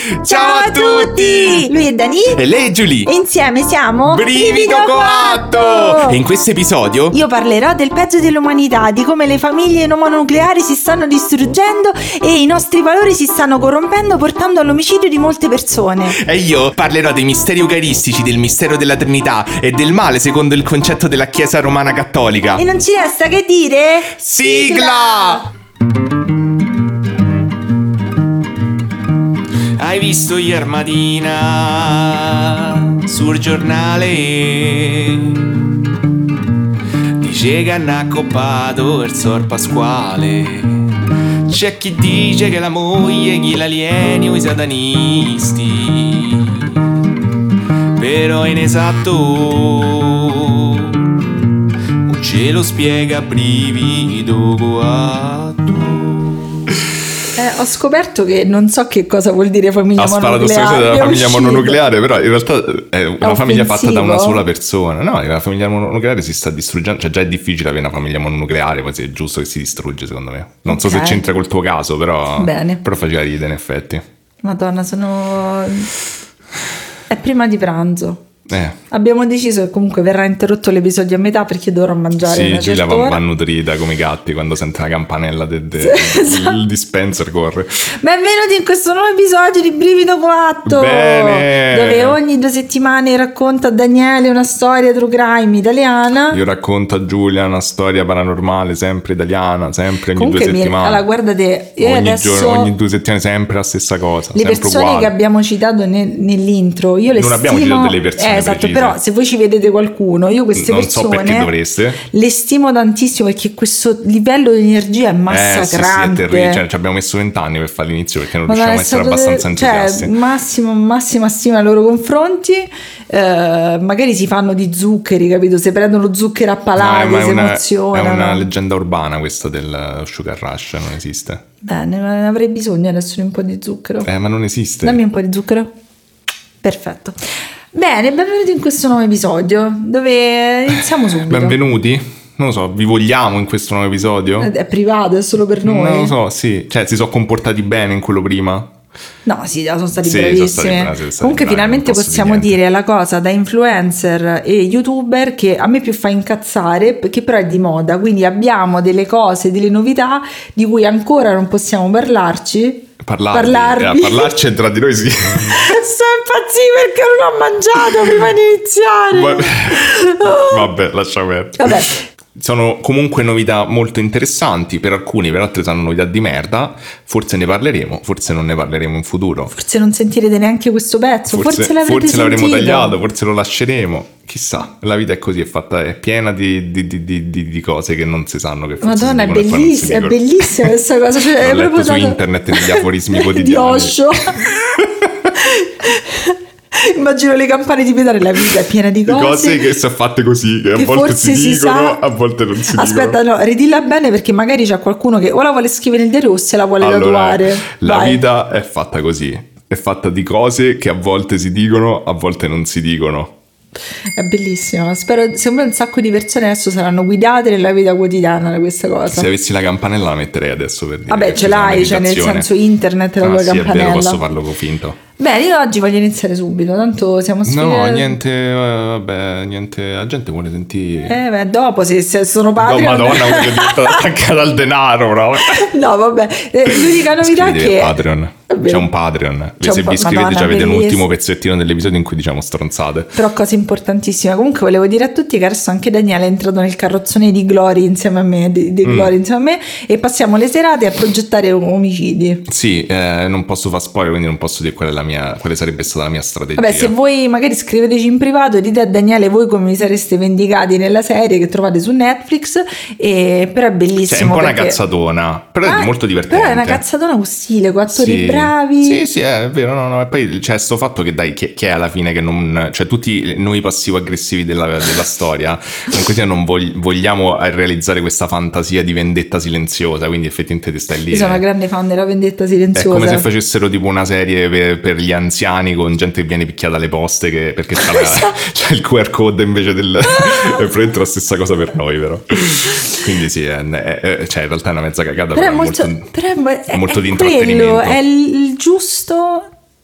Ciao a tutti! Lui è Dani e lei è Giulia e insieme siamo Brivido Coatto! E in questo episodio io parlerò del peggio dell'umanità, di come le famiglie mononucleari si stanno distruggendo e i nostri valori si stanno corrompendo, portando all'omicidio di molte persone. E io parlerò dei misteri eucaristici, del mistero della Trinità e del male secondo il concetto della Chiesa Romana Cattolica. E non ci resta che dire... Sigla! Hai visto ieri mattina sul giornale? Dice che hanno accoppato il Sor Pasquale. C'è chi dice che la moglie chi l'alieni o i satanisti. Però è inesatto, non ce lo spiega Brivido Coatto. Ho scoperto che non so che cosa vuol dire famiglia mononucleare. Ha sparato della famiglia mononucleare, però in realtà è una famiglia fatta da una sola persona. No, la famiglia mononucleare si sta distruggendo. Cioè già è difficile avere una famiglia mononucleare, poi è giusto che si distrugge, secondo me. Non so se c'entra col tuo caso, però bene. Però faceva ridere in effetti. Madonna, è prima di pranzo. Abbiamo deciso che comunque verrà interrotto l'episodio a metà perché dovrò mangiare una certa ora. Giulia va nutrita come i gatti quando sente la campanella del dispenser corre. Benvenuti in questo nuovo episodio di Brivido Coatto. Bene. Dove ogni 2 settimane racconta a Daniele una storia true crime italiana. Io racconto a Giulia una storia paranormale sempre italiana, sempre ogni comunque 2 settimane. Allora guardate, ogni 2 settimane sempre la stessa cosa. Le persone uguale. Che abbiamo citato nell'intro, io le non abbiamo citato delle persone esatto, precise. Però se voi ci vedete qualcuno, io queste non persone so perché dovreste. Le stimo tantissimo perché questo livello di energia è massacrante. Sì, è terribile. Cioè, ci abbiamo messo 20 anni per fare l'inizio perché non riusciamo a essere abbastanza entusiasti. Massima stima nei loro confronti. Magari si fanno di zuccheri, capito? Se prendono zuccheri a palate, si emozionano. È una leggenda urbana questa del Sugar Rush, non esiste. Bene, ma avrei bisogno adesso di un po' di zucchero. Ma non esiste. Dammi un po' di zucchero. Perfetto. Bene, benvenuti in questo nuovo episodio dove iniziamo subito. Benvenuti? Non lo so, vi vogliamo in questo nuovo episodio? È privato, è solo per noi. Non lo so, sì. Cioè, si sono comportati bene in quello prima? No, sì, sono stati bravissimi. Comunque finalmente possiamo dire la cosa da influencer e youtuber che a me più fa incazzare, che però è di moda, quindi abbiamo delle cose, delle novità di cui ancora non possiamo parlarci. Parlarci tra di noi sì. Sto impazzendo perché non ho mangiato prima di iniziare. Vabbè, lasciamo perdere. Vabbè. Sono comunque novità molto interessanti per alcuni, per altri sono novità di merda. Forse ne parleremo, forse non ne parleremo in futuro. Forse non sentirete neanche questo pezzo, forse l'avremo tagliato, forse lo lasceremo. Chissà, la vita è così, è piena di cose che non si sanno che forse Madonna, è bellissima questa cosa. Cioè, l'ho letto su internet negli aforismi quotidiani. Di Osho. Immagino le campane di pedale, la vita è piena di cose che sono fatte così, che a volte si dicono, a volte non si dicono. Aspetta, no, ridilla bene perché magari c'è qualcuno che o la vuole scrivere nel diario o se la vuole tatuare. La vita è fatta così, è fatta di cose che a volte si dicono, a volte non si dicono. È bellissimo, spero, secondo me un sacco di persone adesso saranno guidate nella vita quotidiana da questa cosa. Se avessi la campanella la metterei adesso per dire. Vabbè, ce l'hai, cioè nel senso internet la tua campanella. È vero, posso farlo con finto. Bene, io oggi voglio iniziare subito, tanto siamo No, niente, la gente vuole sentire. Dopo se sono Patreon. No, Madonna, voglio diventare attaccata al denaro, proprio. No, vabbè, l'unica novità che Patreon. C'è un Patreon. Se vi iscrivete già avete un ultimo pezzettino dell'episodio in cui diciamo stronzate. Però cose importantissime. Comunque volevo dire a tutti che adesso anche Daniele è entrato nel carrozzone di Glory insieme a me, Glory insieme a me, e passiamo le serate a progettare omicidi. Sì, non posso fare spoiler, quindi non posso dire quale sarebbe stata la mia strategia. Vabbè, se voi magari scriveteci in privato, dite a Daniele voi come vi sareste vendicati nella serie che trovate su Netflix, però è bellissimo. Cioè, è un po' una cazzatona, però è molto divertente. Però è una cazzatona con stile, con attori bravi. Sì, è vero, no. E poi c'è sto fatto che dai, che è alla fine che non... Cioè tutti noi passivo-aggressivi della storia, comunque sia non vogliamo realizzare questa fantasia di vendetta silenziosa, quindi effettivamente ti stai lì. Io sono una grande fan della vendetta silenziosa. È come se facessero tipo una serie per gli anziani con gente che viene picchiata alle poste perché c'è il QR code invece del... è probabilmente la stessa cosa per noi, però. Quindi sì, cioè in realtà è una mezza cagata, però è molto di intrattenimento. È il giusto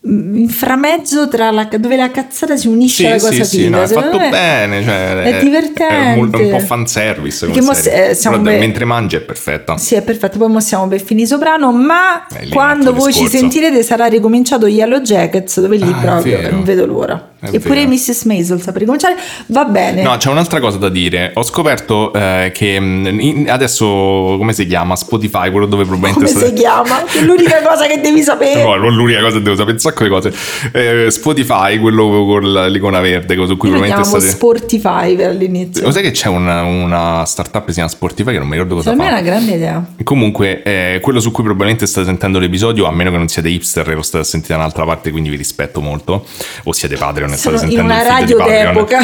inframezzo tra dove la cazzata si unisce alla cosa sì, no, è fatto bene, cioè, è divertente, è un po' fanservice mentre mangi è perfetta. Sì, è perfetto. Poi siamo per finire Soprano, ma quando voi ci sentirete sarà ricominciato Yellow Jackets, dove lì proprio non vedo l'ora. Eppure Mrs. Maisel sta per ricominciare, va bene. No, c'è un'altra cosa da dire. Ho scoperto che adesso, come si chiama? Spotify, quello dove probabilmente si chiama? È l'unica cosa che devi sapere. No, non l'unica cosa che devo sapere, un sacco di cose. Spotify, quello con l'icona verde, su cui probabilmente state Sportify all'inizio. Lo sai che c'è una startup che si chiama Sportify che non mi ricordo cosa fa. Per me è una grande idea. Comunque, quello su cui probabilmente state sentendo l'episodio, a meno che non siate hipster e lo state sentendo da un'altra parte, quindi vi rispetto molto, o siete Patreon e state sentendo in una radio d'epoca.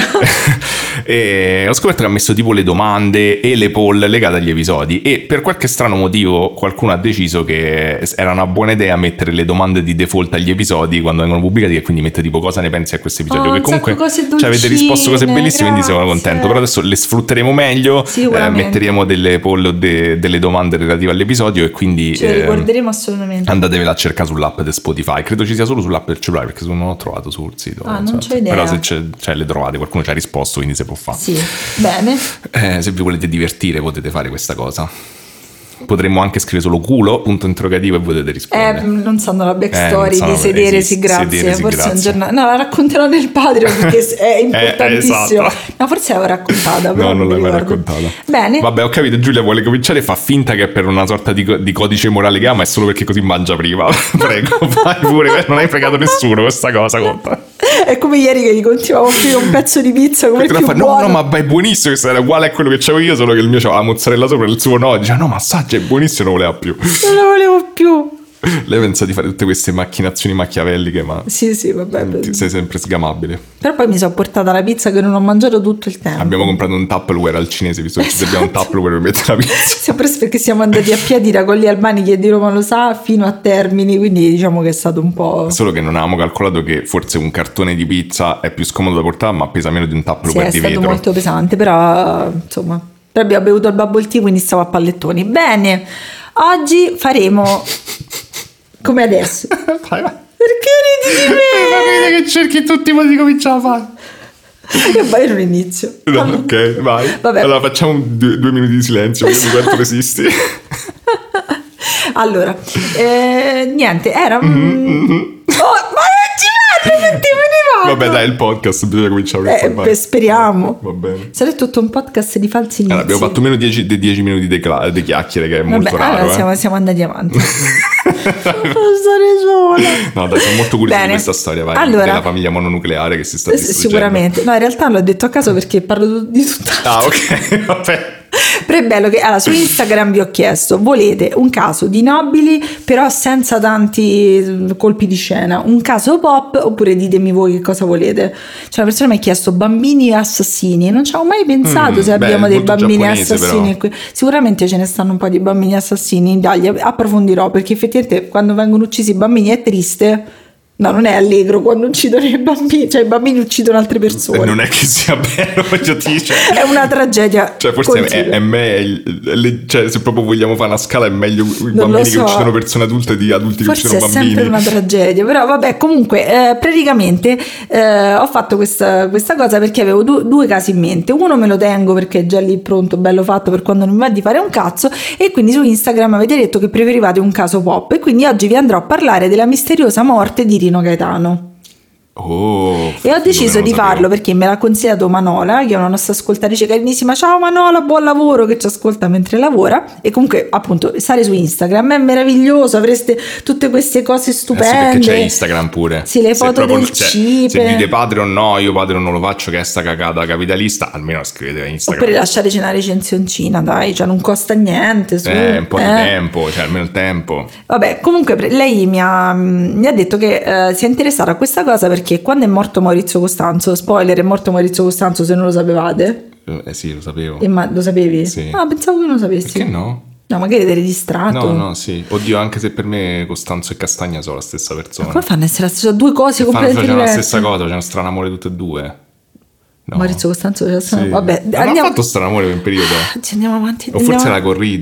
E ho scoperto che ha messo tipo le domande e le poll legate agli episodi, e per qualche strano motivo qualcuno ha deciso che era una buona idea mettere le domande di default agli episodi quando vengono pubblicati, e quindi mette tipo cosa ne pensi a questo episodio, che comunque ci avete risposto cose bellissime, quindi sono contento. Però adesso le sfrutteremo meglio, metteremo delle poll o delle domande relative all'episodio, e quindi ce le ricorderemo assolutamente. Andatevela a cercare sull'app di Spotify, credo ci sia solo sull'app del cellulare, perché non l'ho trovato sul sito. Non c'ho idea. Però se le trovate, qualcuno ci ha risposto, quindi si può fare. Sì, bene. Se vi volete divertire potete fare questa cosa. Potremmo anche scrivere solo culo, punto interrogativo, e potete rispondere. Non sanno la backstory di Sederesi, grazie. Forse grazie. Un giorno la racconterò nel Patreon perché è importantissimo. Esatto. No, forse l'avevo raccontata. No, non l'hai mai raccontata. Bene. Vabbè, ho capito. Giulia vuole cominciare, fa finta che è per una sorta di codice morale che ha, ma è solo perché così mangia prima. Prego, vai pure. Non hai fregato nessuno questa cosa, conta. È come ieri che gli continuavo a offrire un pezzo di pizza come il più buono. No, ma è buonissimo, questo era uguale a quello che c'avevo io, solo che il mio c'aveva la mozzarella sopra e il suo no. Diceva no, ma assaggia, è buonissimo, non voleva più. Non lo volevo più. Lei pensa di fare tutte queste macchinazioni machiavelliche, ma sì, vabbè. Sei sempre sgamabile. Però poi mi sono portata la pizza che non ho mangiato tutto il tempo. Abbiamo comprato un Tupperware al cinese, visto che ci abbiamo un Tupperware per mettere la pizza. Sempre perché siamo andati a piedi da Colli Albani, che di Roma lo sa, fino a Termini, quindi diciamo che è stato un po'... Solo che non avevamo calcolato che forse un cartone di pizza è più scomodo da portare, ma pesa meno di un Tupperware di vetro. È stato molto pesante, però insomma... Però abbiamo bevuto il bubble tea, quindi stavo a pallettoni. Bene, oggi faremo... come adesso. Vai. Perché ridi di me? Ma vedi che cerchi tutti i modi di cominciare a fare. Io non inizio. No, ok, vai. Vabbè. Allora facciamo 2 minuti di silenzio, vedi quanto resisti. Allora, niente, era... Oh, ma non ci vado, Vabbè, dai, il podcast bisogna cominciare a speriamo. Va bene. Sarà tutto un podcast di falsi inizi. Allora, abbiamo fatto meno di 10 minuti di chiacchiere, che è molto raro. Allora siamo andati avanti. Non stare sola. No, dai, sono molto curioso di questa storia, vai, della famiglia mononucleare che si sta distruggendo. Sicuramente. No, in realtà l'ho detto a caso perché parlo di tutt'altro. Ah, ok, vabbè. Però è bello che allora, su Instagram vi ho chiesto: volete un caso di nobili però senza tanti colpi di scena, un caso pop, oppure ditemi voi che cosa volete. Cioè una persona mi ha chiesto bambini assassini, non ci avevo mai pensato se abbiamo dei bambini assassini qui. Sicuramente ce ne stanno un po' di bambini assassini in Italia, approfondirò, perché effettivamente quando vengono uccisi i bambini è triste. No, non è allegro quando uccidono i bambini, cioè i bambini uccidono altre persone. Non è che sia bello, è una tragedia. Cioè forse è meglio, cioè se proprio vogliamo fare una scala è meglio i bambini che uccidono persone adulte di adulti che uccidono bambini. Forse è sempre una tragedia, però vabbè, comunque praticamente ho fatto questa cosa perché avevo due casi in mente. Uno me lo tengo perché è già lì pronto, bello fatto per quando non mi va di fare un cazzo, e quindi su Instagram avete detto che preferivate un caso pop, e quindi oggi vi andrò a parlare della misteriosa morte di Rino Gaetano. E ho deciso di farlo perché me l'ha consigliato Manola, che è una nostra ascoltatrice carinissima. Ciao Manola, buon lavoro, che ci ascolta mentre lavora. E comunque appunto stare su Instagram è meraviglioso, avreste tutte queste cose stupende. Sì, perché c'è Instagram pure. Sì, le foto del cibo. Se dite Patreon, no, io Patreon non lo faccio, che è sta cagata capitalista, almeno scrivete a Instagram. Oppure lasciateci una recensioncina, dai, cioè non costa niente. Un po' di tempo, cioè almeno il tempo. Vabbè, comunque lei mi ha detto che si è interessata a questa cosa perché quando è morto Maurizio Costanzo, spoiler, è morto Maurizio Costanzo, se non lo sapevate. Sì, lo sapevo. Lo sapevi? Sì. Ah, pensavo che non lo sapessi. Perché no? No, magari eri distratto. No, sì. Oddio, anche se per me Costanzo e Castagna sono la stessa persona. Ma come fanno ad essere la stessa? Due cose completamente diverse. Facciano la stessa cosa, c'è un strano amore tutte e due. No. Maurizio Costanzo, sì. Vabbè, hanno fatto strano amore per un periodo. Ci andiamo avanti. O forse la corrida.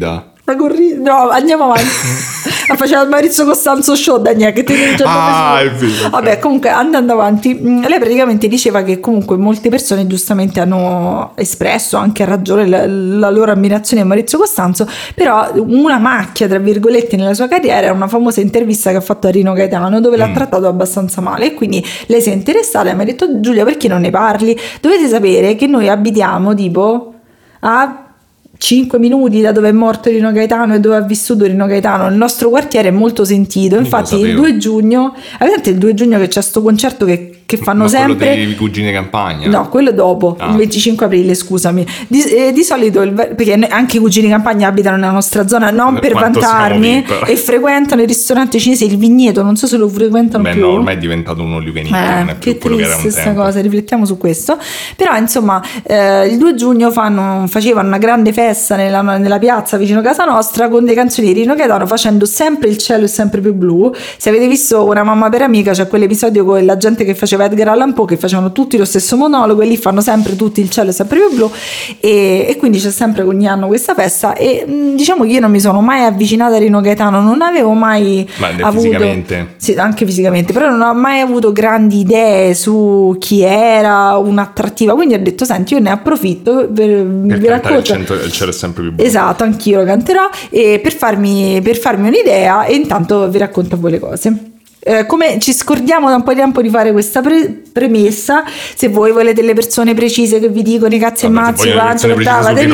No, andiamo avanti. Faceva il Maurizio Costanzo show, Daniele, che ti dice vabbè, comunque andando avanti, lei praticamente diceva che comunque molte persone giustamente hanno espresso anche a ragione la loro ammirazione a Maurizio Costanzo, però una macchia tra virgolette nella sua carriera è una famosa intervista che ha fatto a Rino Gaetano dove l'ha trattato abbastanza male, e quindi lei si è interessata e mi ha detto: Giulia, perché non ne parli? Dovete sapere che noi abitiamo tipo a 5 minuti da dove è morto Rino Gaetano e dove ha vissuto Rino Gaetano. Il nostro quartiere è molto sentito, infatti il 2 giugno, avete il 2 giugno che c'è sto concerto che fanno ma sempre quello dei Cugini Campagna? No, quello dopo, il 25 aprile, scusami. Di solito perché anche i Cugini Campagna abitano nella nostra zona, non per vantarmi, e frequentano il ristorante cinese Il Vigneto, non so se lo frequentano più. No, ormai è diventato un all you can eat, non è più che quello che era un questa tempo. cosa, riflettiamo su questo. Però insomma il 2 giugno facevano una grande festa nella piazza vicino a casa nostra con le canzoni di Rino Gaetano, facendo sempre Il cielo è sempre più blu. Se avete visto Una mamma per amica, c'è quell'episodio con la gente che faceva Edgar Allan Poe, che facevano tutti lo stesso monologo, e lì fanno sempre tutti Il cielo è sempre più blu, e quindi c'è sempre ogni anno questa festa. E diciamo che io non mi sono mai avvicinata a Rino Gaetano, non avevo mai avuto fisicamente. Sì, anche fisicamente, però non ho mai avuto grandi idee su chi era un'attrattiva, quindi ho detto: senti, io ne approfitto per vi racconto Il cielo è sempre più blu. Esatto, anch'io lo canterò, e per farmi un'idea, e intanto vi racconto a voi le cose. Come ci scordiamo da un po' di tempo di fare questa premessa, se voi volete le persone precise che vi dicono i cazzi e mazzi quanto portava dei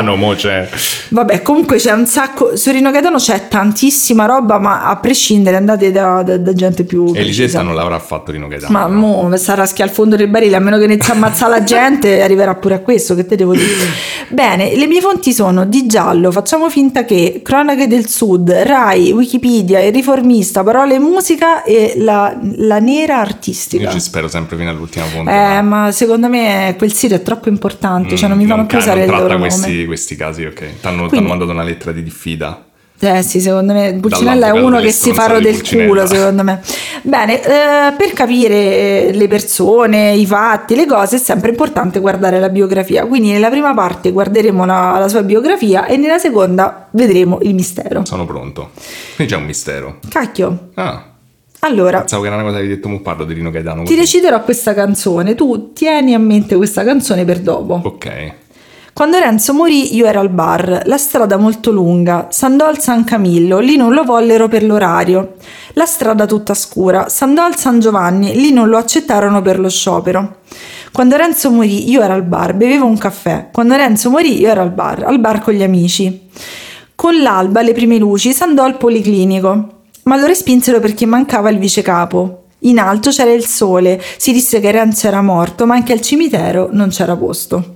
vabbè, comunque c'è un sacco su Rino Gaetano, c'è tantissima roba, ma a prescindere andate da gente più e Lisetta non l'avrà fatto Rino Gaetano, ma mo sarà schia al fondo del barile, a meno che inizi a ammazzare la gente arriverà pure a questo, che te devo dire. Bene, le mie fonti sono Di Giallo, Facciamo finta che, Cronache del Sud, Rai, Wikipedia, Il Riformista, Parole e Musica e la Nera Artistica. Io ci spero sempre fino all'ultima fonte, ma secondo me quel sito è troppo importante, cioè non mi fanno più usare il loro nome. questi casi, ok. T'hanno mandato una lettera di diffida. Sì, secondo me Pulcinella è uno che si farà del culo, secondo me. Bene, per capire le persone, i fatti, le cose, è sempre importante guardare la biografia. Quindi nella prima parte guarderemo la sua biografia e nella seconda vedremo il mistero. Sono pronto. Quindi c'è un mistero. Cacchio. Allora, pensavo che era una cosa che hai detto, mo parlo di Rino Gaetano. Ti reciterò questa canzone, tu tieni a mente questa canzone per dopo. Ok. Quando Renzo morì io ero al bar, la strada molto lunga, s'andò al San Camillo, lì non lo vollero per l'orario. La strada tutta scura, s'andò al San Giovanni, lì non lo accettarono per lo sciopero. Quando Renzo morì io ero al bar, bevevo un caffè. Quando Renzo morì io ero al bar con gli amici. Con l'alba, le prime luci, s'andò al policlinico, ma lo respinsero perché mancava il vicecapo. In alto c'era il sole, si disse che Renzo era morto, ma anche al cimitero non c'era posto.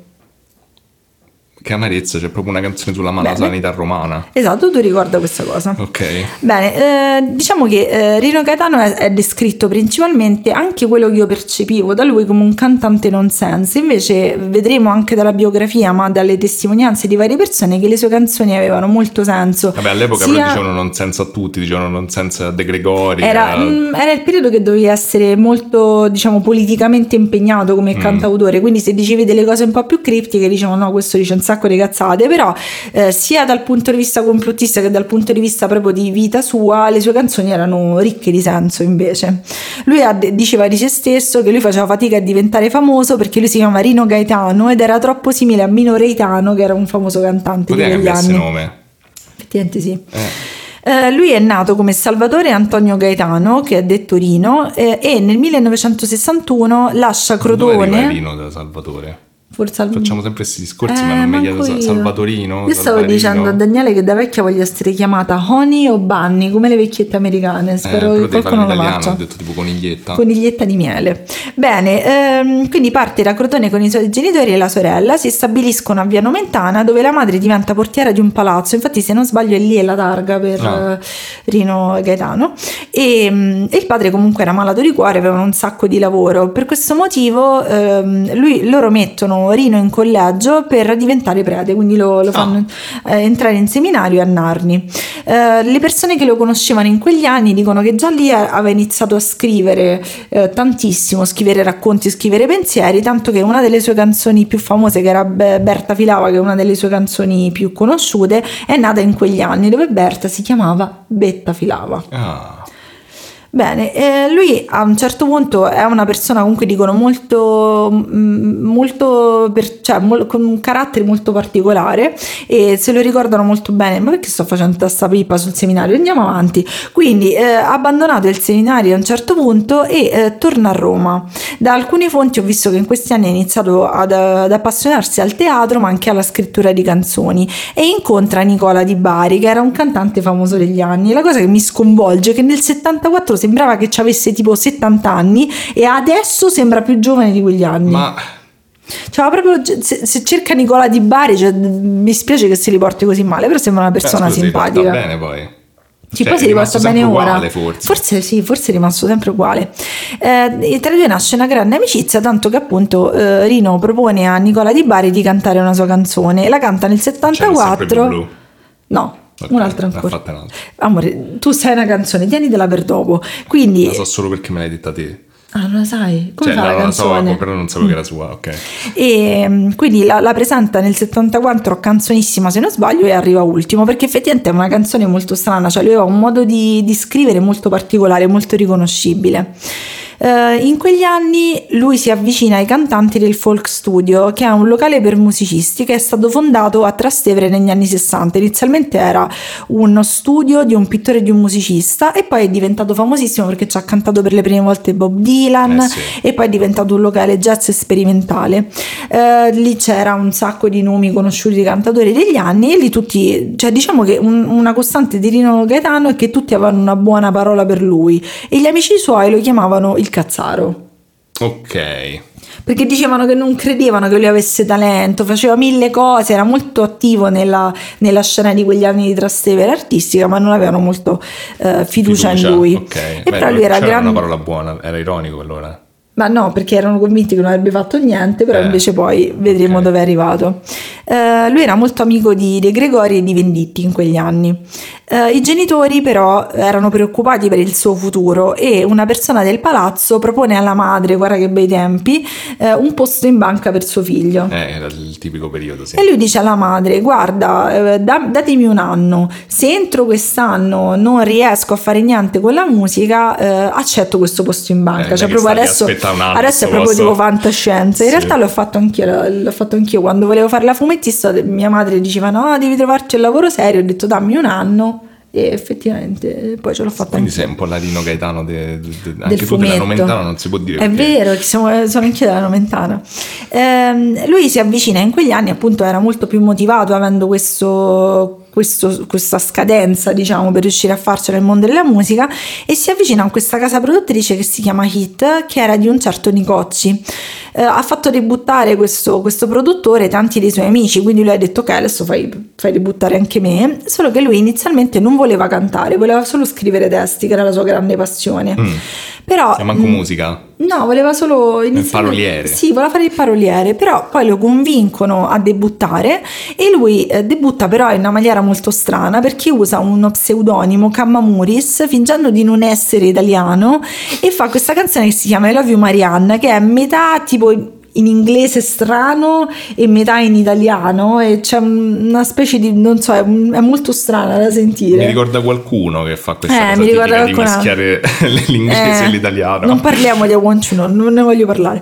Che amarezza, c'è proprio una canzone sulla malasanità romana. Esatto, tu ricorda questa cosa. Ok. Bene, diciamo che Rino Gaetano è descritto principalmente, anche quello che io percepivo da lui, come un cantante nonsense. Invece vedremo anche dalla biografia, ma dalle testimonianze di varie persone, che le sue canzoni avevano molto senso. Vabbè, all'epoca però dicevano nonsense a tutti, dicevano nonsense a De Gregori. Era il periodo che dovevi essere molto, diciamo, politicamente impegnato come cantautore, quindi se dicevi delle cose un po' più criptiche dicevano no, questo dice un sacco di cazzate. Però sia dal punto di vista complottista che dal punto di vista proprio di vita sua, le sue canzoni erano ricche di senso. Invece lui diceva di se stesso che lui faceva fatica a diventare famoso perché lui si chiama Rino Gaetano ed era troppo simile a Mino Reitano, che era un famoso cantante di quegli anni. Nome? Effettivamente sì. Lui è nato come Salvatore Antonio Gaetano, che è detto Rino, e nel 1961 lascia Crotone. Dove arriva Rino da Salvatore? Facciamo sempre questi discorsi, ma non mi chiedo Salvatorino. Io stavo dicendo a Daniele che da vecchia voglio essere chiamata Honey o Bunny, come le vecchiette americane. Spero che qualcuno lo faccia. Ho detto tipo coniglietta di miele. Bene, quindi parte da Crotone con i suoi genitori e la sorella, si stabiliscono a Via Nomentana, dove la madre diventa portiera di un palazzo. Infatti, se non sbaglio, è lì è la targa per Rino Gaetano. E il padre comunque era malato di cuore, avevano un sacco di lavoro. Per questo motivo loro mettono mandano Rino in collegio per diventare prete, quindi lo fanno entrare in seminario a Narni. Le persone che lo conoscevano in quegli anni dicono che già lì aveva iniziato a scrivere tantissimo, scrivere racconti, scrivere pensieri, tanto che una delle sue canzoni più famose, che era Berta Filava, che è una delle sue canzoni più conosciute, è nata in quegli anni, dove Berta si chiamava Betta Filava. Bene, lui a un certo punto è una persona, comunque dicono, con un carattere molto particolare, e se lo ricordano molto bene. Ma perché sto facendo testa pippa sul seminario? Andiamo avanti. Quindi ha abbandonato il seminario a un certo punto e torna a Roma. Da alcune fonti ho visto che in questi anni ha iniziato ad appassionarsi al teatro, ma anche alla scrittura di canzoni, e incontra Nicola Di Bari, che era un cantante famoso degli anni. La cosa che mi sconvolge è che nel 74 sembrava che ci avesse tipo 70 anni e adesso sembra più giovane di quegli anni. Ma cioè, proprio, se cerca Nicola Di Bari, cioè, mi spiace che si riporti così male, però sembra una persona simpatica. Va bene poi. Sì, poi si riporta bene ora. Forse è rimasto sempre uguale. Tra i due nasce una grande amicizia, tanto che appunto Rino propone a Nicola Di Bari di cantare una sua canzone. La canta nel 74. Blu. No. Okay, un'altra ancora. Amore, tu sai una canzone, tienitela per dopo. Quindi la so solo perché me l'hai detta te. Ah, non la sai? Come fa la canzone? So, però non sapevo che era sua, ok. E quindi la presenta nel 74, canzonissima se non sbaglio, e arriva ultimo, perché effettivamente è una canzone molto strana, cioè lui aveva un modo di scrivere molto particolare, molto riconoscibile. In quegli anni lui si avvicina ai cantanti del Folk Studio, che è un locale per musicisti che è stato fondato a Trastevere negli anni 60. Inizialmente era uno studio di un pittore e di un musicista, e poi è diventato famosissimo perché ci ha cantato per le prime volte Bob Dylan, sì. E poi è diventato un locale jazz sperimentale. Lì c'era un sacco di nomi conosciuti di cantatori degli anni, e lì tutti, cioè diciamo che una costante di Rino Gaetano è che tutti avevano una buona parola per lui, e gli amici suoi lo chiamavano il Cazzaro. Ok. Perché dicevano che non credevano che lui avesse talento, faceva mille cose, era molto attivo nella scena di quegli anni di Trastevere artistica, ma non avevano molto fiducia in lui. Okay. E però lui era una parola buona, era ironico allora. Ma no, perché erano convinti che non avrebbe fatto niente, però invece poi vedremo dove è arrivato. Lui era molto amico di De Gregori e di Venditti in quegli anni. I genitori però erano preoccupati per il suo futuro, e una persona del palazzo propone alla madre, guarda che bei tempi, un posto in banca per suo figlio. Era il tipico periodo, sì. E lui dice alla madre: guarda, datemi un anno, se entro quest'anno non riesco a fare niente con la musica, accetto questo posto in banca. Cioè proprio adesso è proprio tipo fantascienza. In realtà l'ho fatto anch'io quando volevo fare la fumettista. Mia madre diceva: no, devi trovarci il lavoro serio. Ho detto dammi un anno, e effettivamente poi ce l'ho fatta. Quindi anch'io. sei un po' la Rino Gaetano anche del tu fumetto. della Nomentana, non si può dire. È vero, sono anch'io della Nomentana. Lui si avvicina in quegli anni, appunto era molto più motivato, avendo questa scadenza, diciamo, per riuscire a farcela nel mondo della musica, e si avvicina a questa casa produttrice che si chiama Hit, che era di un certo Nicocci. Ha fatto debuttare questo produttore tanti dei suoi amici, quindi lui ha detto ok, adesso fai debuttare anche me, solo che lui inizialmente non voleva cantare, voleva solo scrivere testi, che era la sua grande passione. Però manco musica? No, voleva solo il paroliere. Sì, voleva fare il paroliere, però poi lo convincono a debuttare, e lui debutta però in una maniera molto strana, perché usa uno pseudonimo, Cammamuris, fingendo di non essere italiano, e fa questa canzone che si chiama I Love You Marianne, che è metà tipo in inglese strano e metà in italiano, e c'è una specie di, non so, è molto strana da sentire. Mi ricorda qualcuno che fa questa cosa tipica di mischiare l'inglese e l'italiano. Non parliamo di I Want You Know, non ne voglio parlare.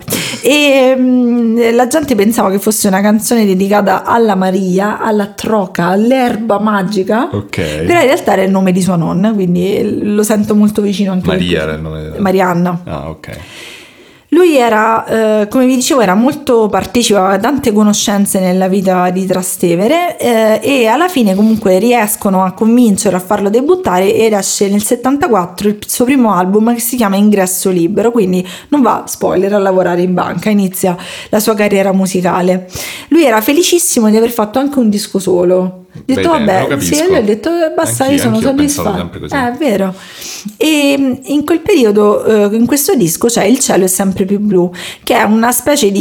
E la gente pensava che fosse una canzone dedicata alla Maria, alla Troca, all'erba magica, però in realtà era il nome di sua nonna, quindi lo sento molto vicino anche Maria era il nome Marianna. Ah, ok. Lui era, come vi dicevo, era molto partecipava a tante conoscenze nella vita di Trastevere, e alla fine comunque riescono a convincerlo a farlo debuttare, ed esce nel 74 il suo primo album, che si chiama Ingresso Libero, quindi non va, spoiler, a lavorare in banca, inizia la sua carriera musicale. Lui era felicissimo di aver fatto anche un disco solo. Ha detto vabbè, sì, lui ha detto basta, io sono soddisfatto. È vero. E in quel periodo, in questo disco c'è Il cielo è sempre più blu, che è una specie di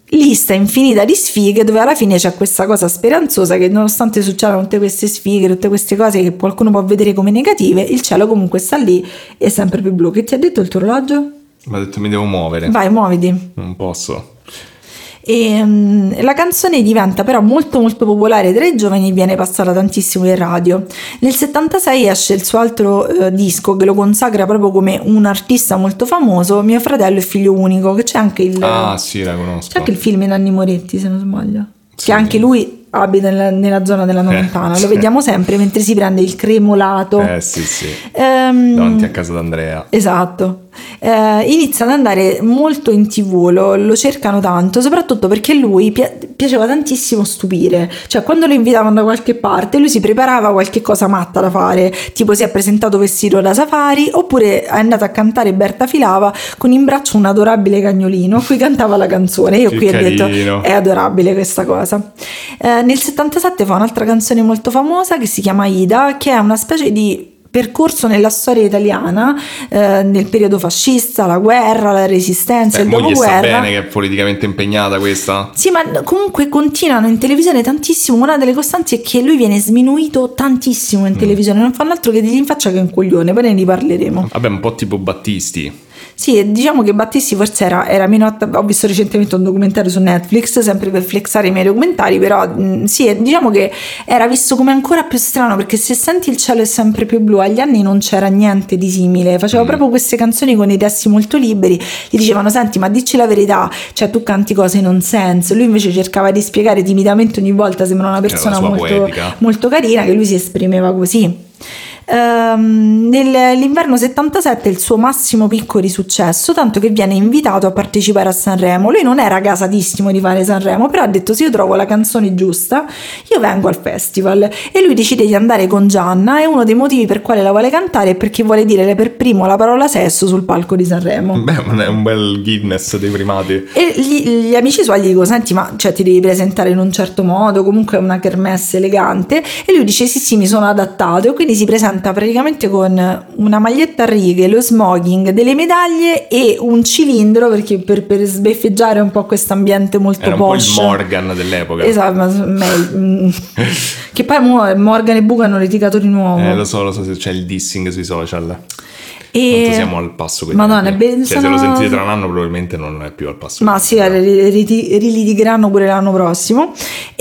lista infinita di sfighe, dove alla fine c'è questa cosa speranzosa che nonostante succedano tutte queste sfighe, tutte queste cose che qualcuno può vedere come negative, il cielo comunque sta lì e è sempre più blu. Che ti ha detto il tuo orologio? Mi ha detto mi devo muovere. Vai, muoviti. Non posso. E la canzone diventa però molto molto popolare tra i giovani e viene passata tantissimo in radio. Nel 76 esce il suo altro disco che lo consacra proprio come un artista molto famoso, Mio fratello e figlio unico, che c'è anche il sì, la conosco. c'è anche il film di Nanni Moretti, se non sbaglio, che anche lui abita nella zona della Nomentana, lo vediamo sempre mentre si prende il cremolato sì, davanti a casa d'Andrea. Esatto. Inizia ad andare molto in TV, lo cercano tanto, soprattutto perché lui piaceva tantissimo stupire, cioè quando lo invitavano da qualche parte lui si preparava qualche cosa matta da fare, tipo si è presentato vestito da safari, oppure è andato a cantare Berta Filava con in braccio un adorabile cagnolino a cui cantava la canzone. Io qui ho detto è adorabile questa cosa. Nel 77 fa un'altra canzone molto famosa che si chiama Ida, che è una specie di percorso nella storia italiana nel periodo fascista, la guerra, la resistenza, il dopoguerra. Moglie sta bene che è politicamente impegnata questa? Sì, ma comunque continuano in televisione tantissimo. Una delle costanti è che lui viene sminuito tantissimo in televisione, non fanno altro che dirgli in faccia che è un coglione, poi ne riparleremo. Vabbè, un po' tipo Battisti. Sì, diciamo che Battisti forse era meno ho visto recentemente un documentario su Netflix, sempre per flexare i miei documentari, però sì, diciamo che era visto come ancora più strano, perché se senti il cielo è sempre più blu, agli anni non c'era niente di simile, faceva proprio queste canzoni con i testi molto liberi, gli dicevano senti ma dici la verità, cioè tu canti cose non sense, lui invece cercava di spiegare timidamente ogni volta, sembra una persona molto carina, che lui si esprimeva così. Nell'inverno 77 il suo massimo picco di successo, tanto che viene invitato a partecipare a Sanremo. Lui non era gasatissimo di fare Sanremo, però ha detto se io trovo la canzone giusta io vengo al festival, e lui decide di andare con Gianna, e uno dei motivi per quale la vuole cantare è perché vuole dire per primo la parola sesso sul palco di Sanremo. Beh, è un bel Guinness dei primati. E gli amici suoi gli dicono senti ma cioè, ti devi presentare in un certo modo, comunque è una kermesse elegante, e lui dice sì mi sono adattato, e quindi si presenta praticamente con una maglietta a righe, lo smoking, delle medaglie e un cilindro, perché per sbeffeggiare un po' questo ambiente molto era posh. Un po' il Morgan dell'epoca. Esatto, che poi Morgan e Buga hanno litigato di nuovo. Lo so se c'è il dissing sui social. Quanto siamo al passo con Madonna, se lo sentite tra un anno probabilmente non è più al passo. Ma sì, rilitigheranno pure l'anno prossimo.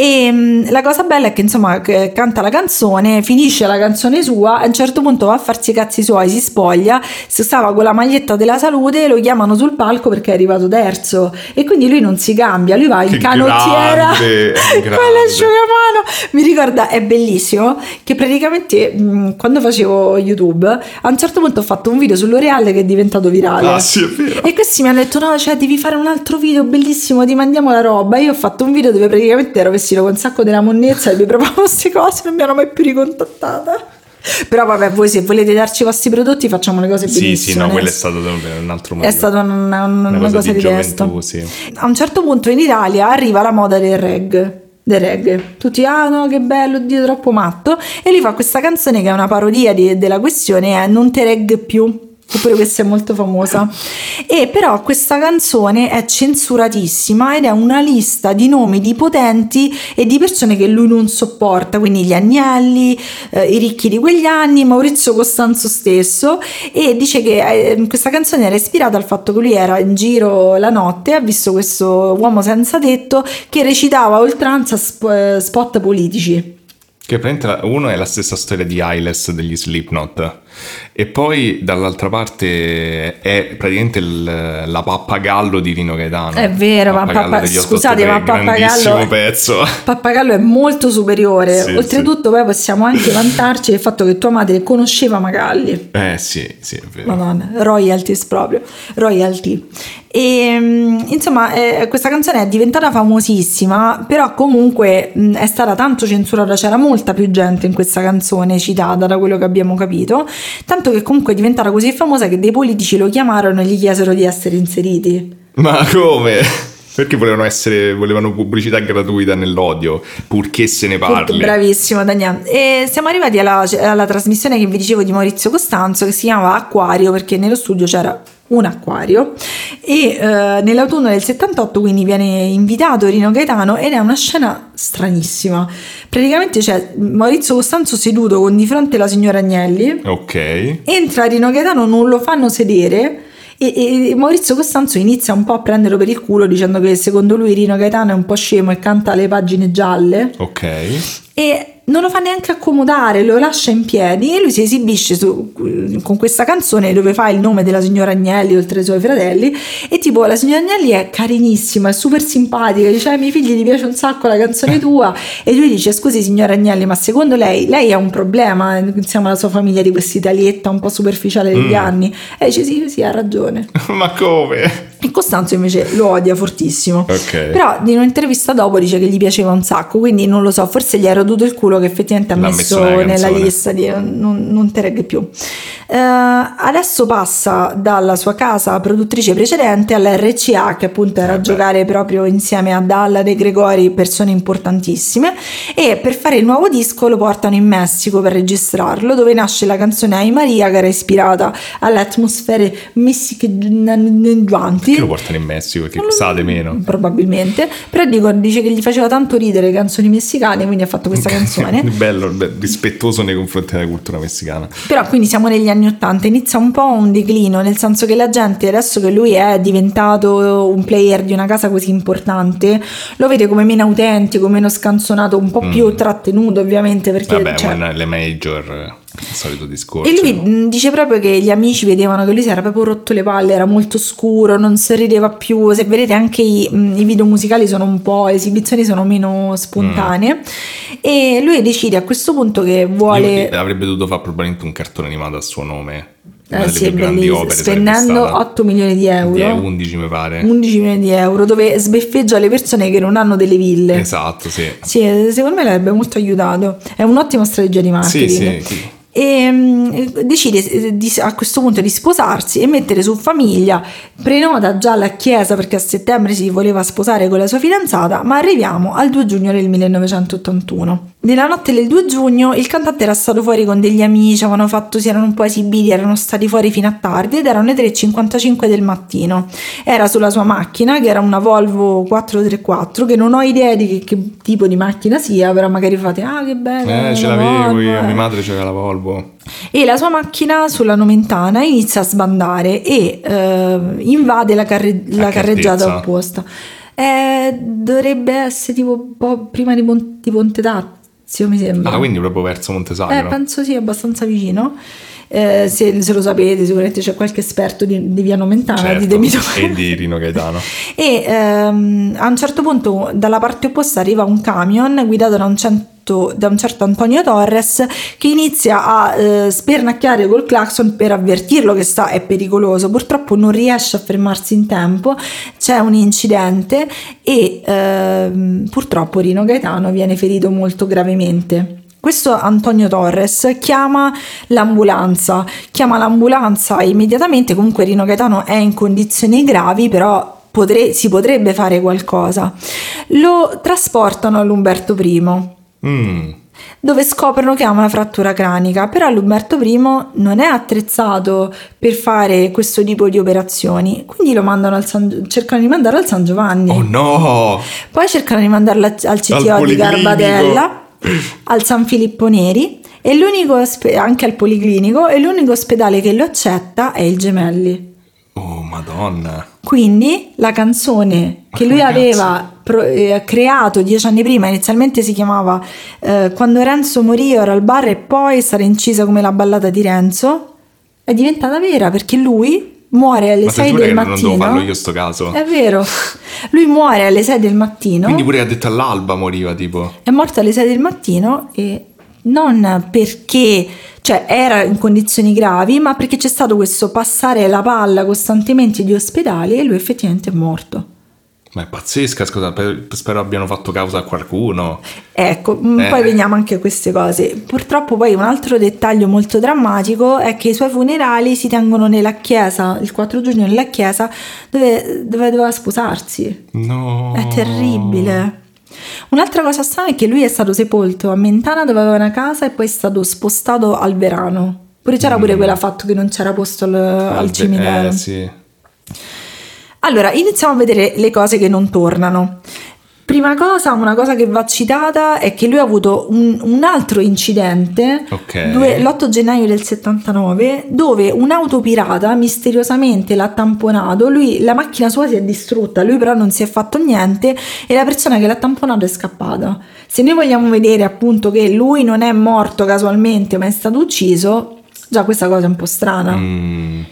E la cosa bella è che insomma canta la canzone, finisce la canzone sua, a un certo punto va a farsi i cazzi suoi, si spoglia, stava con la maglietta della salute, lo chiamano sul palco perché è arrivato terzo, e quindi lui non si cambia, lui va in canottiera con l'asciugamano. Mi ricorda, è bellissimo, che praticamente quando facevo YouTube a un certo punto ho fatto un video su L'Oreal che è diventato virale. Ah sì, è vero. E questi mi hanno detto no, cioè devi fare un altro video bellissimo, ti mandiamo la roba. Io ho fatto un video dove praticamente ero vestito con un sacco della monnezza e vi provavo queste cose, non mi hanno mai più ricontattata. Però vabbè, voi se volete darci i vostri prodotti facciamo le cose bellissime. Sì, no, quello è stato un altro modo. È stata una cosa di testo. Sì. A un certo punto in Italia arriva la moda del reggae. Tutti no che bello, Dio troppo matto, e lui fa questa canzone che è una parodia della questione, è Non te reggae più, oppure questa è molto famosa, e però questa canzone è censuratissima ed è una lista di nomi di potenti e di persone che lui non sopporta, quindi gli Agnelli, i ricchi di quegli anni, Maurizio Costanzo stesso, e dice che questa canzone era ispirata al fatto che lui era in giro la notte e ha visto questo uomo senza tetto che recitava a oltranza spot politici. Che praticamente uno è la stessa storia di Ailes degli Slipknot, e poi dall'altra parte è praticamente la Pappagallo di Rino Gaetano. È vero, scusate, ma Pappagallo è molto superiore. Sì, oltretutto poi possiamo anche vantarci del fatto che tua madre conosceva Magalli. Sì, è vero. Madonna, royalties proprio, royalty. E insomma questa canzone è diventata famosissima, però comunque è stata tanto censurata, c'era molta più gente in questa canzone citata, da quello che abbiamo capito, tanto che comunque è diventata così famosa che dei politici lo chiamarono e gli chiesero di essere inseriti. Ma come? Perché volevano pubblicità gratuita nell'odio, purché se ne parli. Bravissimo Daniele. E siamo arrivati alla trasmissione che vi dicevo di Maurizio Costanzo, che si chiamava Acquario, perché nello studio c'era un acquario, E nell'autunno del 78 quindi viene invitato Rino Gaetano ed è una scena stranissima. Praticamente c'è Maurizio Costanzo seduto con di fronte la signora Agnelli. Ok. Entra Rino Gaetano, non lo fanno sedere e Maurizio Costanzo inizia un po' a prenderlo per il culo dicendo che secondo lui Rino Gaetano è un po' scemo e canta le pagine gialle. Ok. E non lo fa neanche accomodare, lo lascia in piedi e lui si esibisce con questa canzone dove fa il nome della signora Agnelli oltre ai suoi fratelli e tipo la signora Agnelli è carinissima, è super simpatica, dice ai miei figli gli piace un sacco la canzone tua e lui dice scusi signora Agnelli ma secondo lei ha un problema insieme alla sua famiglia di quest'italietta un po' superficiale degli anni e dice sì ha ragione. Ma come? E Costanzo invece lo odia fortissimo. Okay. Però in un'intervista dopo dice che gli piaceva un sacco, quindi non lo so, forse gli era roduto il culo che effettivamente ha messo nella lista di non te regge più. Adesso passa dalla sua casa produttrice precedente all'RCA, che appunto era a giocare proprio insieme a Dalla De Gregori, persone importantissime, e per fare il nuovo disco lo portano in Messico per registrarlo, dove nasce la canzone Ai Maria, che era ispirata alle atmosfere messiceggianti. Perché lo portano in Messico? Perché costate meno? Probabilmente, però dice che gli faceva tanto ridere le canzoni messicane, quindi ha fatto questa canzone. Bello, rispettoso nei confronti della cultura messicana. Però quindi siamo negli anni '80, inizia un po' un declino, nel senso che la gente adesso che lui è diventato un player di una casa così importante lo vede come meno autentico, meno scanzonato, un po' più trattenuto ovviamente perché vabbè, le major, il solito discorso. E lui dice proprio che gli amici vedevano che lui si era proprio rotto le palle, era molto scuro, non sorrideva più. Se vedete anche i video musicali sono un po', esibizioni sono meno spontanee. E lui decide a questo punto che vuole... Avrebbe dovuto fare probabilmente un cartone animato a suo nome. Sì, spendendo 8 milioni di euro, 11 mi pare 11 milioni di euro, dove sbeffeggia le persone che non hanno delle ville. Esatto, sì, secondo me l'avrebbe molto aiutato, è un'ottima strategia di marketing. Sì. E decide a questo punto di sposarsi e mettere su famiglia, prenota già la chiesa perché a settembre si voleva sposare con la sua fidanzata, ma arriviamo al 2 giugno del 1981. Nella notte del 2 giugno il cantante era stato fuori con degli amici, si erano un po' esibiti, erano stati fuori fino a tardi ed erano le 3:55 del mattino. Era sulla sua macchina, che era una Volvo 434, che non ho idea di che tipo di macchina sia, però magari fate che bella, ce l'avevo io, mia madre c'aveva la Volvo. E la sua macchina sulla Nomentana inizia a sbandare e invade la carreggiata opposta. Dovrebbe essere tipo un po' prima di Ponte Tazio, mi sembra. Quindi proprio verso Montesagro. Penso sì, abbastanza vicino. Se lo sapete, sicuramente c'è qualche esperto di via Nomentana, certo, ditemi e di Rino Gaetano. E a un certo punto dalla parte opposta arriva un camion guidato da un certo Antonio Torres, che inizia a spernacchiare col clacson per avvertirlo che è pericoloso. Purtroppo non riesce a fermarsi in tempo, c'è un incidente e purtroppo Rino Gaetano viene ferito molto gravemente. Questo Antonio Torres chiama l'ambulanza immediatamente. Comunque Rino Gaetano è in condizioni gravi, però si potrebbe fare qualcosa. Lo trasportano all'Umberto I, dove scoprono che ha una frattura cranica, però l'Umberto I non è attrezzato per fare questo tipo di operazioni, quindi lo mandano cercano di mandarlo al San Giovanni. Oh no! Poi cercano di mandarlo al CTO di Garbatella, al San Filippo Neri e anche al Policlinico, e l'unico ospedale che lo accetta è il Gemelli. Oh madonna! Quindi la canzone che lui aveva creato 10 anni prima, inizialmente si chiamava Quando Renzo morì ora al bar, e poi sarà incisa come la ballata di Renzo, è diventata vera perché lui muore alle 6 del mattino. Non devo farlo io sto caso. È vero. Lui muore alle 6 del mattino. Quindi pure ha detto all'alba moriva, tipo. È morto alle 6 del mattino, e non perché era in condizioni gravi, ma perché c'è stato questo passare la palla costantemente di ospedali e lui effettivamente è morto. Ma è pazzesca, scusa, spero abbiano fatto causa a qualcuno. Ecco, poi veniamo anche a queste cose. Purtroppo poi un altro dettaglio molto drammatico è che i suoi funerali si tengono nella chiesa, il 4 giugno nella chiesa dove doveva sposarsi. No! È terribile. Un'altra cosa strana è che lui è stato sepolto a Mentana, dove aveva una casa, e poi è stato spostato al Verano. C'era pure quella fatto che non c'era posto al cimitero. Sì. Allora, iniziamo a vedere le cose che non tornano. Prima cosa, una cosa che va citata è che lui ha avuto un altro incidente l'8 gennaio del 79, dove un'auto pirata misteriosamente l'ha tamponato. La macchina sua si è distrutta, lui però non si è fatto niente e la persona che l'ha tamponato è scappata. Se noi vogliamo vedere appunto che lui non è morto casualmente ma è stato ucciso, già questa cosa è un po' strana.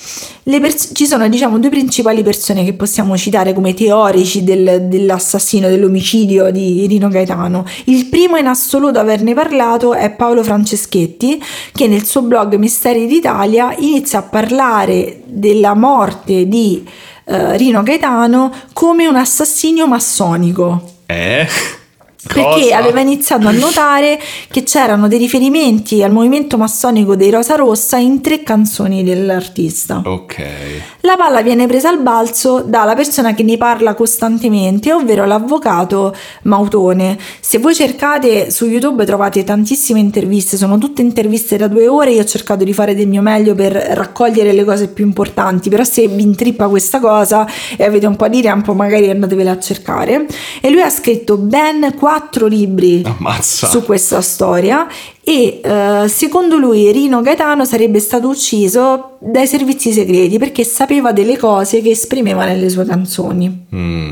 Ci sono, diciamo, due principali persone che possiamo citare come teorici dell'assassino, dell'omicidio di Rino Gaetano. Il primo in assoluto a averne parlato è Paolo Franceschetti, che nel suo blog Misteri d'Italia inizia a parlare della morte di Rino Gaetano come un assassinio massonico. Perché aveva iniziato a notare che c'erano dei riferimenti al movimento massonico dei Rosa Rossa in 3 canzoni dell'artista. La palla viene presa al balzo dalla persona che ne parla costantemente, ovvero l'avvocato Mautone. Se voi cercate su YouTube trovate tantissime interviste, sono tutte interviste da 2 ore. Io ho cercato di fare del mio meglio per raccogliere le cose più importanti, però se vi intrippa questa cosa e avete un po' di tempo magari andatevela a cercare. E lui ha scritto ben 4 libri su questa storia e secondo lui Rino Gaetano sarebbe stato ucciso dai servizi segreti perché sapeva delle cose che esprimeva nelle sue canzoni.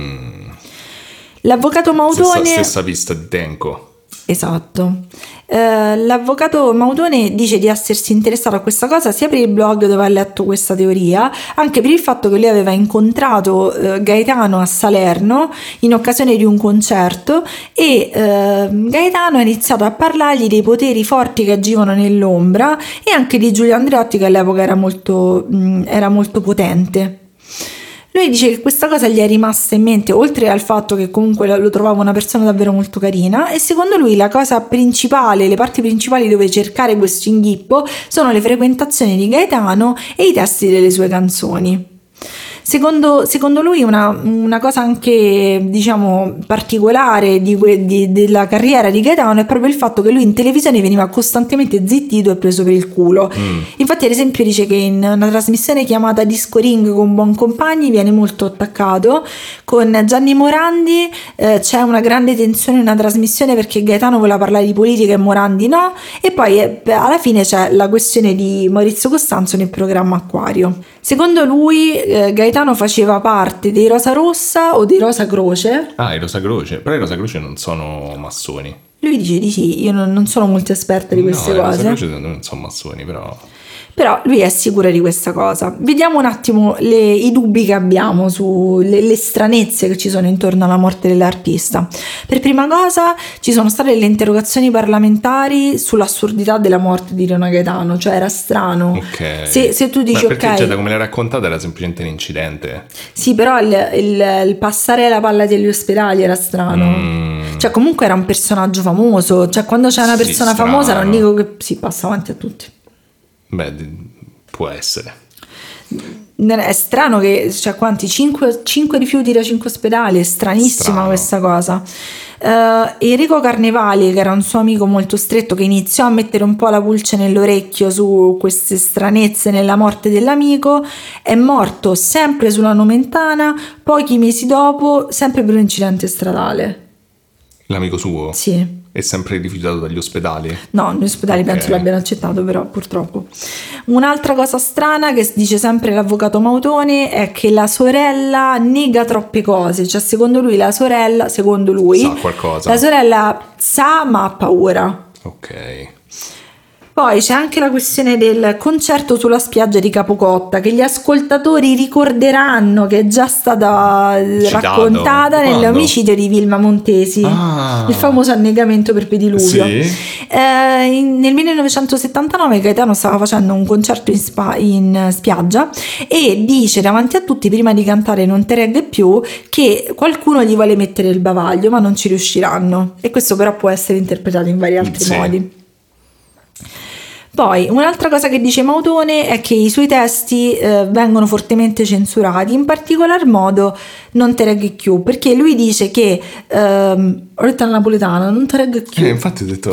L'avvocato Mautone, stessa vista di Tenco. Esatto. L'avvocato Mautone dice di essersi interessato a questa cosa sia per il blog dove ha letto questa teoria, anche per il fatto che lui aveva incontrato Gaetano a Salerno in occasione di un concerto e Gaetano ha iniziato a parlargli dei poteri forti che agivano nell'ombra e anche di Giulio Andreotti, che all'epoca era molto potente. Lui dice che questa cosa gli è rimasta in mente, oltre al fatto che comunque lo trovava una persona davvero molto carina, e secondo lui la cosa principale, le parti principali dove cercare questo inghippo sono le frequentazioni di Gaetano e i testi delle sue canzoni. Secondo lui una cosa anche, diciamo, particolare della carriera di Gaetano è proprio il fatto che lui in televisione veniva costantemente zittito e preso per il culo. Infatti ad esempio dice che in una trasmissione chiamata Disco Ring con Boncompagni viene molto attaccato. Con Gianni Morandi c'è una grande tensione in una trasmissione perché Gaetano voleva parlare di politica e Morandi no, e poi alla fine c'è la questione di Maurizio Costanzo nel programma Acquario. Secondo lui Gaetano faceva parte dei Rosa Rossa o dei Rosa Croce. I Rosa Croce, però i Rosa Croce non sono massoni. Lui dice di sì, io non sono molto esperta di queste cose. I Rosa Croce non sono massoni, però lui è sicuro di questa cosa. Vediamo un attimo i dubbi che abbiamo sulle stranezze che ci sono intorno alla morte dell'artista. Per prima cosa ci sono state le interrogazioni parlamentari sull'assurdità della morte di Rino Gaetano, cioè era strano. Se tu dici perché da come l'hai raccontata era semplicemente un incidente. Sì, però il passare la palla degli ospedali era strano. Cioè comunque era un personaggio famoso, cioè quando c'è una persona famosa non dico che si passa avanti a tutti. Beh, può essere. È strano che, cioè, quanti? 5 rifiuti da 5 ospedali, è stranissima questa cosa. Enrico Carnevali, che era un suo amico molto stretto, che iniziò a mettere un po' la pulce nell'orecchio su queste stranezze nella morte dell'amico, è morto sempre sulla Nomentana pochi mesi dopo, sempre per un incidente stradale. L'amico suo? Sì. È sempre rifiutato dagli ospedali? No, gli ospedali penso l'abbiano accettato, però purtroppo. Un'altra cosa strana che dice sempre l'avvocato Mautone è che la sorella nega troppe cose, cioè secondo lui sa qualcosa. La sorella sa ma ha paura. Poi c'è anche la questione del concerto sulla spiaggia di Capocotta, che gli ascoltatori ricorderanno che è già stata raccontata nell'omicidio di Vilma Montesi, il famoso annegamento per pediluvio. Nel 1979 Gaetano stava facendo un concerto in spiaggia e dice davanti a tutti, prima di cantare Non te regge più, che qualcuno gli vuole mettere il bavaglio ma non ci riusciranno, e questo però può essere interpretato in vari altri modi. Poi un'altra cosa che dice Mautone è che i suoi testi vengono fortemente censurati, in particolar modo Non te regge più, perché lui dice che ho detto alla napoletana Non te regge più, infatti ho detto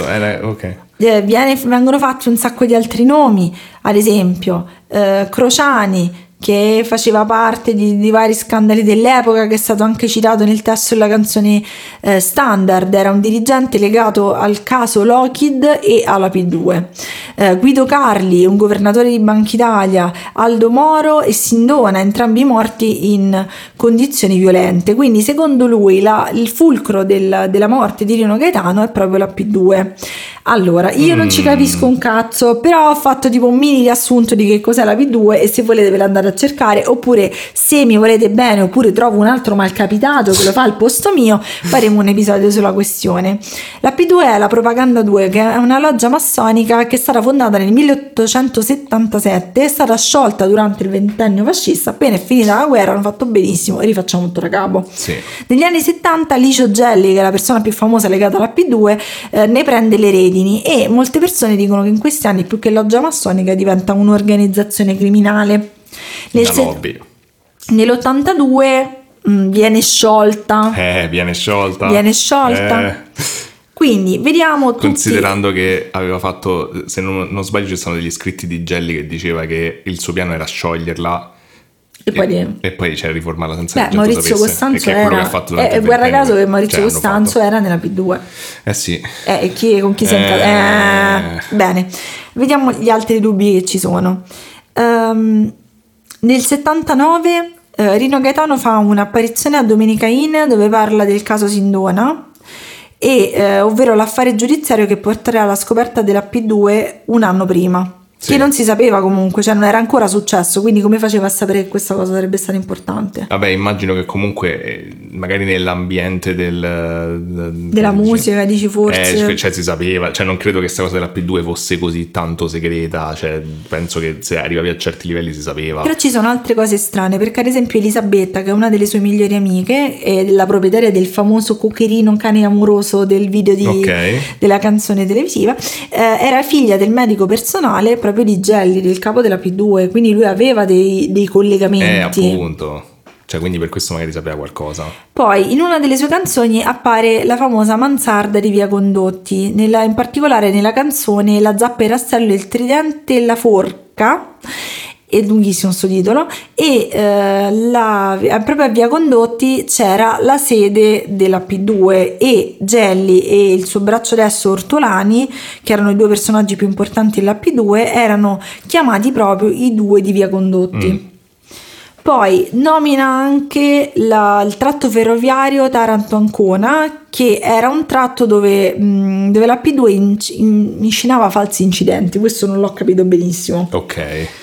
vengono fatti un sacco di altri nomi, ad esempio Crociani, che faceva parte di vari scandali dell'epoca, che è stato anche citato nel testo della canzone Standard. Era un dirigente legato al caso Lockheed e alla P2. Guido Carli, un governatore di Banca Italia, Aldo Moro e Sindona, entrambi morti in condizioni violente. Quindi secondo lui il fulcro della morte di Rino Gaetano è proprio la P2. Allora, io non ci capisco un cazzo, però ho fatto tipo un mini riassunto di che cos'è la P2 e se volete ve la andate a cercare, oppure se mi volete bene, oppure trovo un altro malcapitato che lo fa al posto mio, faremo un episodio sulla questione. La P2 è la Propaganda 2, che è una loggia massonica che è stata fondata nel 1877, è stata sciolta durante il ventennio fascista. Appena è finita la guerra hanno fatto benissimo e rifacciamo tutto da capo. Sì. Negli anni 70 Licio Gelli, che è la persona più famosa legata alla P2, ne prende le redini, e molte persone dicono che in questi anni più che loggia massonica diventa un'organizzazione criminale. Nell'82 viene sciolta. Viene sciolta. Quindi vediamo tutti. Considerando che aveva fatto, se non sbaglio, ci sono degli scritti di Gelli che diceva che il suo piano era scioglierla e poi c'era riformarla senza che Maurizio Costanzo era, guarda caso che Maurizio Costanzo era nella P2. Sì. Con chi si è bene, vediamo gli altri dubbi che ci sono. Nel 79 Rino Gaetano fa un'apparizione a Domenica In dove parla del caso Sindona, ovvero l'affare giudiziario che porterà alla scoperta della P2 un anno prima. Sì. Che non si sapeva comunque, cioè non era ancora successo, quindi come faceva a sapere che questa cosa sarebbe stata importante? Vabbè, immagino che comunque magari nell'ambiente della musica, dici forse? Cioè si sapeva, cioè non credo che questa cosa della P2 fosse così tanto segreta, cioè penso che se arrivavi a certi livelli si sapeva. Però ci sono altre cose strane, perché ad esempio Elisabetta, che è una delle sue migliori amiche, è la proprietaria del famoso Cocherino cane amoroso del video della canzone televisiva, era figlia del medico personale proprio di Gelli, del capo della P2, quindi lui aveva dei collegamenti. Appunto, cioè quindi per questo magari sapeva qualcosa. Poi in una delle sue canzoni appare la famosa mansarda di Via Condotti, in particolare nella canzone La zappa e il rastrello, il tridente e la forca, è lunghissimo sto titolo, e proprio a Via Condotti c'era la sede della P2 e Gelli e il suo braccio destro Ortolani, che erano i due personaggi più importanti della P2, erano chiamati proprio i due di Via Condotti. Poi nomina anche il tratto ferroviario Taranto-Ancona, che era un tratto dove la P2 inscenava falsi incidenti. Questo non l'ho capito benissimo. Ok.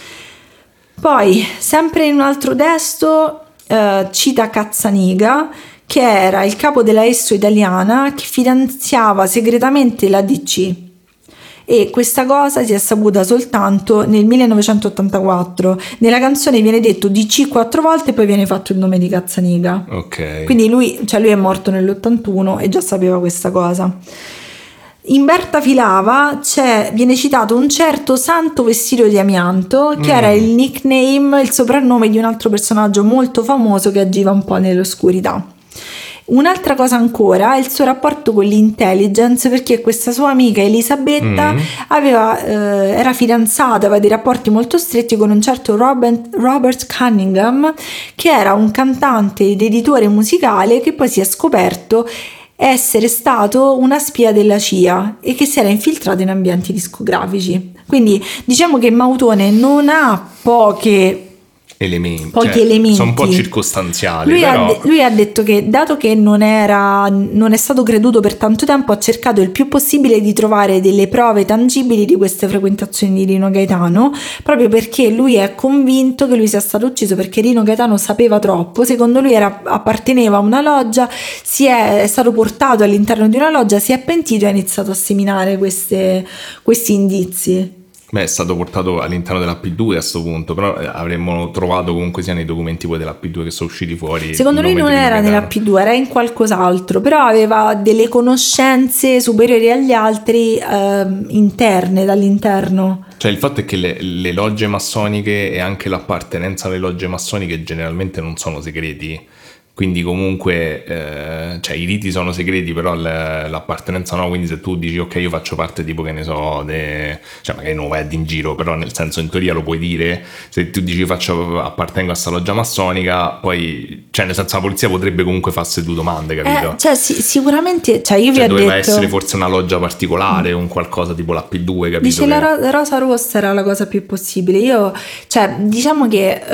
Poi, sempre in un altro testo, cita Cazzaniga, che era il capo della Esso italiana che finanziava segretamente la DC. E questa cosa si è saputa soltanto nel 1984. Nella canzone viene detto DC 4 volte e poi viene fatto il nome di Cazzaniga. Ok. Quindi lui è morto nell'81 e già sapeva questa cosa. In Berta Filava viene citato un certo Santo Vestito di Amianto, che era il nickname, il soprannome di un altro personaggio molto famoso che agiva un po' nell'oscurità. Un'altra cosa ancora è il suo rapporto con l'intelligence, perché questa sua amica Elisabetta era fidanzata, aveva dei rapporti molto stretti con un certo Robert Cunningham, che era un cantante ed editore musicale che poi si è scoperto essere stato una spia della CIA e che si era infiltrato in ambienti discografici. Quindi diciamo che Mautone non ha pochi elementi. Sono un po' circostanziali. Lui ha detto che, dato che non è stato creduto per tanto tempo, ha cercato il più possibile di trovare delle prove tangibili di queste frequentazioni di Rino Gaetano, proprio perché lui è convinto che lui sia stato ucciso perché Rino Gaetano sapeva troppo. Secondo lui apparteneva a una loggia, è stato portato all'interno di una loggia, si è pentito e ha iniziato a seminare questi indizi. Beh, è stato portato all'interno della P2 a questo punto, però avremmo trovato comunque sia nei documenti poi della P2 che sono usciti fuori. Secondo lui non era nella P2, era in qualcos'altro, però aveva delle conoscenze superiori agli altri interne, dall'interno. Cioè il fatto è che le logge massoniche e anche l'appartenenza alle logge massoniche generalmente non sono segreti. quindi comunque cioè i riti sono segreti, però l'appartenenza no, quindi se tu dici ok io faccio parte tipo che ne so cioè magari non vai in giro, però nel senso in teoria lo puoi dire, se tu dici appartengo a sta loggia massonica, poi cioè nel senso la polizia potrebbe comunque farsi due domande, capito? Cioè sicuramente, cioè io vi ho detto doveva essere forse una loggia particolare, un qualcosa tipo la P2, capito? Dice la rosa rossa era la cosa più possibile. Io, cioè, diciamo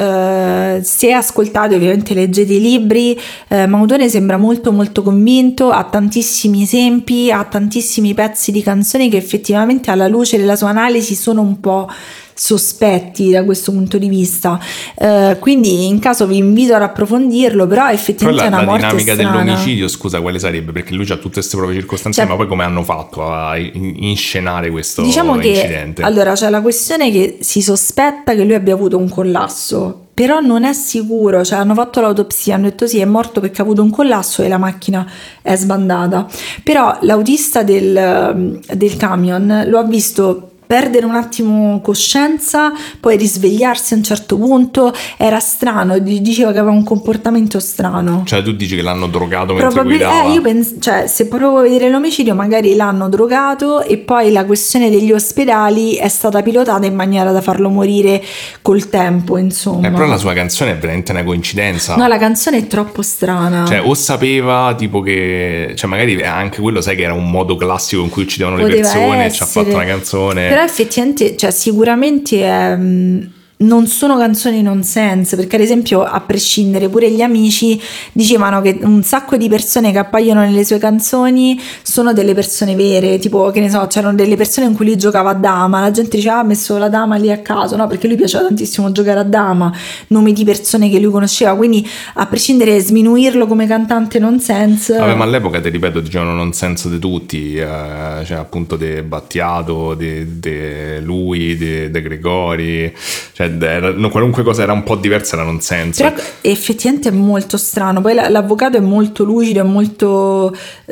che se ascoltate, ovviamente leggete i libri, Mautone sembra molto molto convinto, ha tantissimi esempi, ha tantissimi pezzi di canzoni che effettivamente alla luce della sua analisi sono un po' sospetti da questo punto di vista, quindi in caso vi invito ad approfondirlo, però effettivamente è una morte dinamica strana. Dell'omicidio, scusa, quale sarebbe? Perché lui ha tutte queste prove circostanze, ma poi come hanno fatto a inscenare questo incidente? Allora c'è la questione che si sospetta che lui abbia avuto un collasso, però non è sicuro, cioè hanno fatto l'autopsia, hanno detto sì, è morto perché ha avuto un collasso e la macchina è sbandata, però l'autista del camion lo ha visto perdere un attimo coscienza, poi risvegliarsi a un certo punto, era strano, diceva che aveva un comportamento strano. Cioè tu dici che l'hanno drogato mentre guidava? Io penso, cioè se proprio vuoi vedere l'omicidio magari l'hanno drogato e poi la questione degli ospedali è stata pilotata in maniera da farlo morire col tempo, insomma. Però la sua canzone è veramente una coincidenza. No, la canzone è troppo strana. Cioè o sapeva tipo che, cioè magari anche quello sai che era un modo classico in cui uccidevano le persone e ci ha fatto una canzone. Però effettivamente, cioè sicuramente non sono canzoni nonsense, perché ad esempio a prescindere pure gli amici dicevano che un sacco di persone che appaiono nelle sue canzoni sono delle persone vere, tipo che ne so, c'erano delle persone in cui lui giocava a dama, la gente diceva ha messo la dama lì a caso, no, perché lui piaceva tantissimo giocare a dama, nomi di persone che lui conosceva, quindi a prescindere sminuirlo come cantante nonsense. Vabbè, ma all'epoca ti ripeto dicevano nonsense di tutti, cioè appunto De Battiato, de lui, de Gregori, cioè qualunque cosa era un po' diversa era nonsense. Però effettivamente è molto strano, poi l'avvocato è molto lucido, è molto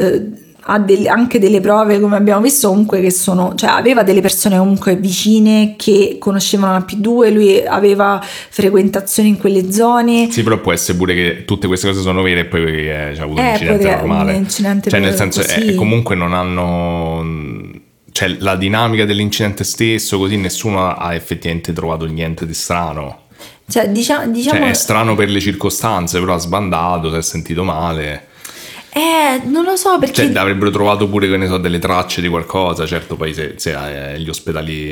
ha anche delle prove, come abbiamo visto, comunque che sono, cioè aveva delle persone comunque vicine che conoscevano la P2, lui aveva frequentazioni in quelle zone. Sì, però può essere pure che tutte queste cose sono vere e poi c'è avuto un incidente normale, un incidente, cioè nel senso comunque non hanno, cioè la dinamica dell'incidente stesso, così nessuno ha effettivamente trovato niente di strano. Cioè diciamo cioè, è strano per le circostanze, però ha sbandato, si è sentito male. Non lo so perché, cioè avrebbero trovato pure, che ne so, delle tracce di qualcosa, certo poi se gli ospedali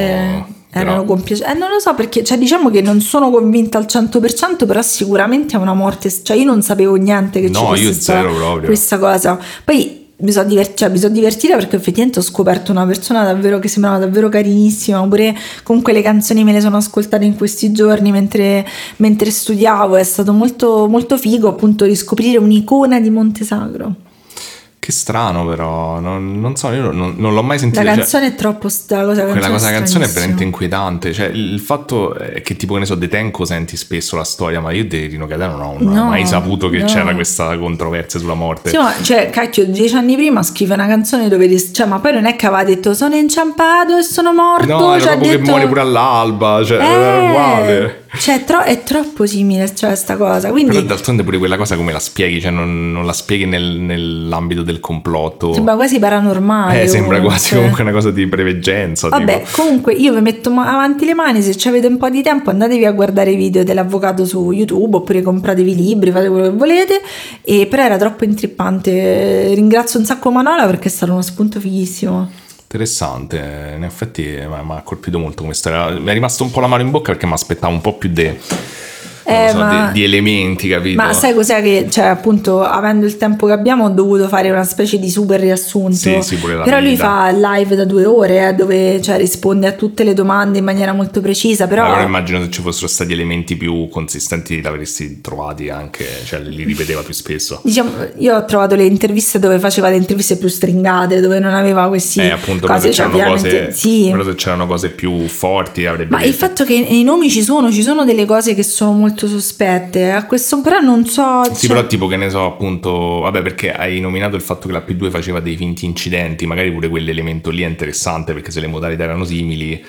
erano compiaciuti, non lo so perché, cioè diciamo che non sono convinta al 100%, però sicuramente è una morte, cioè io non sapevo niente che ci fosse zero proprio questa cosa, poi mi sono divertita perché effettivamente ho scoperto una persona davvero che sembrava davvero carinissima, oppure comunque le canzoni me le sono ascoltate in questi giorni mentre studiavo, è stato molto, molto figo appunto riscoprire un'icona di Montesagro. Che strano, però non so, io non l'ho mai sentita. La canzone è troppo quella canzone è veramente inquietante, cioè il fatto è che tipo, che ne so, De Tenco senti spesso la storia, ma io di Rino Gaetano non ho mai saputo che c'era questa controversia sulla morte. Sì, ma cioè cacchio, 10 anni prima scrive una canzone dove cioè, ma poi non è che aveva detto sono inciampato e sono morto, no, era proprio che muore pure all'alba, cioè era uguale. Cioè è troppo simile, cioè sta cosa, quindi però d'altronde pure quella cosa come la spieghi, cioè non la spieghi nell'ambito del complotto, sembra quasi paranormale, sembra quasi comunque una cosa di preveggenza. Vabbè, tipo. Comunque io vi metto avanti le mani, se avete un po' di tempo andatevi a guardare i video dell'avvocato su YouTube, oppure compratevi libri, fate quello che volete, però era troppo intrippante. Ringrazio un sacco Manola perché è stato uno spunto fighissimo. Interessante, in effetti mi ha colpito molto questa, mi è rimasto un po' la mano in bocca perché mi aspettavo un po' più di elementi, capito? Ma sai cos'è che, cioè appunto avendo il tempo che abbiamo ho dovuto fare una specie di super riassunto, sì, pure però lui fa live da 2 ore dove cioè, risponde a tutte le domande in maniera molto precisa, però allora immagino se ci fossero stati elementi più consistenti li avresti trovati anche, cioè li ripeteva più spesso. Diciamo, io ho trovato le interviste dove faceva le interviste più stringate, dove non aveva questi appunto, cose, però se c'erano cose più forti avrebbe il fatto che nei nomi ci sono delle cose che sono molto sospette a questo, però non so, sì, però tipo che ne so appunto, vabbè, perché hai nominato il fatto che la P2 faceva dei finti incidenti, magari pure quell'elemento lì è interessante perché se le modalità erano simili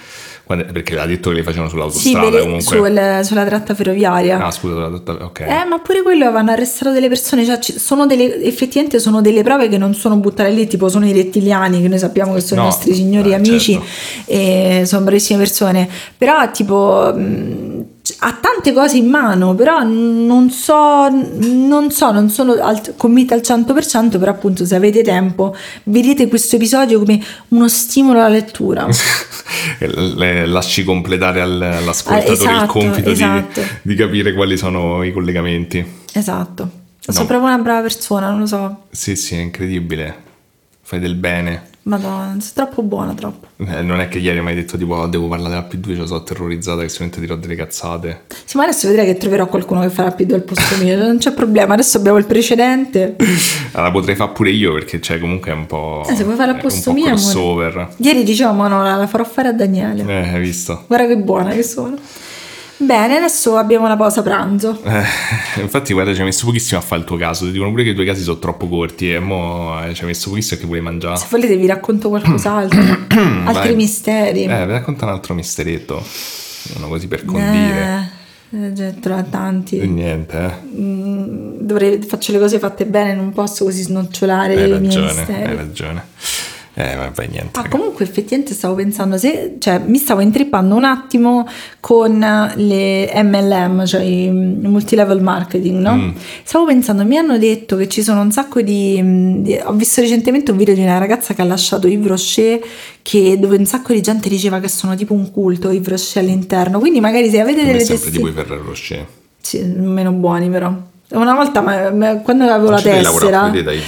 Perché ha detto che le facevano sull'autostrada, comunque. Sulla tratta ferroviaria. Ah, scusa, ok. Ma pure quello avevano arrestato delle persone, cioè effettivamente sono delle prove che non sono buttate lì, tipo sono i rettiliani, che noi sappiamo che sono i nostri signori amici, certo. E sono bravissime persone, però tipo ha tante cose in mano, però non sono convinta al 100%, però appunto se avete tempo vedete questo episodio come uno stimolo alla lettura. Lasci completare all'ascoltatore il compito di capire quali sono i collegamenti. Esatto, sono proprio una brava persona, non lo so. Sì, è incredibile, fai del bene. Madonna, sei troppo buona, troppo. Non è che ieri mi hai detto tipo devo parlare della P2, cioè sono terrorizzata che sicuramente dirò delle cazzate. Sì, ma adesso vedrai che troverò qualcuno che farà P2 al posto mio, non c'è problema, adesso abbiamo il precedente. La potrei fare pure io, perché comunque è un po'... se vuoi fare al posto mio, crossover. Ieri dicevamo no, la farò fare a Daniele. Hai visto? Guarda che buona che sono. Bene, adesso abbiamo la pausa pranzo. Infatti guarda, ci hai messo pochissimo a fare il tuo caso. Ti dicono pure che i tuoi casi sono troppo corti e mo ci hai messo pochissimo che vuoi mangiare. Se volete vi racconto qualcos'altro. Altri misteri. Vi racconta un altro misteretto, uno così per condire. Tra tanti. E niente. Faccio le cose fatte bene, non posso così snocciolare i miei misteri. Hai ragione. Vabbè, niente. Comunque effettivamente stavo pensando, mi stavo intrippando un attimo con le MLM, cioè i multilevel marketing, no? Stavo pensando, mi hanno detto che ci sono un sacco ho visto recentemente un video di una ragazza che ha lasciato Yves Rocher, dove un sacco di gente diceva che sono tipo un culto Yves Rocher all'interno, quindi magari se avete delle sempre tipo i Ferrero Rocher. Sì, meno buoni però. Una volta quando avevo la tessera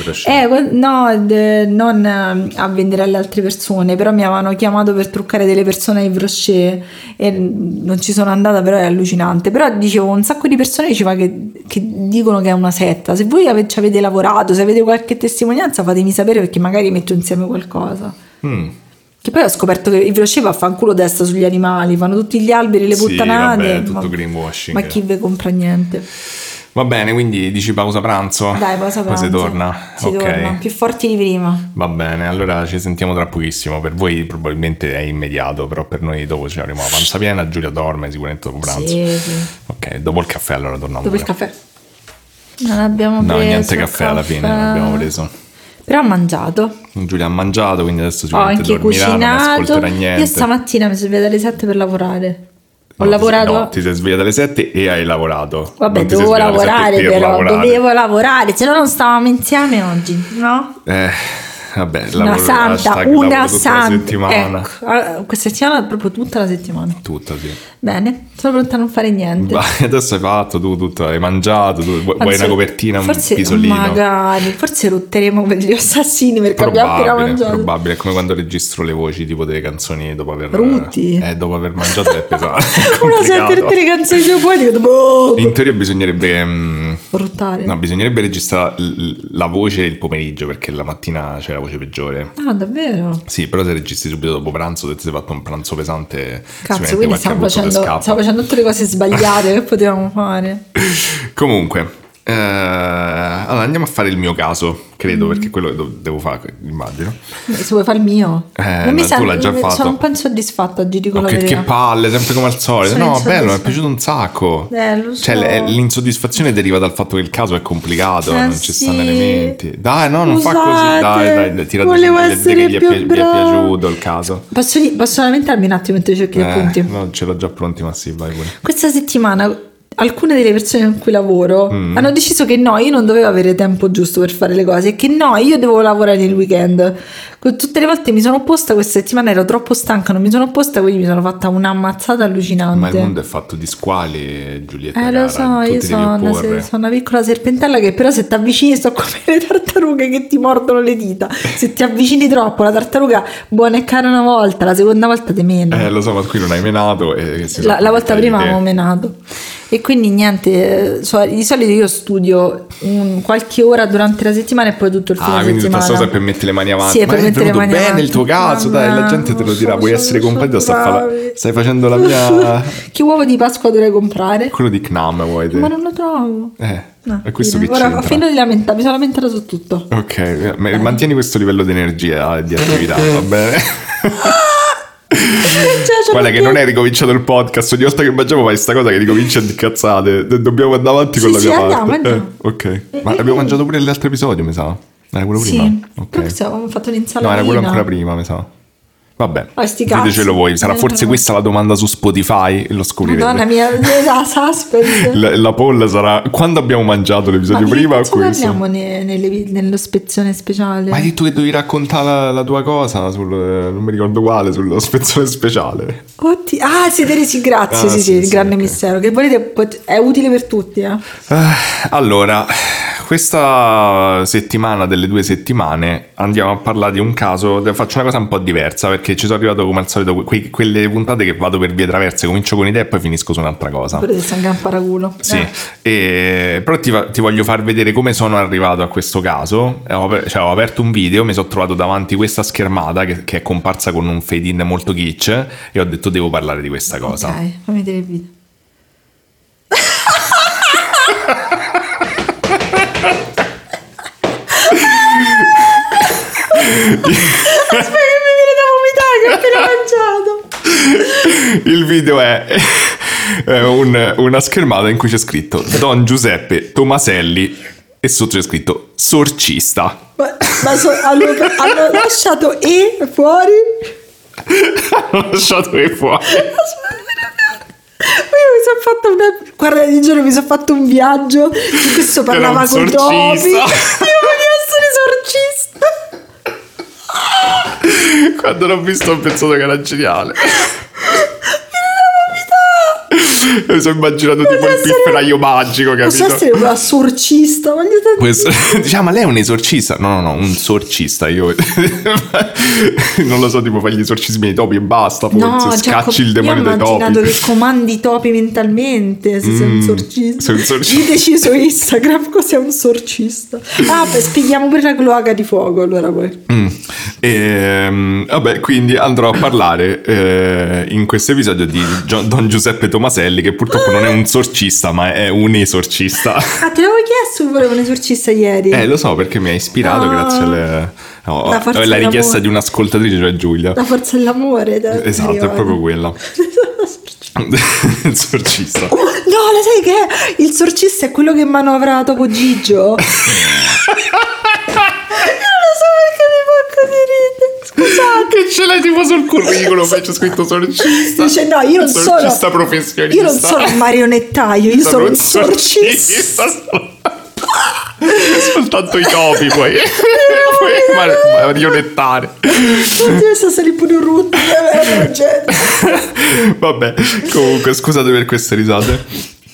non a vendere alle altre persone, però mi avevano chiamato per truccare delle persone a Yves Rocher e non ci sono andata, però è allucinante. Però dicevo, un sacco di persone diceva che dicono che è una setta. Se voi ci avete lavorato, se avete qualche testimonianza, fatemi sapere, perché magari metto insieme qualcosa. Che poi ho scoperto che Yves Rocher va a fanculo destra sugli animali, fanno tutti gli alberi, le puttanate. Vabbè, tutto greenwashing. Ma chi ve compra niente. Va bene, quindi dici pausa pranzo? Dai, pausa pranzo. Poi si torna? Torna, più forti di prima. Va bene, allora ci sentiamo tra pochissimo. Per voi probabilmente è immediato, però per noi dopo ci avremo la panza piena. Giulia dorme sicuramente dopo pranzo. Sì. Ok, dopo il caffè allora torniamo. Dopo il caffè. Non abbiamo preso. No, niente caffè alla fine, non abbiamo preso. Però ha mangiato. Giulia ha mangiato, quindi adesso sicuramente anche dormirà, cucinato. non ascolterà niente. Io stamattina mi sono svegliata alle 7 per lavorare. Ho lavorato. No, ti sei svegliata alle 7 e hai lavorato. Vabbè, dovevo lavorare però. Dovevo lavorare, se no non stavamo insieme oggi, no? Vabbè, una santa. Settimana. Ecco, questa settimana proprio tutta la settimana. Tutta, sì. Bene, sono pronta a non fare niente. Adesso hai fatto tu tutto, hai mangiato, vuoi una copertina, un pisolino. Magari, forse rotteremo per gli assassini perché abbiamo appena mangiato. Probabile, è come quando registro le voci tipo delle canzoni dopo aver dopo aver mangiato è pesante. Uno sente tutte le canzoni poetiche. In teoria bisognerebbe ruttare. No, bisognerebbe registrare la voce il pomeriggio, perché la mattina c'è la voce peggiore. Ah, davvero? Sì, però se registri subito dopo pranzo, se ti sei fatto un pranzo pesante, cazzo, quindi stiamo facendo tutte le cose sbagliate che potevamo fare. Comunque, allora andiamo a fare il mio caso, credo, perché quello che devo fare, immagino. Se vuoi fare il mio? Tu l'hai già fatto. Sono un po' insoddisfatta oggi, dico la verità. Che palle, sempre come al solito. No, bello, mi è piaciuto un sacco. Lo so. Cioè, l'insoddisfazione deriva dal fatto che il caso è complicato, non ci stanno elementi. Dai, no, non fa così. Dai, tirati volevo essere che più gli è piaciuto il caso. Posso lamentarmi un attimo mentre cerchi gli appunti? No, ce l'ho già pronti, ma sì, vai pure. Questa settimana alcune delle persone con cui lavoro hanno deciso che no, io non dovevo avere tempo giusto per fare le cose e che no, io devo lavorare nel weekend. Tutte le volte mi sono opposta, questa settimana ero troppo stanca, non mi sono opposta, quindi mi sono fatta un'ammazzata allucinante. Ma il mondo è fatto di squali, Giulietta. Lo so, io sono una piccola serpentella che però se ti avvicini sto come le tartarughe che ti mordono le dita. Se ti avvicini troppo, la tartaruga buona e cara una volta, la seconda volta te mena. Lo so, ma qui non hai menato. La volta prima avevo menato. E quindi niente, di solito io studio qualche ora durante la settimana e poi tutto il fine settimana. Quindi tutta cosa per mettere le mani avanti. Sì, ma è venuto bene il tuo caso, dai, la gente te lo dirà, vuoi essere completo, stai facendo la mia... Che uovo di Pasqua dovrei comprare? Quello di Knam vuoi te? Ma non lo trovo. No, è questo che ora fino di lamentare, mi sono lamentata su tutto. Ok, mantieni questo livello di energia e di attività, va bene? Guarda che non è ricominciato il podcast, ogni volta che mangiamo fai sta cosa che ricomincia a incazzate. Dobbiamo andare avanti con la mia parte. Andiamo. Ok, ma abbiamo mangiato pure l'altro episodio, mi sa. Era quello prima? Ok. Avevamo fatto un'insalata. No, era quello ancora prima, mi sa. Vabbè, ditecelo voi. Sarà forse questa la domanda su Spotify e lo scoprirete. Madonna mia, la suspense. La poll sarà quando abbiamo mangiato l'episodio prima o questo? Parliamo nello spezzone speciale. Ma hai detto che dovevi raccontare la tua cosa non mi ricordo quale, sullo spezzone speciale. Oddio. Siete resi grazie, sì, il grande mistero. Che volete, è utile per tutti. Allora, questa settimana delle 2 settimane andiamo a parlare di un caso. Faccio una cosa un po' diversa perché ci sono arrivato come al solito quelle puntate che vado per vie traverse, comincio con idea e poi finisco su un'altra cosa. Pure sei un gran paraculo. Sì, però ti voglio far vedere come sono arrivato a questo caso. Ho aperto un video, mi sono trovato davanti questa schermata che è comparsa con un fade in molto kitsch e ho detto devo parlare di questa cosa. Ok, fammi vedere il video. Aspetta che mi viene da vomitare che ho appena mangiato. Il video è una schermata in cui c'è scritto Don Giuseppe Tomaselli e sotto c'è scritto sorcista. Ma hanno lasciato E fuori? Hanno lasciato E fuori. Io mi sono fatta guarda, di giorno mi sono fatto un viaggio in questo parlava con topi. Io voglio essere sorcista. Quando l'ho visto ho pensato che era geniale. Mi sono immaginato tipo il pifferaio magico, capito? Posso essere una sorcista? Diciamo, ma lei è un esorcista? No, un sorcista. Io non lo so, tipo fai gli esorcismi ai topi e basta. Forse scacci il demonio dei topi. Io ho immaginato che comandi i topi mentalmente. Se sei un sorcista. Sei un sorcista. Diteci su Instagram cos'è un sorcista. Spieghiamo pure la cloaca di fuoco. Allora poi. Vabbè, quindi andrò a parlare in questo episodio di Don Giuseppe Tomaselli, che purtroppo non è un sorcista ma è un esorcista. Te l'avevo chiesto che volevo un esorcista ieri. Lo so, perché mi ha ispirato grazie alla richiesta di un'ascoltatrice, cioè Giulia. La forza dell'amore. Esatto, è proprio quella. Il sorcista. No, lo sai che è? Il sorcista è quello che manovra Topo Gigio. Scusate, che ce l'hai tipo sul curriculum, poi c'è scritto sorcista. Dice no, io non sono sorcista professionista. Io non sono un marionettaio, io sono un sorcista. Soltanto i topi puoi marionettare. Oddio, sta salendo pure un rutto. Vabbè, comunque scusate per queste risate.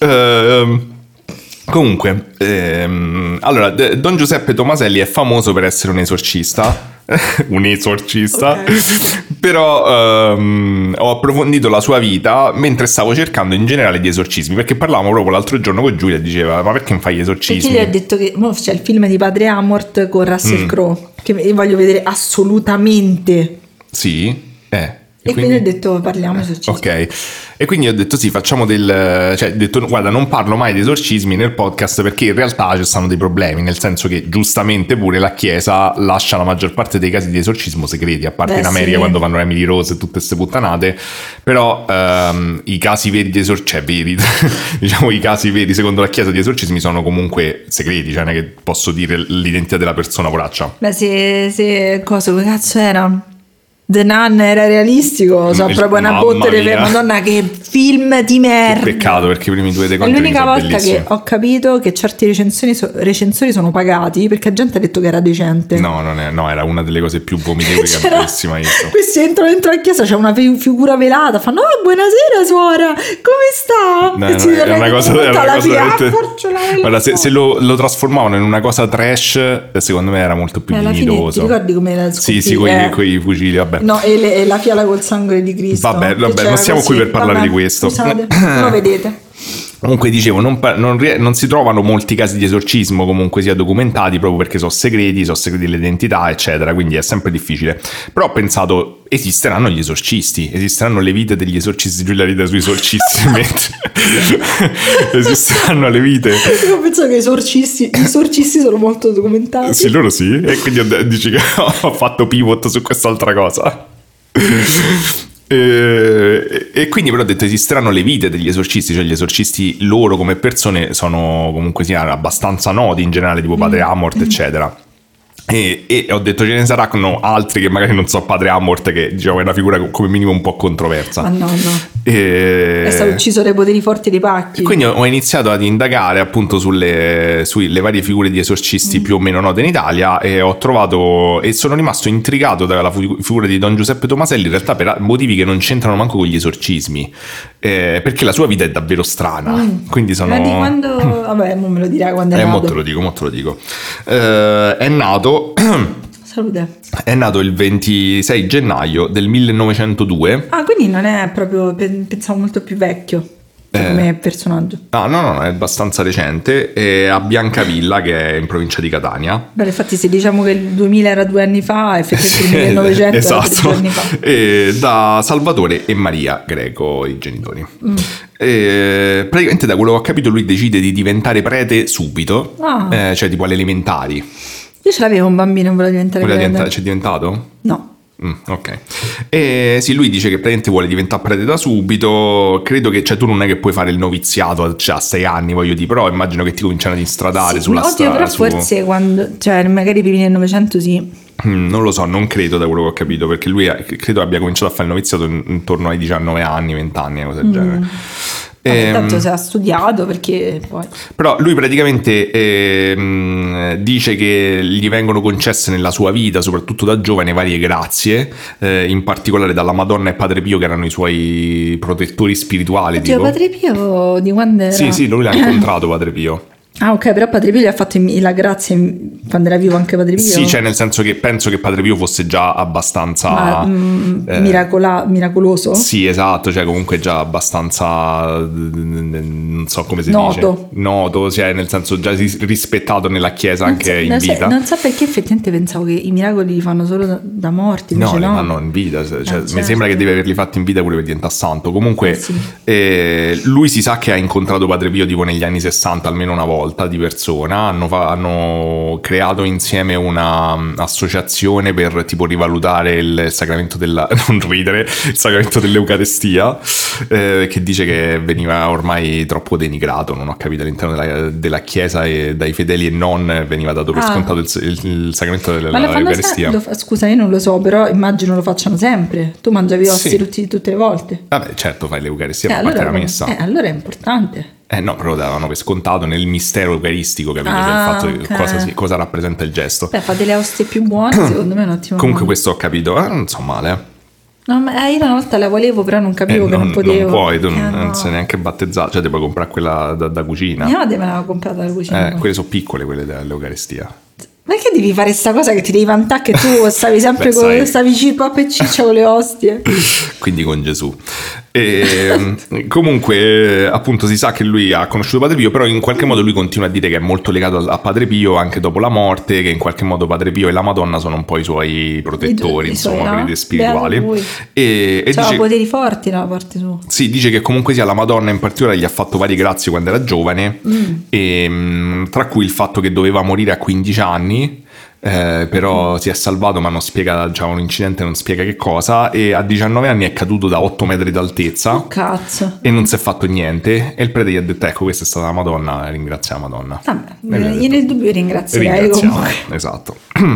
Comunque, allora, Don Giuseppe Tomaselli è famoso per essere un esorcista. Okay. Però ho approfondito la sua vita mentre stavo cercando in generale di esorcismi, perché parlavamo proprio l'altro giorno con Giulia e diceva ma perché non fai gli esorcismi? Perché gli ha detto che c'è il film di Padre Amort con Russell Crowe che voglio vedere assolutamente. Sì? E quindi ho detto parliamo di esorcismi. Ok, e quindi ho detto sì, facciamo ho detto guarda, non parlo mai di esorcismi nel podcast perché in realtà ci stanno dei problemi, nel senso che giustamente pure la Chiesa lascia la maggior parte dei casi di esorcismo segreti, a parte in America quando fanno Emily Rose e tutte queste puttanate, però i casi veri di esorcismi, diciamo i casi veri secondo la Chiesa di esorcismi sono comunque segreti, cioè non è che posso dire l'identità della persona poraccia. Beh se cosa, che cazzo era? The Nun era realistico, proprio una botte per Madonna, che film di merda. Che peccato, perché i primi 2 dei È l'unica volta che ho capito che certi recensori sono pagati, perché la gente ha detto che era decente. No, era una delle cose più vomitevoli che abbia mai visto. Questi entrano dentro la chiesa, c'è una figura velata, fanno buonasera suora, come sta? È una cosa guarda, se lo trasformavano in una cosa trash, secondo me era molto più dignitoso. Ti ricordi com'era? Sì, con i fucili, vabbè. No, e la fiala col sangue di Cristo. Vabbè, non siamo qui per parlare di questo. Scusate, non lo vedete. Comunque dicevo, non si trovano molti casi di esorcismo comunque sia documentati, proprio perché sono segreti l'identità, eccetera, quindi è sempre difficile. Però ho pensato, esisteranno gli esorcisti, esisteranno le vite degli esorcisti, Giulia ride sui esorcisti, esisteranno le vite. Io penso che gli esorcisti sono molto documentati. Sì, loro sì, e quindi dici che ho fatto pivot su quest'altra cosa. E quindi però ho detto esisteranno le vite degli esorcisti, cioè gli esorcisti loro come persone sono comunque sia abbastanza noti in generale, tipo Padre Amorth eccetera. E ho detto ce ne saranno altri che magari non so, Padre Amorth, che diciamo è una figura come minimo un po' controversa. Ma no. È stato ucciso dai poteri forti dei pacchi. Quindi ho iniziato ad indagare appunto sulle varie figure di esorcisti più o meno note in Italia, e ho trovato e sono rimasto intrigato dalla figura di Don Giuseppe Tomaselli, in realtà per motivi che non c'entrano manco con gli esorcismi, perché la sua vita è davvero strana. Quindi sono... Ma di quando... Vabbè, mo me lo dirai quando è nato. Mo te lo dico. È nato... Salute. È nato il 26 gennaio del 1902. Ah, quindi non è proprio... Pensavo molto più vecchio come personaggio. No, è abbastanza recente. È a Biancavilla, che è in provincia di Catania. Beh, infatti se diciamo che il 2000 era 2 anni fa, effettivamente il 1900 esatto. era 3 anni fa. E da Salvatore e Maria Greco, i genitori. E praticamente da quello che ho capito lui decide di diventare prete subito, cioè tipo alle elementari. Io ce l'avevo un bambino e volevo diventare prete. C'è diventato? No. Ok. E sì, lui dice che praticamente vuole diventare prete da subito. Credo che tu non è che puoi fare il noviziato a 6 anni, voglio dire, però immagino che ti cominciano ad instradare sulla strada. Però forse quando, cioè magari i primi del Novecento sì. Non lo so, non credo, da quello che ho capito, perché lui credo abbia cominciato a fare il noviziato intorno ai 19 anni, 20 anni, cose del genere. Tanto se ha studiato, perché poi... Però lui praticamente dice che gli vengono concesse nella sua vita, soprattutto da giovane, varie grazie, in particolare dalla Madonna e Padre Pio, che erano i suoi protettori spirituali. Oddio, Padre Pio di quando era? Sì, lui l'ha incontrato Padre Pio. Ah, ok, però Padre Pio gli ha fatto la grazia quando era vivo anche Padre Pio? Sì, cioè nel senso che penso che Padre Pio fosse già abbastanza... miracoloso? Sì, esatto, cioè comunque già abbastanza... non so come si dice. Noto, cioè nel senso già rispettato nella Chiesa anche in vita. Non so perché effettivamente pensavo che i miracoli li fanno solo da morti. No, li fanno in vita, cioè, certo. Mi sembra che deve averli fatti in vita pure per diventare santo. Comunque lui si sa che ha incontrato Padre Pio tipo negli anni 60 almeno una volta di persona, hanno creato insieme una associazione per tipo rivalutare il sacramento della il sacramento dell'Eucarestia, che dice che veniva ormai troppo denigrato, non ho capito, all'interno della Chiesa e dai fedeli e non veniva dato per scontato il sacramento dell'Eucarestia. Scusa, io non lo so, però immagino lo facciano sempre. Tu mangiavi ostie tutte le volte. Vabbè, certo, fai l'Eucarestia per parte della messa. Allora è importante. No, però lo davano per scontato nel mistero eucaristico, capito? Cioè il fatto di cosa rappresenta il gesto. Beh, fate le ostie più buone, secondo me è un ottimo Comunque modo. questo ho capito, non so male. No, ma io una volta la volevo, però non capivo che non potevo. Non puoi, tu non sei neanche battezzato, cioè ti puoi comprare quella da cucina. Mia madre me l'aveva comprata da cucina. Quelle sono piccole, quelle dell'Eucarestia. Ma che devi fare sta cosa che ti devi vantare che tu stavi sempre stavi pappa e ciccia con le ostie? Quindi con Gesù. Comunque appunto si sa che lui ha conosciuto Padre Pio, però in qualche modo lui continua a dire che è molto legato a Padre Pio anche dopo la morte, che in qualche modo Padre Pio e la Madonna sono un po' i suoi protettori, insomma, quelli spirituali. E dice poteri forti dalla parte sua. Sì, dice che comunque sia la Madonna in particolare gli ha fatto varie grazie quando era giovane, e tra cui il fatto che doveva morire a 15 anni. Però si è salvato, ma non spiega, già un incidente non spiega che cosa, e a 19 anni è caduto da 8 metri d'altezza. Oh, cazzo. E non si è fatto niente, e il prete gli ha detto ecco, questa è stata la Madonna, ringrazia la Madonna. Vabbè, io nel dubbio ringrazierei comunque. Esatto.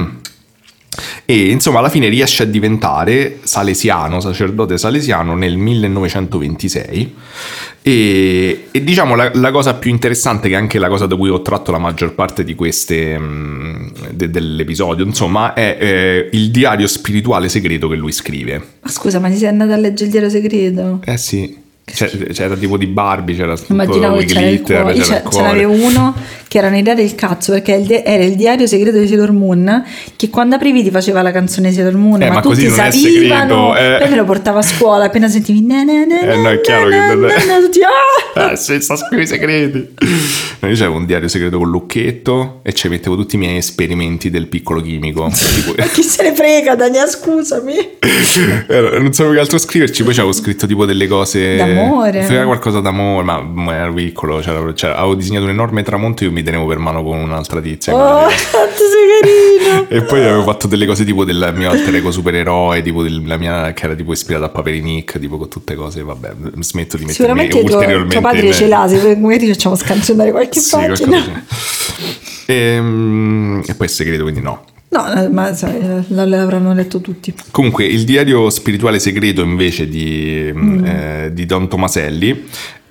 E insomma alla fine riesce a diventare sacerdote salesiano nel 1926. E diciamo la cosa più interessante, che è anche la cosa da cui ho tratto la maggior parte di queste dell'episodio, insomma, è il diario spirituale segreto che lui scrive. Ma scusa, ma ti sei andato a leggere il diario segreto? Sì. C'era tipo di Barbie, c'era immaginavo che c'era glitter, il cuore. Ce n'avevo uno che era un'idea del cazzo, perché era il diario segreto di Sailor Moon, che quando aprivi ti faceva la canzone di Sailor Moon, ma tutti sapevano, poi me lo portava a scuola, appena sentivi no, è chiaro che si sta scrivendo i segreti. Io c'avevo un diario segreto con Lucchetto e ci mettevo tutti i miei esperimenti del piccolo chimico. Ma chi se ne frega, Daniela, scusami. Non sapevo che altro scriverci, poi c'avevo scritto tipo delle cose d'amore. Faceva qualcosa d'amore, ma ero piccolo, avevo disegnato un enorme tramonto e io mi tenevo per mano con un'altra tizia. Oh, quanto sei carino! E poi avevo fatto delle cose tipo del mio alter ego supereroe, tipo della mia, che era tipo ispirata a Paperinik, tipo con tutte cose, vabbè, smetto di mettermi ulteriormente. Tuo padre ce l'ha, magari facciamo scansionare qualche pagina. E poi è segreto, quindi no. No, ma l'avranno letto tutti. Comunque, il diario spirituale segreto invece di Don Tomaselli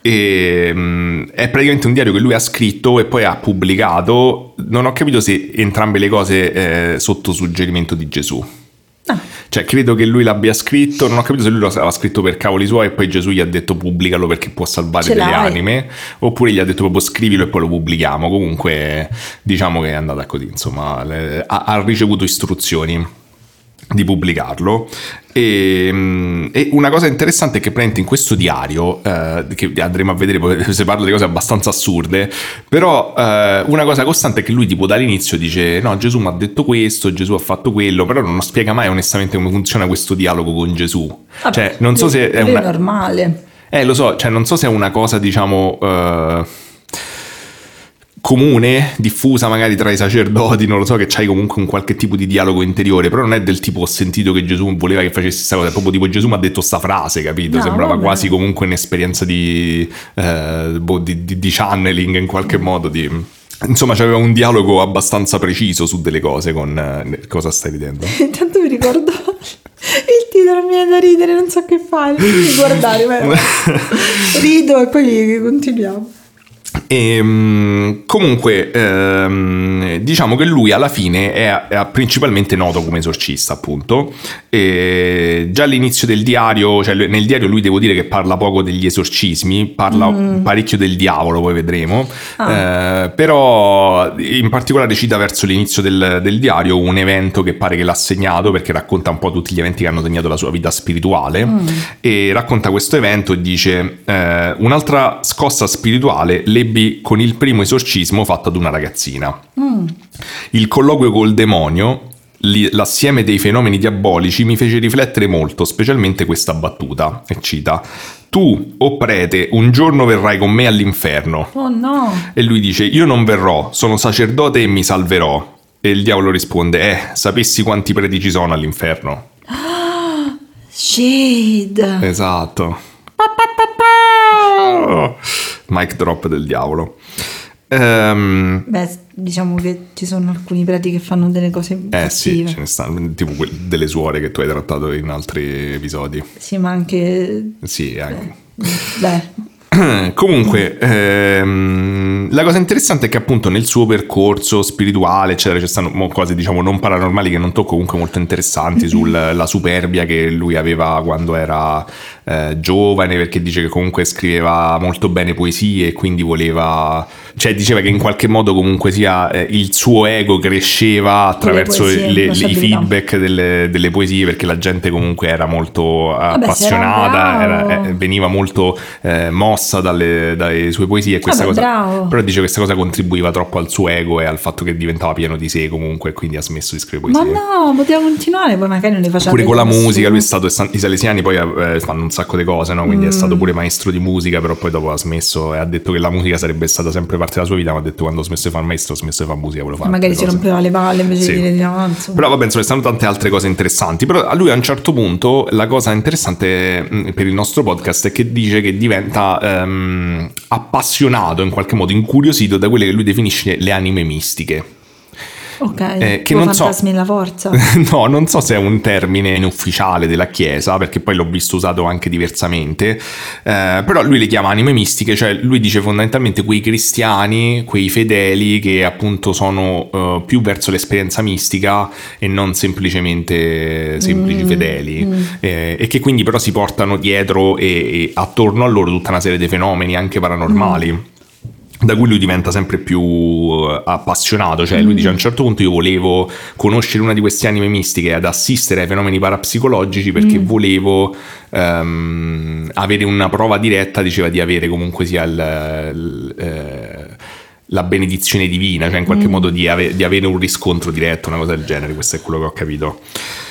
è praticamente un diario che lui ha scritto e poi ha pubblicato. Non ho capito se entrambe le cose sotto suggerimento di Gesù. Cioè, credo che lui l'abbia scritto, non ho capito se lui lo aveva scritto per cavoli suoi e poi Gesù gli ha detto pubblicalo perché può salvare delle anime, oppure gli ha detto proprio scrivilo e poi lo pubblichiamo. Comunque diciamo che è andata così, insomma, ha ricevuto istruzioni di pubblicarlo. E una cosa interessante è che praticamente in questo diario che andremo a vedere, poi si parla di cose abbastanza assurde, però una cosa costante è che lui tipo dall'inizio dice no, Gesù mi ha detto questo, Gesù ha fatto quello, però non spiega mai onestamente come funziona questo dialogo con Gesù. Cioè non so se è normale, lo so, cioè non so se è una cosa diciamo comune, diffusa magari tra i sacerdoti, non lo so, che c'hai comunque un qualche tipo di dialogo interiore, però non è del tipo ho sentito che Gesù voleva che facessi questa cosa, è proprio tipo Gesù mi ha detto sta frase, capito? No, sembrava quasi comunque un'esperienza di channeling in qualche modo, insomma c'aveva un dialogo abbastanza preciso su delle cose con... Cosa stai ridendo? Intanto mi ricordo il titolo, mi viene da ridere, non so che fare, guardare, rido e poi continuiamo. E comunque diciamo che lui alla fine è principalmente noto come esorcista, appunto, e già all'inizio del diario, cioè nel diario lui devo dire che parla poco degli esorcismi, parla parecchio del diavolo, poi vedremo, però in particolare cita verso l'inizio del diario un evento che pare che l'ha segnato, perché racconta un po' tutti gli eventi che hanno segnato la sua vita spirituale, e racconta questo evento e dice un'altra scossa spirituale l'ebbi con il primo esorcismo fatto ad una ragazzina. Il colloquio col demonio, l'assieme dei fenomeni diabolici mi fece riflettere molto, specialmente questa battuta, e cita: tu, o prete, un giorno verrai con me all'inferno. Oh no! E lui dice: io non verrò, sono sacerdote e mi salverò. E il diavolo risponde: sapessi quanti preti ci sono all'inferno. Shade! Esatto. Mic drop del diavolo. Diciamo che ci sono alcuni preti che fanno delle cose cattive. Sì, ce ne stanno, tipo delle suore che tu hai trattato in altri episodi. Sì, ma anche... Sì, anche. Comunque la cosa interessante è che appunto nel suo percorso spirituale eccetera ci stanno cose diciamo non paranormali che non tocco, comunque molto interessanti sulla superbia che lui aveva quando era giovane, perché dice che comunque scriveva molto bene poesie e quindi voleva, cioè diceva che in qualche modo comunque sia il suo ego cresceva attraverso i feedback delle poesie, perché la gente comunque era molto appassionata, veniva molto mossa dalle sue poesie, e questa cosa, però dice che questa cosa contribuiva troppo al suo ego e al fatto che diventava pieno di sé comunque, e quindi ha smesso di scrivere poesie. Ma no, poteva continuare, poi magari non le faceva pure con la musica. Lui è stato, i salesiani poi fanno un sacco di cose, no? Quindi è stato pure maestro di musica, però poi dopo ha smesso e ha detto che la musica sarebbe stata sempre parte della sua vita, ma ha detto quando ho smesso di fare il maestro ho smesso di fare musica, volevo fare magari si rompeva le palle invece di dire di no, insomma. Però vabbè, insomma, ci stanno tante altre cose interessanti, però a lui a un certo punto la cosa interessante per il nostro podcast è che dice che diventa appassionato, in qualche modo incuriosito da quelle che lui definisce le anime mistiche. Ok, che non fantasmi so, la forza. No, non so se è un termine ufficiale della Chiesa, perché poi l'ho visto usato anche diversamente, però lui le chiama anime mistiche, cioè lui dice fondamentalmente quei cristiani, quei fedeli che appunto sono più verso l'esperienza mistica e non semplicemente semplici fedeli, e che quindi però si portano dietro e attorno a loro tutta una serie di fenomeni anche paranormali. Da cui lui diventa sempre più appassionato, cioè lui dice a un certo punto io volevo conoscere una di queste anime mistiche ad assistere ai fenomeni parapsicologici perché volevo avere una prova diretta, diceva, di avere comunque sia la benedizione divina, cioè in qualche modo di avere un riscontro diretto, una cosa del genere. Questo è quello che ho capito.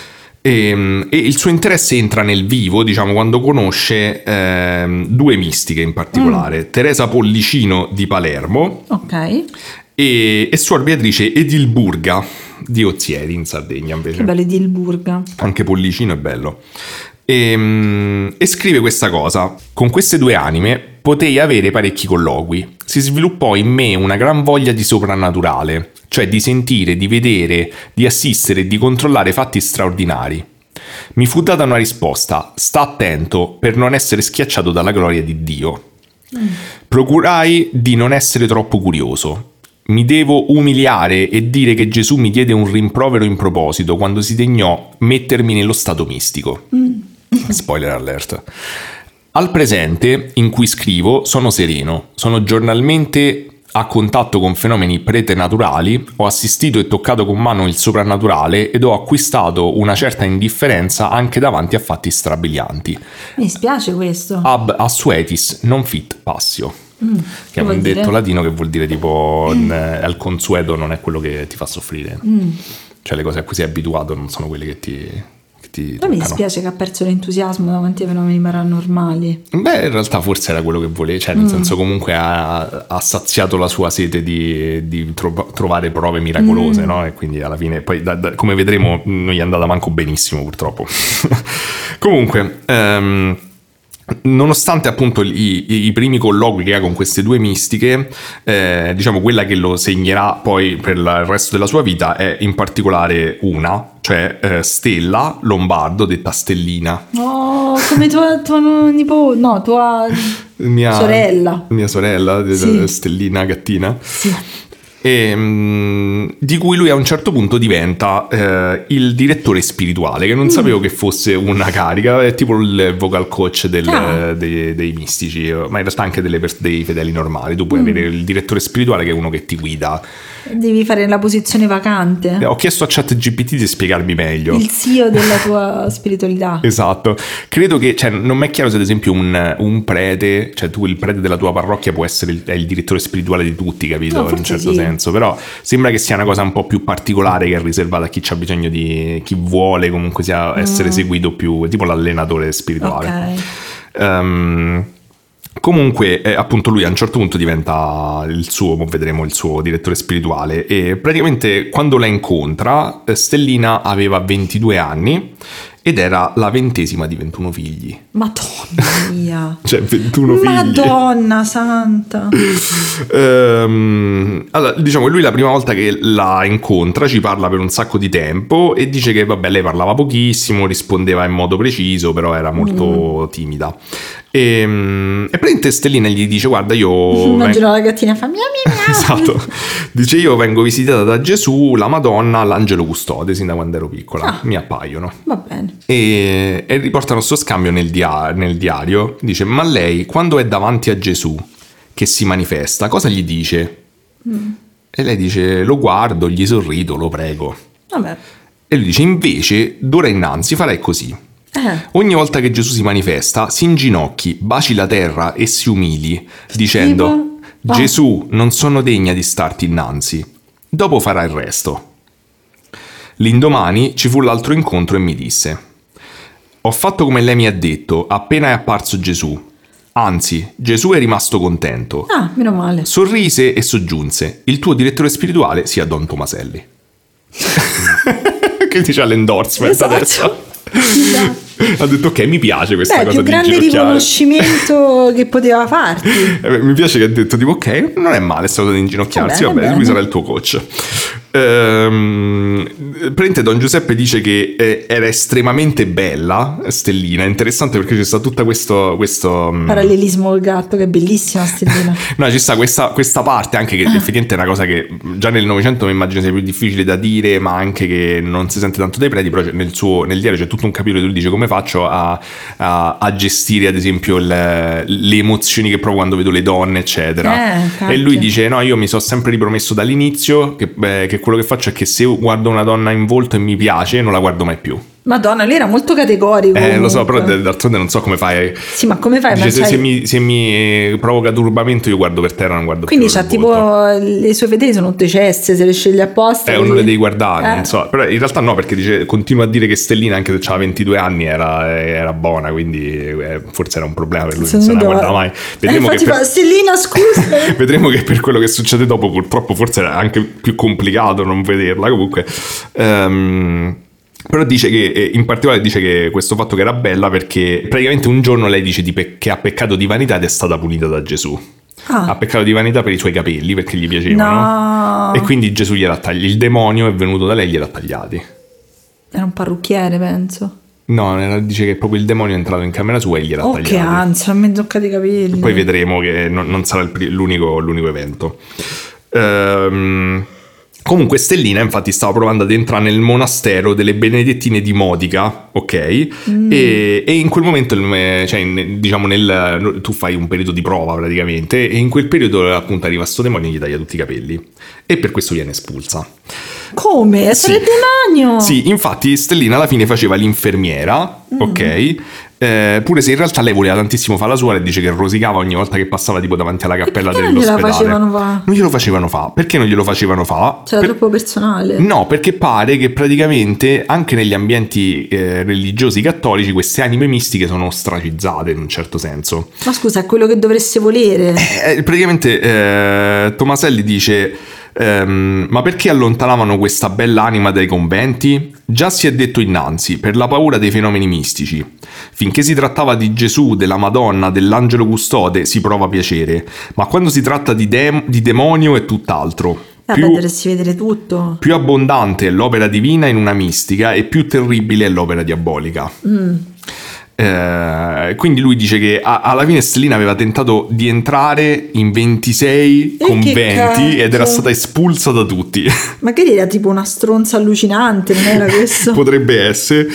E il suo interesse entra nel vivo, diciamo, quando conosce due mistiche in particolare, Teresa Pollicino di Palermo, ok, e Suor Beatrice Edilburga di Ozieri in Sardegna invece. Che bello Edilburga. Anche Pollicino è bello. E scrive questa cosa: con queste due anime potei avere parecchi colloqui. Si sviluppò in me una gran voglia di soprannaturale, cioè di sentire, di vedere, di assistere e di controllare fatti straordinari. Mi fu data una risposta: sta attento per non essere schiacciato dalla gloria di Dio. Procurai di non essere troppo curioso. Mi devo umiliare e dire che Gesù mi diede un rimprovero in proposito quando si degnò mettermi nello stato mistico. Spoiler alert. Al presente, in cui scrivo, sono sereno, sono giornalmente a contatto con fenomeni preternaturali, ho assistito e toccato con mano il soprannaturale ed ho acquistato una certa indifferenza anche davanti a fatti strabilianti. Mi spiace questo. Ab assuetis non fit passio. Che è un detto latino che vuol dire tipo al consueto non è quello che ti fa soffrire. Cioè le cose a cui sei abituato non sono quelle che ti mi dispiace che ha perso l'entusiasmo davanti ai fenomeni paranormali. Beh, in realtà forse era quello che voleva, cioè nel senso comunque ha saziato la sua sete di trovare prove miracolose, no? E quindi alla fine poi come vedremo non gli è andata manco benissimo purtroppo. Comunque nonostante appunto i primi colloqui che ha con queste due mistiche, diciamo quella che lo segnerà poi per il resto della sua vita è in particolare una, cioè Stella Lombardo detta Stellina. Oh, come tua nipote, no, tua sorella. Mia sorella, sì. Stellina gattina. Sì. Di cui lui a un certo punto diventa il direttore spirituale, che non sapevo che fosse una carica, è tipo il vocal coach dei mistici, ma in realtà anche dei fedeli normali. Tu puoi avere il direttore spirituale che è uno che ti guida. Devi fare la posizione vacante. Ho chiesto a ChatGPT di spiegarmi meglio. Il CEO della tua spiritualità. Esatto. Credo che, cioè, non mi è chiaro se ad esempio un prete, cioè tu il prete della tua parrocchia può essere il direttore spirituale di tutti, capito? No, in un certo senso. Però sembra che sia una cosa un po' più particolare, che è riservata a chi c'ha bisogno di chi vuole comunque sia essere seguito più, tipo l'allenatore spirituale. Ok. Comunque appunto lui a un certo punto diventa vedremo il suo direttore spirituale, e praticamente quando la incontra Stellina aveva 22 anni ed era la 20ª di 21 figli. Madonna mia. Cioè 21 figli. Madonna santa. Allora, diciamo che lui la prima volta che la incontra ci parla per un sacco di tempo e dice che vabbè, lei parlava pochissimo, rispondeva in modo preciso, però era molto timida. E praticamente Stellina gli dice: guarda, io immagino la gattina fa mia. Esatto. Dice: io vengo visitata da Gesù, la Madonna, l'angelo custode, sin da quando ero piccola. Mi appaiono. Va bene. E riportano sto scambio nel diario. Dice: ma lei quando è davanti a Gesù che si manifesta, cosa gli dice? E lei dice: lo guardo, gli sorrido, lo prego. Vabbè. E lui dice: invece d'ora innanzi farai così. Ogni volta che Gesù si manifesta, si inginocchi, baci la terra e si umili, dicendo: Gesù, non sono degna di starti innanzi. Dopo farà il resto. L'indomani ci fu l'altro incontro e mi disse: ho fatto come lei mi ha detto appena è apparso Gesù. Anzi, Gesù è rimasto contento. Ah, meno male. Sorrise e soggiunse: il tuo direttore spirituale sia Don Tomaselli. Che dice all'endorsement, esatto. Adesso. Esatto. Ha detto: ok, mi piace questa cosa di inginocchiare. Più grande riconoscimento che poteva farti. Mi piace che ha detto tipo: ok, non è male sta cosa di inginocchiarsi, vabbè, lui sarà il tuo coach. Praticamente Don Giuseppe dice che era estremamente bella Stellina. Interessante perché c'è sta tutta questo parallelismo col gatto, che è bellissima Stellina. No, ci sta questa parte anche che effettivamente è una cosa che già nel Novecento mi immagino sia più difficile da dire, ma anche che non si sente tanto dai preti. Però nel diario c'è tutto un capitolo dove lui dice: come faccio a gestire ad esempio le emozioni che provo quando vedo le donne, eccetera. E lui dice: no, io mi sono sempre ripromesso dall'inizio che quello che faccio è che se guardo una donna in volto e mi piace non la guardo mai più. Madonna, lui era molto categorico. Lo so, però d'altronde non so come fai. Sì, ma come fai? Dice, se mi provoca turbamento io guardo per terra, non guardo quindi più. Quindi c'ha tipo le sue fedeli sono tutte ceste, se le sceglie apposta. Non le devi guardare, non so. Però in realtà no, perché dice, continua a dire che Stellina, anche se aveva 22 anni, era buona, quindi forse era un problema per lui, non se la guardava mai. Vedremo che Stellina, scusa. Vedremo che per quello che succede dopo, purtroppo forse era anche più complicato non vederla. Comunque però dice che, in particolare dice che questo fatto che era bella perché praticamente un giorno lei dice che ha peccato di vanità ed è stata punita da Gesù. Ha peccato di vanità per i suoi capelli, perché gli piacevano, no. E quindi Gesù gliel'ha tagliati. Il demonio è venuto da lei e gliel'ha tagliati. Era un parrucchiere, penso. No, dice che proprio il demonio è entrato in camera sua e gliel'ha tagliati. Che ansia, mi è toccato i capelli. Poi vedremo che non sarà l'unico evento. Comunque Stellina infatti stava provando ad entrare nel monastero delle Benedettine di Modica, ok? E in quel momento, cioè, diciamo tu fai un periodo di prova praticamente, e in quel periodo appunto arriva sto demonio e gli taglia tutti i capelli e per questo viene espulsa. Come? Essere il demonio? Sì, infatti Stellina alla fine faceva l'infermiera, ok? Pure se in realtà lei voleva tantissimo fare la sua, e dice che rosicava ogni volta che passava tipo davanti alla cappella dell'ospedale. Non glielo facevano fare. Perché non glielo facevano fare? C'era troppo personale. No, perché pare che praticamente anche negli ambienti religiosi cattolici queste anime mistiche sono ostracizzate in un certo senso. Ma scusa, è quello che dovreste volere. Praticamente Tomaselli dice: ma perché allontanavano questa bella anima dai conventi? Già si è detto innanzi, per la paura dei fenomeni mistici. Finché si trattava di Gesù, della Madonna, dell'angelo custode si prova piacere, ma quando si tratta di demonio è tutt'altro. Dovresti vedere tutto. Più abbondante è l'opera divina in una mistica e più terribile è l'opera diabolica. Quindi lui dice che alla fine Stellina aveva tentato di entrare in 26 conventi ed era stata espulsa da tutti. Magari era tipo una stronza allucinante, non era questo? Potrebbe essere.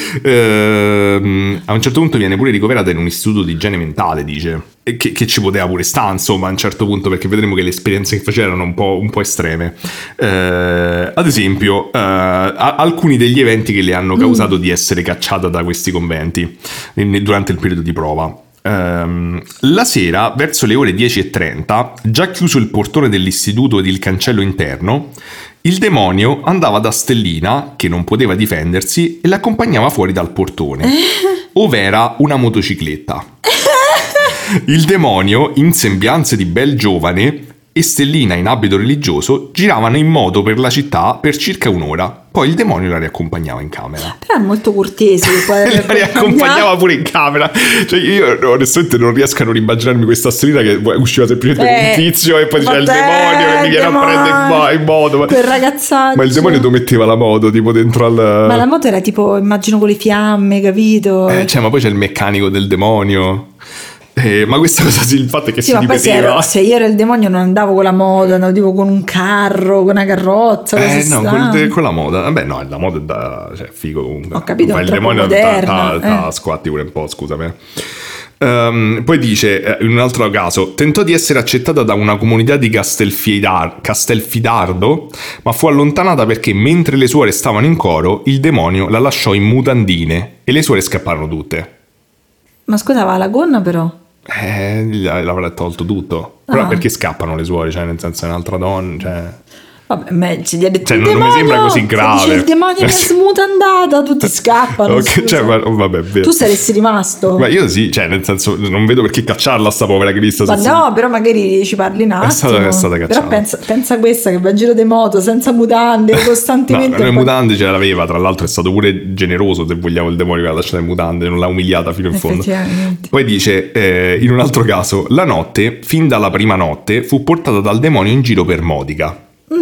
A un certo punto viene pure ricoverata in un istituto di igiene mentale, dice. Che ci poteva pure stare, insomma, a un certo punto, perché vedremo che le esperienze che faceva erano un po' estreme. Ad esempio, alcuni degli eventi che le hanno causato di essere cacciata da questi conventi durante il periodo di prova. La sera, verso le ore 10:30, già chiuso il portone dell'istituto ed il cancello interno, il demonio andava da Stellina, che non poteva difendersi, e l'accompagnava fuori dal portone, ovvero una motocicletta. Il demonio, in sembianze di bel giovane, e Stellina in abito religioso giravano in moto per la città per circa un'ora. Poi il demonio la riaccompagnava in camera. Però è molto cortese. La riaccompagnava pure in camera. Cioè io onestamente non riesco a non immaginarmi questa Stellina che usciva semplicemente con un tizio e poi c'era il demonio che mi viene a prendere in moto. Quel ragazzaccio. Ma il demonio dove metteva la moto tipo dentro al... Ma la moto era tipo, immagino, con le fiamme, capito? Ma poi c'è il meccanico del demonio. Ma questa cosa il fatto è che si ripeteva. Se io ero il demonio non andavo con la moto, andavo tipo con un carro, con una carrozza. Con la moto. Vabbè, no, la moto è da figo comunque. Ho capito, ma il demonio squatti pure un po', scusami. Poi dice, in un altro caso, tentò di essere accettata da una comunità di Castelfidardo, ma fu allontanata perché mentre le suore stavano in coro, il demonio la lasciò in mutandine e le suore scapparono tutte. Ma scusa, va la gonna però? L'avrà tolto tutto. Però perché scappano le suore? Cioè, nel senso, è un'altra donna, cioè... Vabbè, gli ha detto non mi sembra così grave. Se il demonio è smutandata, tutti scappano. Okay, vabbè, vero. Tu saresti rimasto. Ma io sì, cioè, nel senso, non vedo perché cacciarla sta povera Cristo. Ma no, però magari ci parli un attimo. È stata cacciata. Però pensa questa che va in giro di moto, senza mutande, costantemente. No, le mutande ce l'aveva, tra l'altro è stato pure generoso, se vogliamo, il demonio che l'ha lasciata in mutande, non l'ha umiliata fino in fondo. Poi dice, in un altro caso, la notte, fin dalla prima notte, fu portata dal demonio in giro per Modica.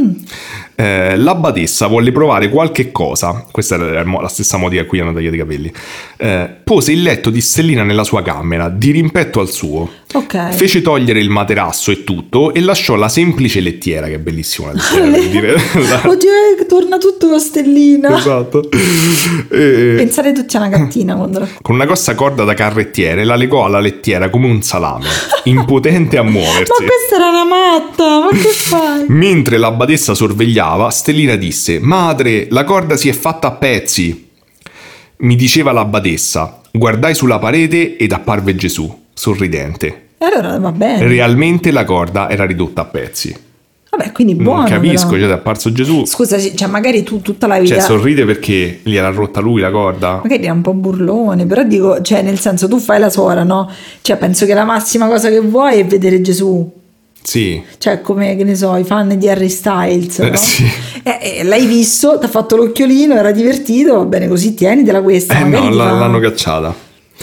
L'abbadessa volle provare qualche cosa. Questa è la stessa Modica a cui hanno tagliato i capelli. Pose il letto di Stellina nella sua camera, di rimpetto al suo. Fece togliere il materasso e tutto e lasciò la semplice lettiera, che è bellissima la lettiera, per dire. Oddio, torna tutto con Stellina. Esatto. Pensare tutti a una gattina quando... Con una grossa corda da carrettiere la legò alla lettiera come un salame, impotente a muoversi. Ma questa era una matta, ma che fai? Mentre l'abbadessa sorvegliava, Stellina disse: madre, la corda si è fatta a pezzi. mi diceva la badessa, guardai sulla parete ed apparve Gesù, sorridente. E allora va bene. Realmente la corda era ridotta a pezzi. Vabbè, quindi buono. Non capisco, però. Cioè è apparso Gesù. Scusa, cioè magari tu tutta la vita... Cioè sorride perché gliel'ha rotta lui la corda? Magari è un po' burlone, però dico, cioè nel senso tu fai la suora, no? Cioè penso che la massima cosa che vuoi è vedere Gesù. Sì. Cioè come, che ne so, i fan di Harry Styles, no? Sì. L'hai visto, ti ha fatto l'occhiolino, era divertito, va bene così, tienitela questa. No, l'hanno cacciata.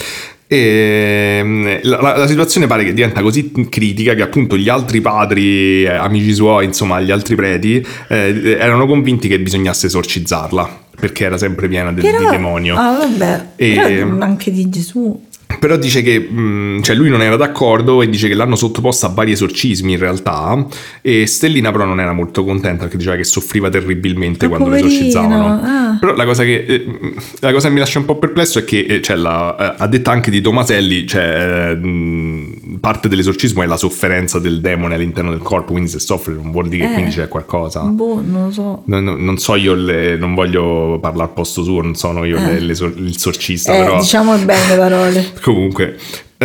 E la situazione pare che diventa così critica che appunto gli altri padri, amici suoi, insomma gli altri preti erano convinti che bisognasse esorcizzarla perché era sempre piena di demonio. Vabbè, però anche di Gesù. Però dice che cioè lui non era d'accordo e dice che l'hanno sottoposta a vari esorcismi in realtà, e Stellina però non era molto contenta perché diceva che soffriva terribilmente quando lo esorcizzavano. Però la cosa che mi lascia un po' perplesso è che cioè, a detta anche di Tomaselli, cioè, parte dell'esorcismo è la sofferenza del demone all'interno del corpo, quindi se soffre non vuol dire che quindi c'è qualcosa. Non lo so. Non so, io non voglio parlare al posto suo, non sono io l'esorcista, però diciamo bene le parole. Comunque,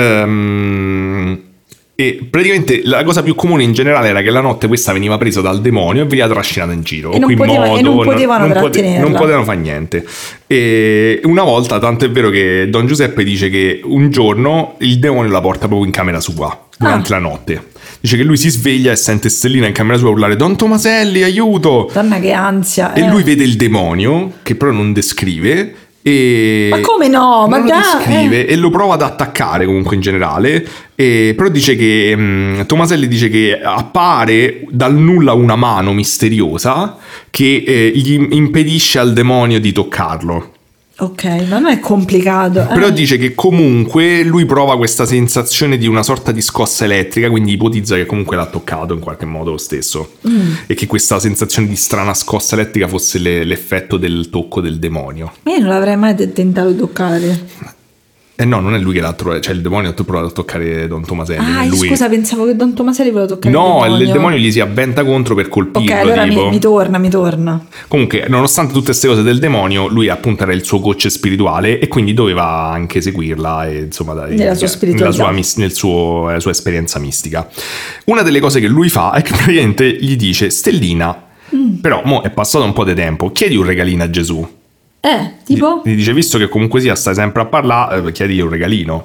e praticamente la cosa più comune in generale era che la notte questa veniva presa dal demonio e veniva trascinata in giro. E non potevano trattenerla. Non potevano fare niente. E una volta, tanto è vero che Don Giuseppe dice che un giorno il demonio la porta proprio in camera sua durante la notte. Dice che lui si sveglia e sente Stellina in camera sua urlare Don Tomaselli, aiuto! Donna che ansia. E lui vede il demonio, che però non descrive. Ma come no? Ma non lo descrive e lo prova ad attaccare comunque in generale, però dice che Tomaselli dice che appare dal nulla una mano misteriosa che gli impedisce al demonio di toccarlo. Ok, ma non è complicato. Però dice che comunque lui prova questa sensazione di una sorta di scossa elettrica, quindi ipotizza che comunque l'ha toccato in qualche modo lo stesso. E che questa sensazione di strana scossa elettrica fosse l'effetto del tocco del demonio. Ma io non l'avrei mai tentato di toccare. No, non è lui che l'ha trovato, cioè il demonio ha provato a toccare Don Tomaselli. Lui. Scusa, pensavo che Don Tomaselli voleva toccare il demonio gli si avventa contro per colpirlo. Ok, allora mi torna. Comunque, nonostante tutte queste cose del demonio, lui appunto era il suo coach spirituale e quindi doveva anche seguirla e insomma nella sua spiritualità, nella sua esperienza mistica. Una delle cose che lui fa è che praticamente gli dice Stellina, però mo è passato un po' di tempo, chiedi un regalino a Gesù. Tipo? Gli dice, visto che comunque sia stai sempre a parlare, chiedigli un regalino.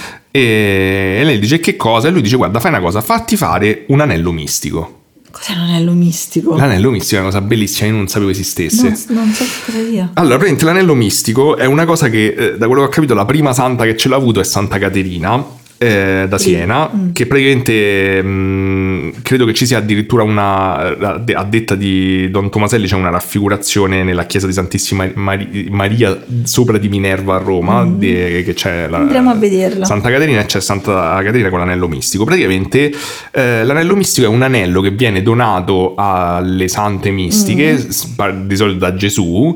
E lei dice che cosa? E lui dice guarda, fai una cosa, fatti fare un anello mistico. Cos'è un anello mistico? L'anello mistico è una cosa bellissima, io non sapevo esistesse. Non so cosa sia. Allora, praticamente l'anello mistico è una cosa che, da quello che ho capito, la prima santa che ce l'ha avuto è Santa Caterina, da Siena, che praticamente credo che ci sia addirittura a detta di Don Tomaselli c'è una raffigurazione nella chiesa di Santissima Maria sopra di Minerva a Roma, che c'è andremo a vederla. Santa Caterina, e c'è Santa Caterina con l'anello mistico. Praticamente l'anello mistico è un anello che viene donato alle sante mistiche, di solito da Gesù,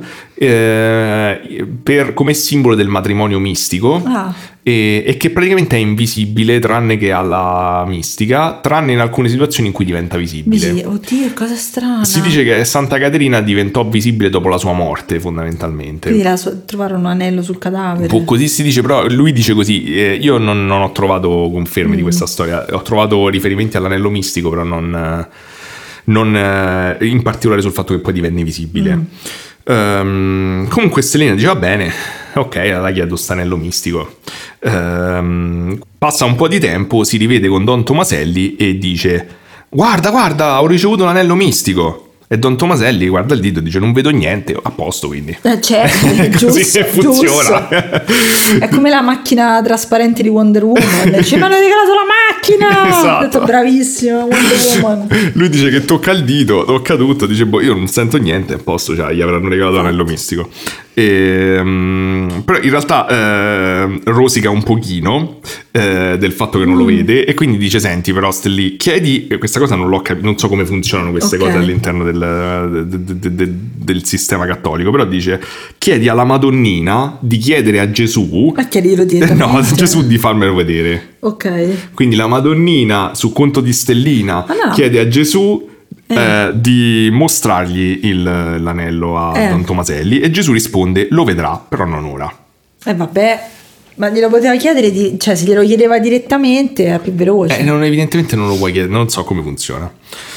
come simbolo del matrimonio mistico, e che praticamente è invisibile tranne che alla mistica, tranne in alcune situazioni in cui diventa visibile. Oddio, cosa strana. Si dice che Santa Caterina diventò visibile dopo la sua morte, fondamentalmente. Quindi trovarono un anello sul cadavere. Un po' così si dice, però lui dice così. Io non ho trovato conferme di questa storia, ho trovato riferimenti all'anello mistico, però non in particolare sul fatto che poi divenne visibile. Comunque Stellina dice va bene, ok, allora chiedo stanello mistico. Passa un po' di tempo, si rivede con Don Tomaselli e dice guarda, ho ricevuto un anello mistico. E Don Tomaselli guarda il dito e dice non vedo niente, a posto quindi. Certo, così funziona. È come la macchina trasparente di Wonder Woman. Ci mi hanno regalato la macchina. Esatto. Ho detto bravissimo Wonder Woman. Lui dice che tocca il dito, tocca tutto, dice io non sento niente, a posto, cioè gli avranno regalato l'anello mistico. Però in realtà rosica un pochino del fatto che non lo vede, e quindi dice senti però Stelli, chiedi, questa cosa non l'ho capito, non so come funzionano queste cose all'interno del sistema cattolico, però dice chiedi alla Madonnina di chiedere a Gesù, chiedilo direttamente. No, a Gesù di farmelo vedere. Ok. Quindi la Madonnina su conto di Stellina chiede a Gesù di mostrargli l'anello a Don Tomaselli, e Gesù risponde: lo vedrà, però non ora. Vabbè, ma glielo poteva chiedere, cioè se glielo chiedeva direttamente era più veloce. Evidentemente non lo puoi chiedere, non so come funziona.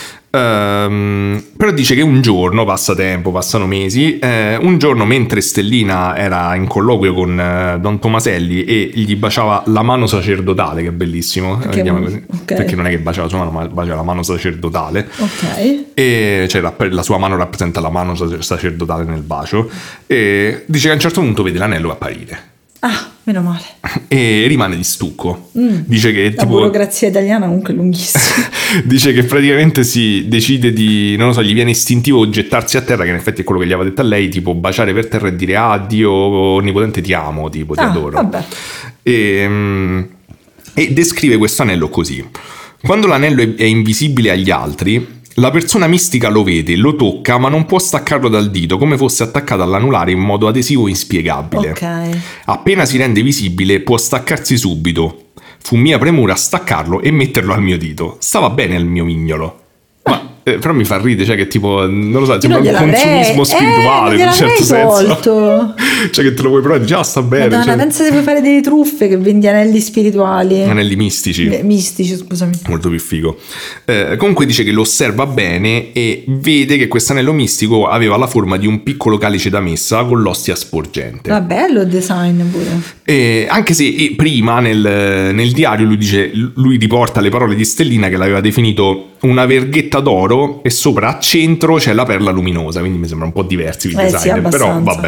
Però dice che un giorno, passa tempo, passano mesi, un giorno mentre Stellina era in colloquio con Don Tomaselli e gli baciava la mano sacerdotale, che è bellissimo, così, perché non è che baciava la sua mano, ma baciava la mano sacerdotale, e cioè la sua mano rappresenta la mano sacerdotale nel bacio, e dice che a un certo punto vede l'anello apparire. Ah, meno male. E rimane di stucco. Dice che la burocrazia italiana comunque è lunghissima. Dice che praticamente si decide di, non lo so, gli viene istintivo gettarsi a terra, che in effetti è quello che gli aveva detto a lei, tipo baciare per terra e dire: ah, Dio onnipotente, ti amo, tipo ti adoro. Vabbè. E descrive questo anello così: quando l'anello è invisibile agli altri, la persona mistica lo vede, lo tocca, ma non può staccarlo dal dito, come fosse attaccato all'anulare in modo adesivo inspiegabile. Appena si rende visibile, può staccarsi subito. Fu mia premura staccarlo e metterlo al mio dito. Stava bene al mio mignolo. Ma però mi fa ridere, cioè che tipo, non lo so, sembra un consumismo spirituale in un certo senso. Cioè che te lo vuoi provare e dici: ah, sta bene. Madonna, pensa se puoi fare delle truffe che vendi anelli spirituali. Anelli mistici. Mistici, scusami. Molto più figo. Comunque dice che lo osserva bene e vede che questo anello mistico aveva la forma di un piccolo calice da messa con l'ostia sporgente. Va bello il design pure. Anche se prima nel diario lui riporta le parole di Stellina, che l'aveva definito una verghetta d'oro e sopra a centro c'è la perla luminosa, quindi mi sembra un po' diversi il design, sì, però vabbè.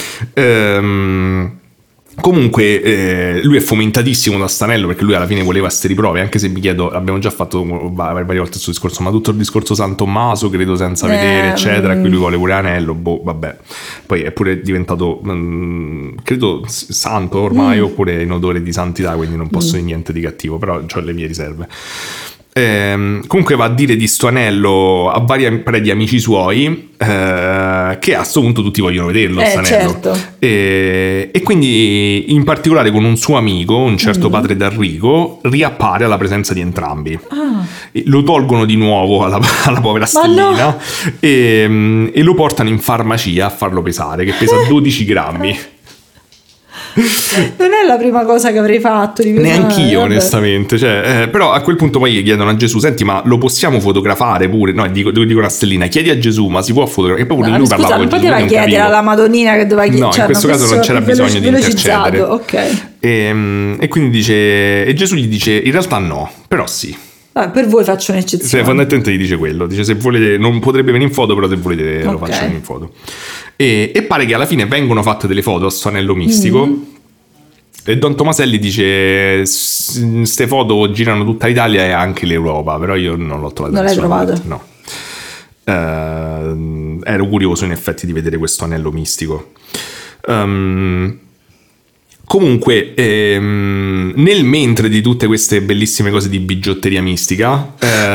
Comunque lui è fomentatissimo da stanello, perché lui alla fine voleva queste riprove, anche se mi chiedo, abbiamo già fatto varie volte questo discorso, ma tutto il discorso San Tommaso, credo senza vedere eccetera, qui lui vuole pure anello, vabbè. Poi è pure diventato credo santo ormai, oppure in odore di santità, quindi non posso dire niente di cattivo, però ho le mie riserve. Comunque va a dire di sto anello a vari preti amici suoi, che a sto punto tutti vogliono vederlo sto anello, certo. E quindi in particolare con un suo amico, un certo padre D'Arrigo, riappare alla presenza di entrambi. Lo tolgono di nuovo alla povera Stellina, e lo portano in farmacia a farlo pesare, che pesa 12 grammi. Non è la prima cosa che avrei fatto di neanch'io onestamente, cioè, però a quel punto poi gli chiedono a Gesù: senti, ma lo possiamo fotografare pure? No, dico a Stellina: chiedi a Gesù, ma si può fotografare? E poi lui parlava con Gesù, non poteva chiedere alla Madonnina che doveva chiedere. No, in questo caso non c'era bisogno di intercedere. E quindi dice, e Gesù gli dice: in realtà no, però sì. Per voi faccio un'eccezione. Fondamentalmente gli dice quello, dice: se volete, non potrebbe venire in foto, però se volete lo faccio venire in foto. E pare che alla fine vengono fatte delle foto a sto anello mistico, e Don Tomaselli dice: queste foto girano tutta l'Italia e anche l'Europa, però io non l'ho trovato. Non l'hai trovato? No. Ero curioso in effetti di vedere questo anello mistico. Comunque, nel mentre di tutte queste bellissime cose di bigiotteria mistica,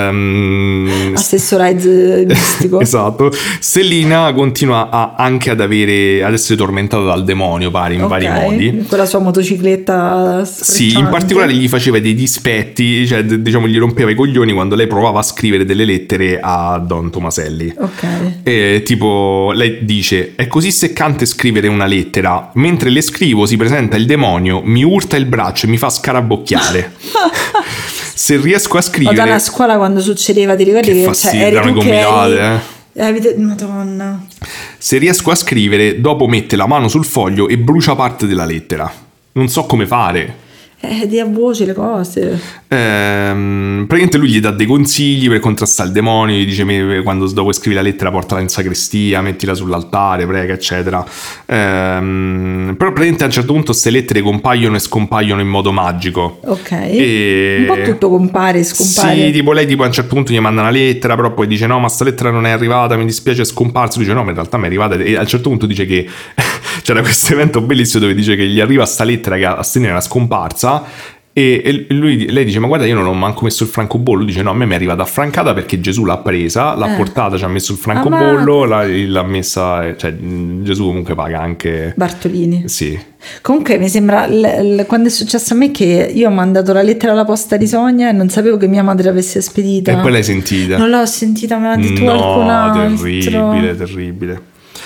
assessorize mistico. Esatto, Stellina continua anche ad essere tormentata dal demonio, pare, in vari modi. Con la sua motocicletta sì, in particolare gli faceva dei dispetti, cioè diciamo gli rompeva i coglioni quando lei provava a scrivere delle lettere a Don Tomaselli. Tipo, lei dice: è così seccante scrivere una lettera, mentre le scrivo si presenta il demonio, mi urta il braccio e mi fa scarabocchiare. Se riesco a scrivere... Vado alla scuola quando succedeva, ti ricordi che erano gomitate, Madonna. Se riesco a scrivere, dopo mette la mano sul foglio e brucia parte della lettera. Non so come fare. Di a voce le cose. Praticamente lui gli dà dei consigli per contrastare il demonio, gli dice: quando dopo scrivi la lettera portala in sacrestia, mettila sull'altare, prega eccetera. Però praticamente a un certo punto queste lettere compaiono e scompaiono in modo magico. Un po' tutto compare e scompare. Sì, tipo lei tipo a un certo punto gli manda una lettera, però poi dice: no, ma sta lettera non è arrivata, mi dispiace, è scomparsa. Lui dice: no, ma in realtà mi è arrivata. E a un certo punto dice che c'era questo evento bellissimo dove dice che gli arriva sta lettera che a Stellina era scomparsa, E lei dice: ma guarda, io non ho manco messo il francobollo. Lui dice: no, a me mi è arrivata affrancata perché Gesù l'ha presa, l'ha portata, ci ha messo il francobollo, l'ha messa, cioè Gesù comunque paga anche Bartolini. Sì. Comunque mi sembra quando è successo a me che io ho mandato la lettera alla posta di Sonia e non sapevo che mia madre l'avesse spedita. E poi l'hai sentita? Non l'ho sentita, me l'ha detto qualcun altro. Terribile.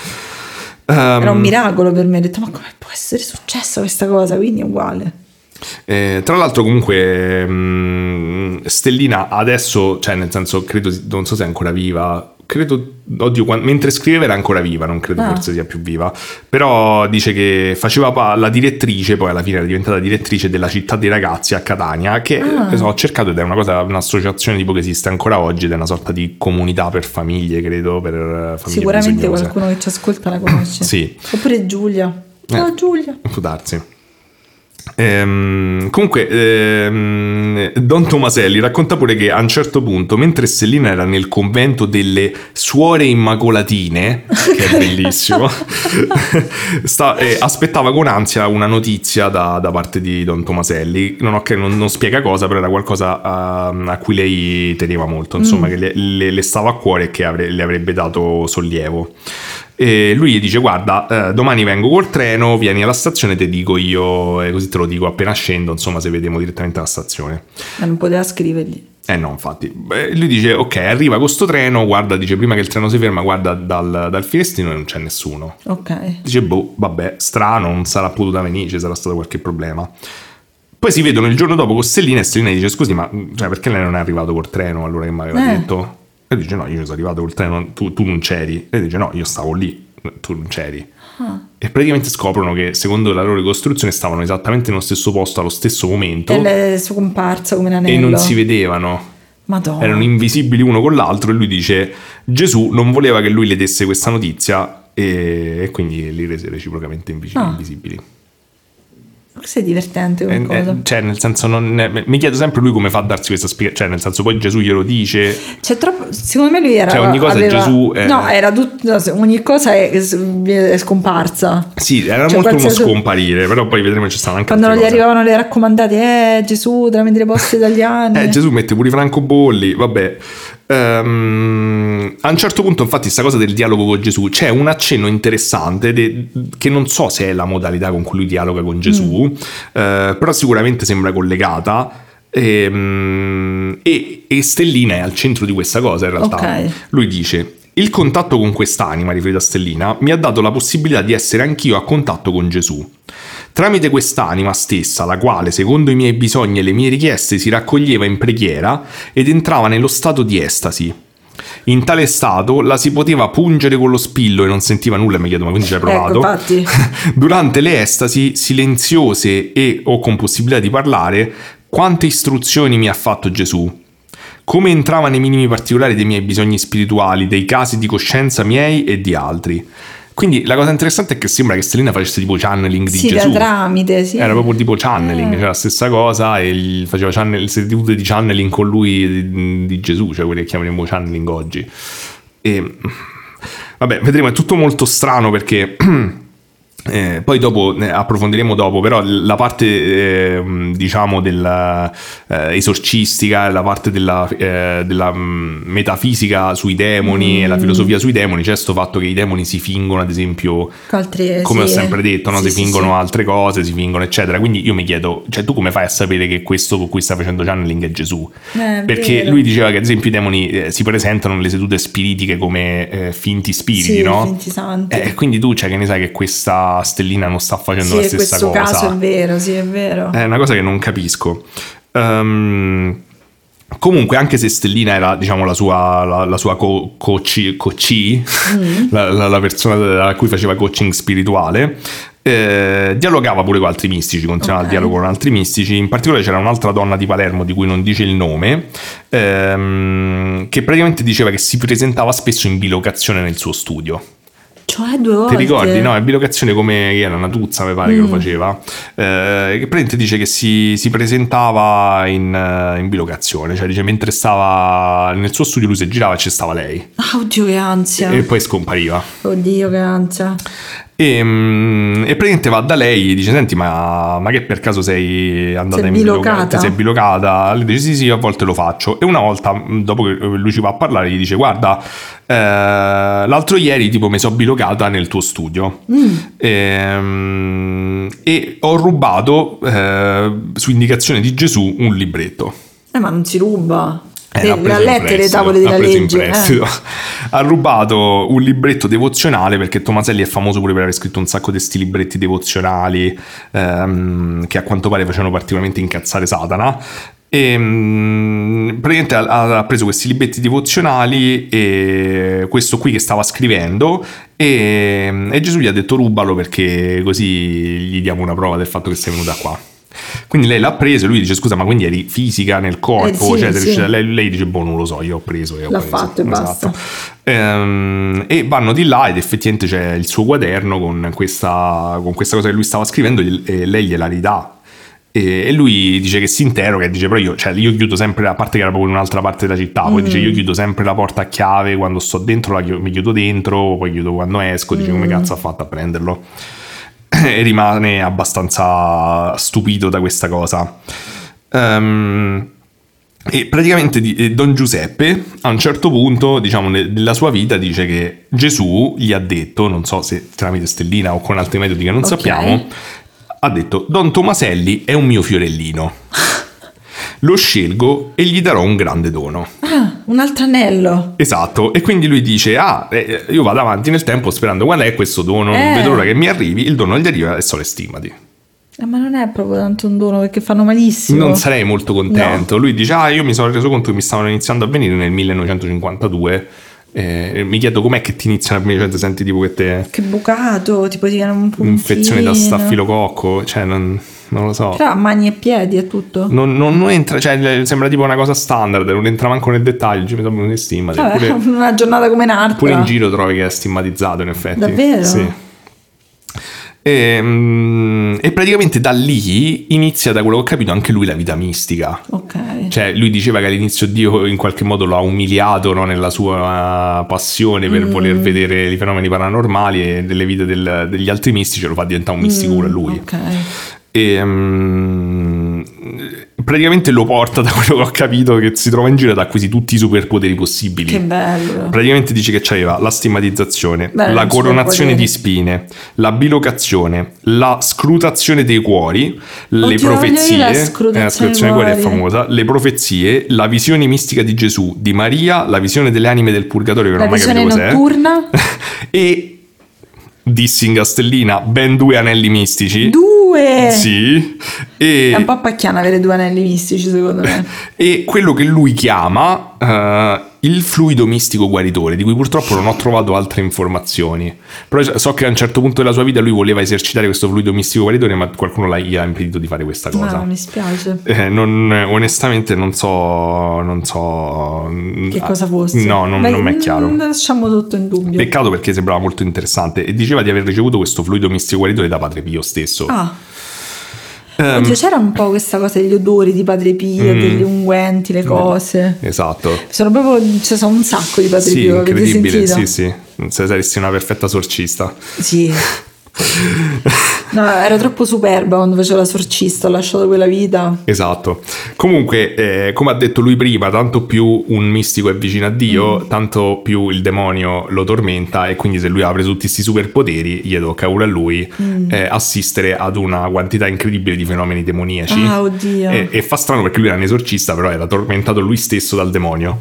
Era un miracolo per me, ho detto: ma come può essere successa questa cosa? Quindi è uguale. Tra l'altro comunque Stellina adesso, cioè nel senso, credo, non so se è ancora viva, credo, mentre scriveva era ancora viva, non credo forse sia più viva, però dice che faceva la direttrice, poi alla fine era diventata direttrice della Città dei Ragazzi a Catania, che ho cercato ed è un'associazione tipo che esiste ancora oggi ed è una sorta di comunità per famiglie, credo, per famiglie sicuramente bisognose. Qualcuno che ci ascolta la conosce. Sì. Oppure Giulia. Ciao Giulia. Può darsi. Comunque Don Tomaselli racconta pure che a un certo punto, mentre Stellina era nel convento delle Suore Immacolatine, che è bellissimo, aspettava con ansia una notizia da parte di Don Tomaselli. Non spiega cosa, però era qualcosa a cui lei teneva molto, insomma, che le stava a cuore e che le avrebbe dato sollievo. E lui gli dice: guarda, domani vengo col treno, vieni alla stazione, te dico io, così te lo dico appena scendo, insomma, se vediamo direttamente alla stazione. Ma non poteva scrivergli. No, infatti. Lui dice: ok, arriva con sto treno, guarda, dice, prima che il treno si ferma, guarda dal finestrino e non c'è nessuno. Ok. Dice: vabbè, strano, non sarà potuta venire, ci sarà stato qualche problema. Poi si vedono il giorno dopo con Stellina e Stellina dice: scusi, ma cioè, perché lei non è arrivato col treno allora che mi aveva detto? E dice: no, io sono arrivato col treno, tu non c'eri. E dice: no, io stavo lì, tu non c'eri. E praticamente scoprono che secondo la loro ricostruzione stavano esattamente nello stesso posto allo stesso momento e lei è scomparsa come un anello e non si vedevano. Madonna. Erano invisibili uno con l'altro. E lui dice: Gesù non voleva che lui le desse questa notizia e quindi li rese reciprocamente invisibili. Questo è divertente come cosa. Cioè, nel senso, mi chiedo sempre lui come fa a darsi questa spiegazione. Cioè, nel senso, poi Gesù glielo dice. Cioè, troppo, secondo me lui era. Cioè, ogni cosa Gesù. No, era tutto. Ogni cosa è scomparsa. Sì, era molto uno scomparire. Però poi vedremo ci stanno anche. Quando non gli arrivavano le raccomandate, Gesù, tramite le poste italiane. Gesù mette pure i francobolli. Vabbè. A un certo punto, infatti, questa cosa del dialogo con Gesù, c'è un accenno interessante che non so se è la modalità con cui lui dialoga con Gesù, però sicuramente sembra collegata. E Stellina è al centro di questa cosa in realtà. Okay. Lui dice: il contatto con quest'anima, riferita a Stellina, mi ha dato la possibilità di essere anch'io a contatto con Gesù. Tramite quest'anima stessa, la quale, secondo i miei bisogni e le mie richieste, si raccoglieva in preghiera ed entrava nello stato di estasi. In tale stato la si poteva pungere con lo spillo e non sentiva nulla, mi chiedo, ma quindi ci hai provato? Infatti. Durante le estasi silenziose o con possibilità di parlare, quante istruzioni mi ha fatto Gesù? Come entrava nei minimi particolari dei miei bisogni spirituali, dei casi di coscienza miei e di altri. Quindi la cosa interessante è che sembra che Stellina facesse tipo channeling di Gesù. Sì, da tramite, sì. Era proprio tipo channeling, cioè la stessa cosa, e faceva sedute di channeling con lui di Gesù, cioè quelli che chiameremo channeling oggi. E vabbè, vedremo, è tutto molto strano perché poi dopo approfondiremo dopo, però la parte diciamo della esorcistica, la parte della metafisica sui demoni e la filosofia sui demoni, c'è sto fatto che i demoni si fingono, ad esempio, come ho sempre detto, no? Si fingono altre cose, si fingono eccetera. Quindi io mi chiedo, cioè, tu come fai a sapere che questo con cui sta facendo channeling è Gesù? Perché lui diceva che ad esempio i demoni si presentano nelle sedute spiritiche come finti spiriti, no? Finti santi. Quindi tu, cioè, che ne sai che questa Stellina non sta facendo la stessa cosa? In questo caso è vero, sì, è vero. È una cosa che non capisco. Comunque, anche se Stellina era, diciamo, la sua coach, la persona a cui faceva coaching spirituale, dialogava pure con altri mistici, continuava il dialogo con altri mistici. In particolare c'era un'altra donna di Palermo di cui non dice il nome, che praticamente diceva che si presentava spesso in bilocazione nel suo studio. Cioè 2 volte. Ti ricordi? No, è bilocazione, come era una Tuzza, mi pare che lo faceva. Che praticamente dice che si presentava in bilocazione, cioè dice mentre stava nel suo studio lui si girava e ci stava lei. Oddio che ansia. E poi scompariva. Oddio che ansia. E praticamente va da lei e dice: senti, ma che per caso sei andata sei bilocata? Lei dice: sì, a volte lo faccio. E una volta, dopo che lui ci va a parlare, gli dice: guarda, l'altro ieri tipo mi sono bilocata nel tuo studio e ho rubato su indicazione di Gesù un libretto. Ma non si ruba. L'ha lette le tavole della legge. Ha rubato un libretto devozionale, perché Tomaselli è famoso pure per aver scritto un sacco di sti libretti devozionali che a quanto pare facevano particolarmente incazzare Satana. E praticamente ha preso questi libretti devozionali e questo qui che stava scrivendo e Gesù gli ha detto: rubalo, perché così gli diamo una prova del fatto che sei venuta qua. Quindi lei l'ha preso e lui dice: scusa, ma quindi eri fisica nel corpo? Lei dice: boh, non lo so, io ho preso e ho preso. Fatto e basta. E vanno di là ed effettivamente c'è il suo quaderno con questa cosa che lui stava scrivendo e lei gliela ridà. E lui dice che si interroga e dice: però io chiudo sempre, a parte che era proprio in un'altra parte della città, poi dice: io chiudo sempre la porta a chiave, quando sto dentro mi chiudo dentro, poi chiudo quando esco. Dice: come cazzo ha fatto a prenderlo? E rimane abbastanza stupito da questa cosa. E praticamente Don Giuseppe a un certo punto, diciamo, nella sua vita dice che Gesù gli ha detto, non so se tramite Stellina o con altri metodi che non sappiamo, ha detto: Don Tomaselli è un mio fiorellino, lo scelgo e gli darò un grande dono. Un altro anello. Esatto. E quindi lui dice: io vado avanti nel tempo sperando qual è questo dono, non vedo l'ora che mi arrivi. Il dono gli arriva e so le stimati. Ma non è proprio tanto un dono, perché fanno malissimo. Non sarei molto contento. No. Lui dice: io mi sono reso conto che mi stavano iniziando a venire nel 1952. Mi chiedo com'è che ti iniziano a venire, senti tipo che bucato, tipo ti viene un puntino, un'infezione da stafilococco, cioè non lo so. Però a mani e piedi è tutto. Non entra, cioè sembra tipo una cosa standard, non entra manco nel dettaglio, ci mi sono venuti stimati. Una giornata come un'altra. Pure in giro trovi che è stigmatizzato, in effetti. Davvero? Sì. E praticamente da lì inizia, da quello che ho capito, anche lui la vita mistica. Ok. Cioè lui diceva che all'inizio Dio in qualche modo lo ha umiliato, no, nella sua passione per voler vedere i fenomeni paranormali, e delle vite degli altri mistici lo fa diventare un mistico pure lui. Ok. E praticamente lo porta, da quello che ho capito, che si trova in giro ad acquisire tutti i superpoteri possibili. Che bello. Praticamente dice che c'aveva la stigmatizzazione, la coronazione di spine, la bilocazione, la scrutazione dei cuori, le profezie. La scrutazione dei cuori è famosa. Le profezie, la visione mistica di Gesù, di Maria, la visione delle anime del purgatorio, che non ho mai capito cos'è. La visione notturna. E dissi in Castellina, ben 2 anelli mistici. 2? Sì. È un po' pacchiana avere 2 anelli mistici, secondo me. E quello che lui chiama il fluido mistico guaritore, di cui purtroppo non ho trovato altre informazioni. Però so che a un certo punto della sua vita lui voleva esercitare questo fluido mistico guaritore, ma qualcuno gli ha impedito di fare questa cosa. Mi spiace. Onestamente non so che cosa fosse. No, non mi è chiaro. Lasciamo tutto in dubbio. Peccato, perché sembrava molto interessante e diceva di aver ricevuto questo fluido mistico guaritore da Padre Pio stesso. Oddio, c'era un po' questa cosa degli odori di Padre Pio, degli unguenti, le cose. Esatto. Sono un sacco di Padre Pio. Incredibile, sì. Saresti una perfetta sorcista. Sì. No, era troppo superba quando faceva la sorcista, ho lasciato quella vita. Esatto. Comunque, come ha detto lui prima, tanto più un mistico è vicino a Dio, tanto più il demonio lo tormenta, e quindi se lui ha preso tutti questi superpoteri, gli tocca pure a lui assistere ad una quantità incredibile di fenomeni demoniaci. Oddio. E fa strano, perché lui era un esorcista, però era tormentato lui stesso dal demonio.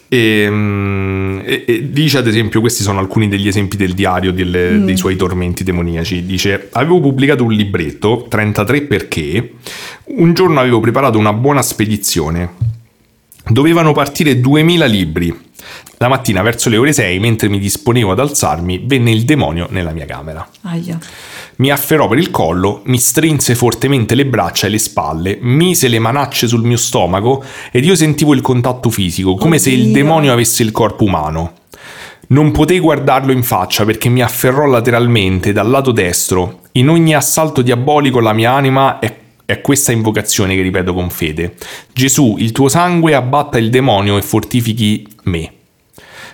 E dice, ad esempio, questi sono alcuni degli esempi del diario dei suoi tormenti demoniaci. Dice: avevo pubblicato un libretto, 33, perché un giorno avevo preparato una buona spedizione. Dovevano partire 2000 libri. La mattina verso le ore 6, mentre mi disponevo ad alzarmi, venne il demonio nella mia camera. Aia. Mi afferrò per il collo, mi strinse fortemente le braccia e le spalle, mise le manacce sul mio stomaco ed io sentivo il contatto fisico, come se il demonio avesse il corpo umano. Non potei guardarlo in faccia perché mi afferrò lateralmente dal lato destro. In ogni assalto diabolico la mia anima è questa invocazione che ripeto con fede: Gesù, il tuo sangue abbatta il demonio e fortifichi me.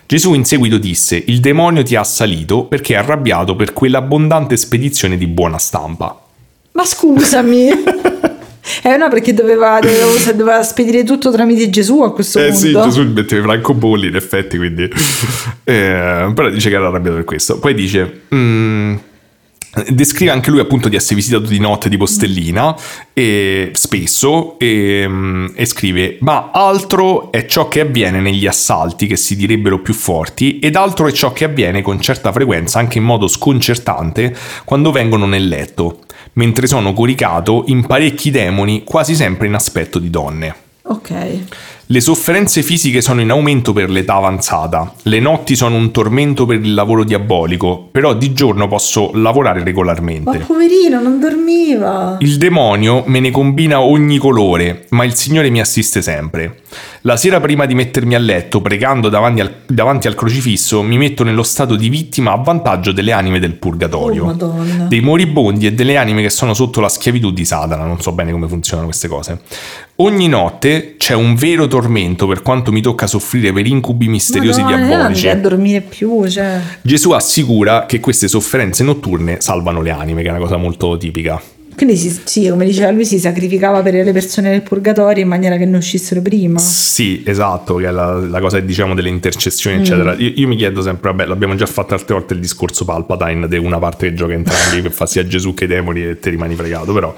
Gesù in seguito disse: il demonio ti ha assalito perché è arrabbiato per quell'abbondante spedizione di buona stampa. Ma scusami. No, perché doveva spedire tutto tramite Gesù a questo punto. Sì, Gesù metteva i francobolli in effetti, quindi però dice che era arrabbiato per questo. Poi dice descrive anche lui appunto di essere visitato di notte tipo stellina e spesso e scrive: ma altro è ciò che avviene negli assalti che si direbbero più forti, ed altro è ciò che avviene con certa frequenza, anche in modo sconcertante, quando vengono nel letto, mentre sono coricato in parecchi demoni, quasi sempre in aspetto di donne. Ok. Le sofferenze fisiche sono in aumento per l'età avanzata, le notti sono un tormento per il lavoro diabolico, però di giorno posso lavorare regolarmente. Ma poverino, non dormiva! Il demonio me ne combina ogni colore, ma il Signore mi assiste sempre. La sera prima di mettermi a letto, pregando davanti al crocifisso, mi metto nello stato di vittima a vantaggio delle anime del purgatorio, Madonna, dei moribondi e delle anime che sono sotto la schiavitù di Satana. Non so bene come funzionano queste cose. Ogni notte c'è un vero tormento per quanto mi tocca soffrire per incubi misteriosi diabolici. Non a dormire più, cioè. Gesù assicura che queste sofferenze notturne salvano le anime, che è una cosa molto tipica. Quindi sì, come diceva lui, si sacrificava per le persone del purgatorio in maniera che ne uscissero prima. Sì, esatto, che è la cosa, diciamo, delle intercessioni, eccetera. Io mi chiedo sempre, vabbè, l'abbiamo già fatto altre volte il discorso Palpatine, di una parte che gioca entrambi, che fa sia Gesù che i demoni e te rimani fregato, però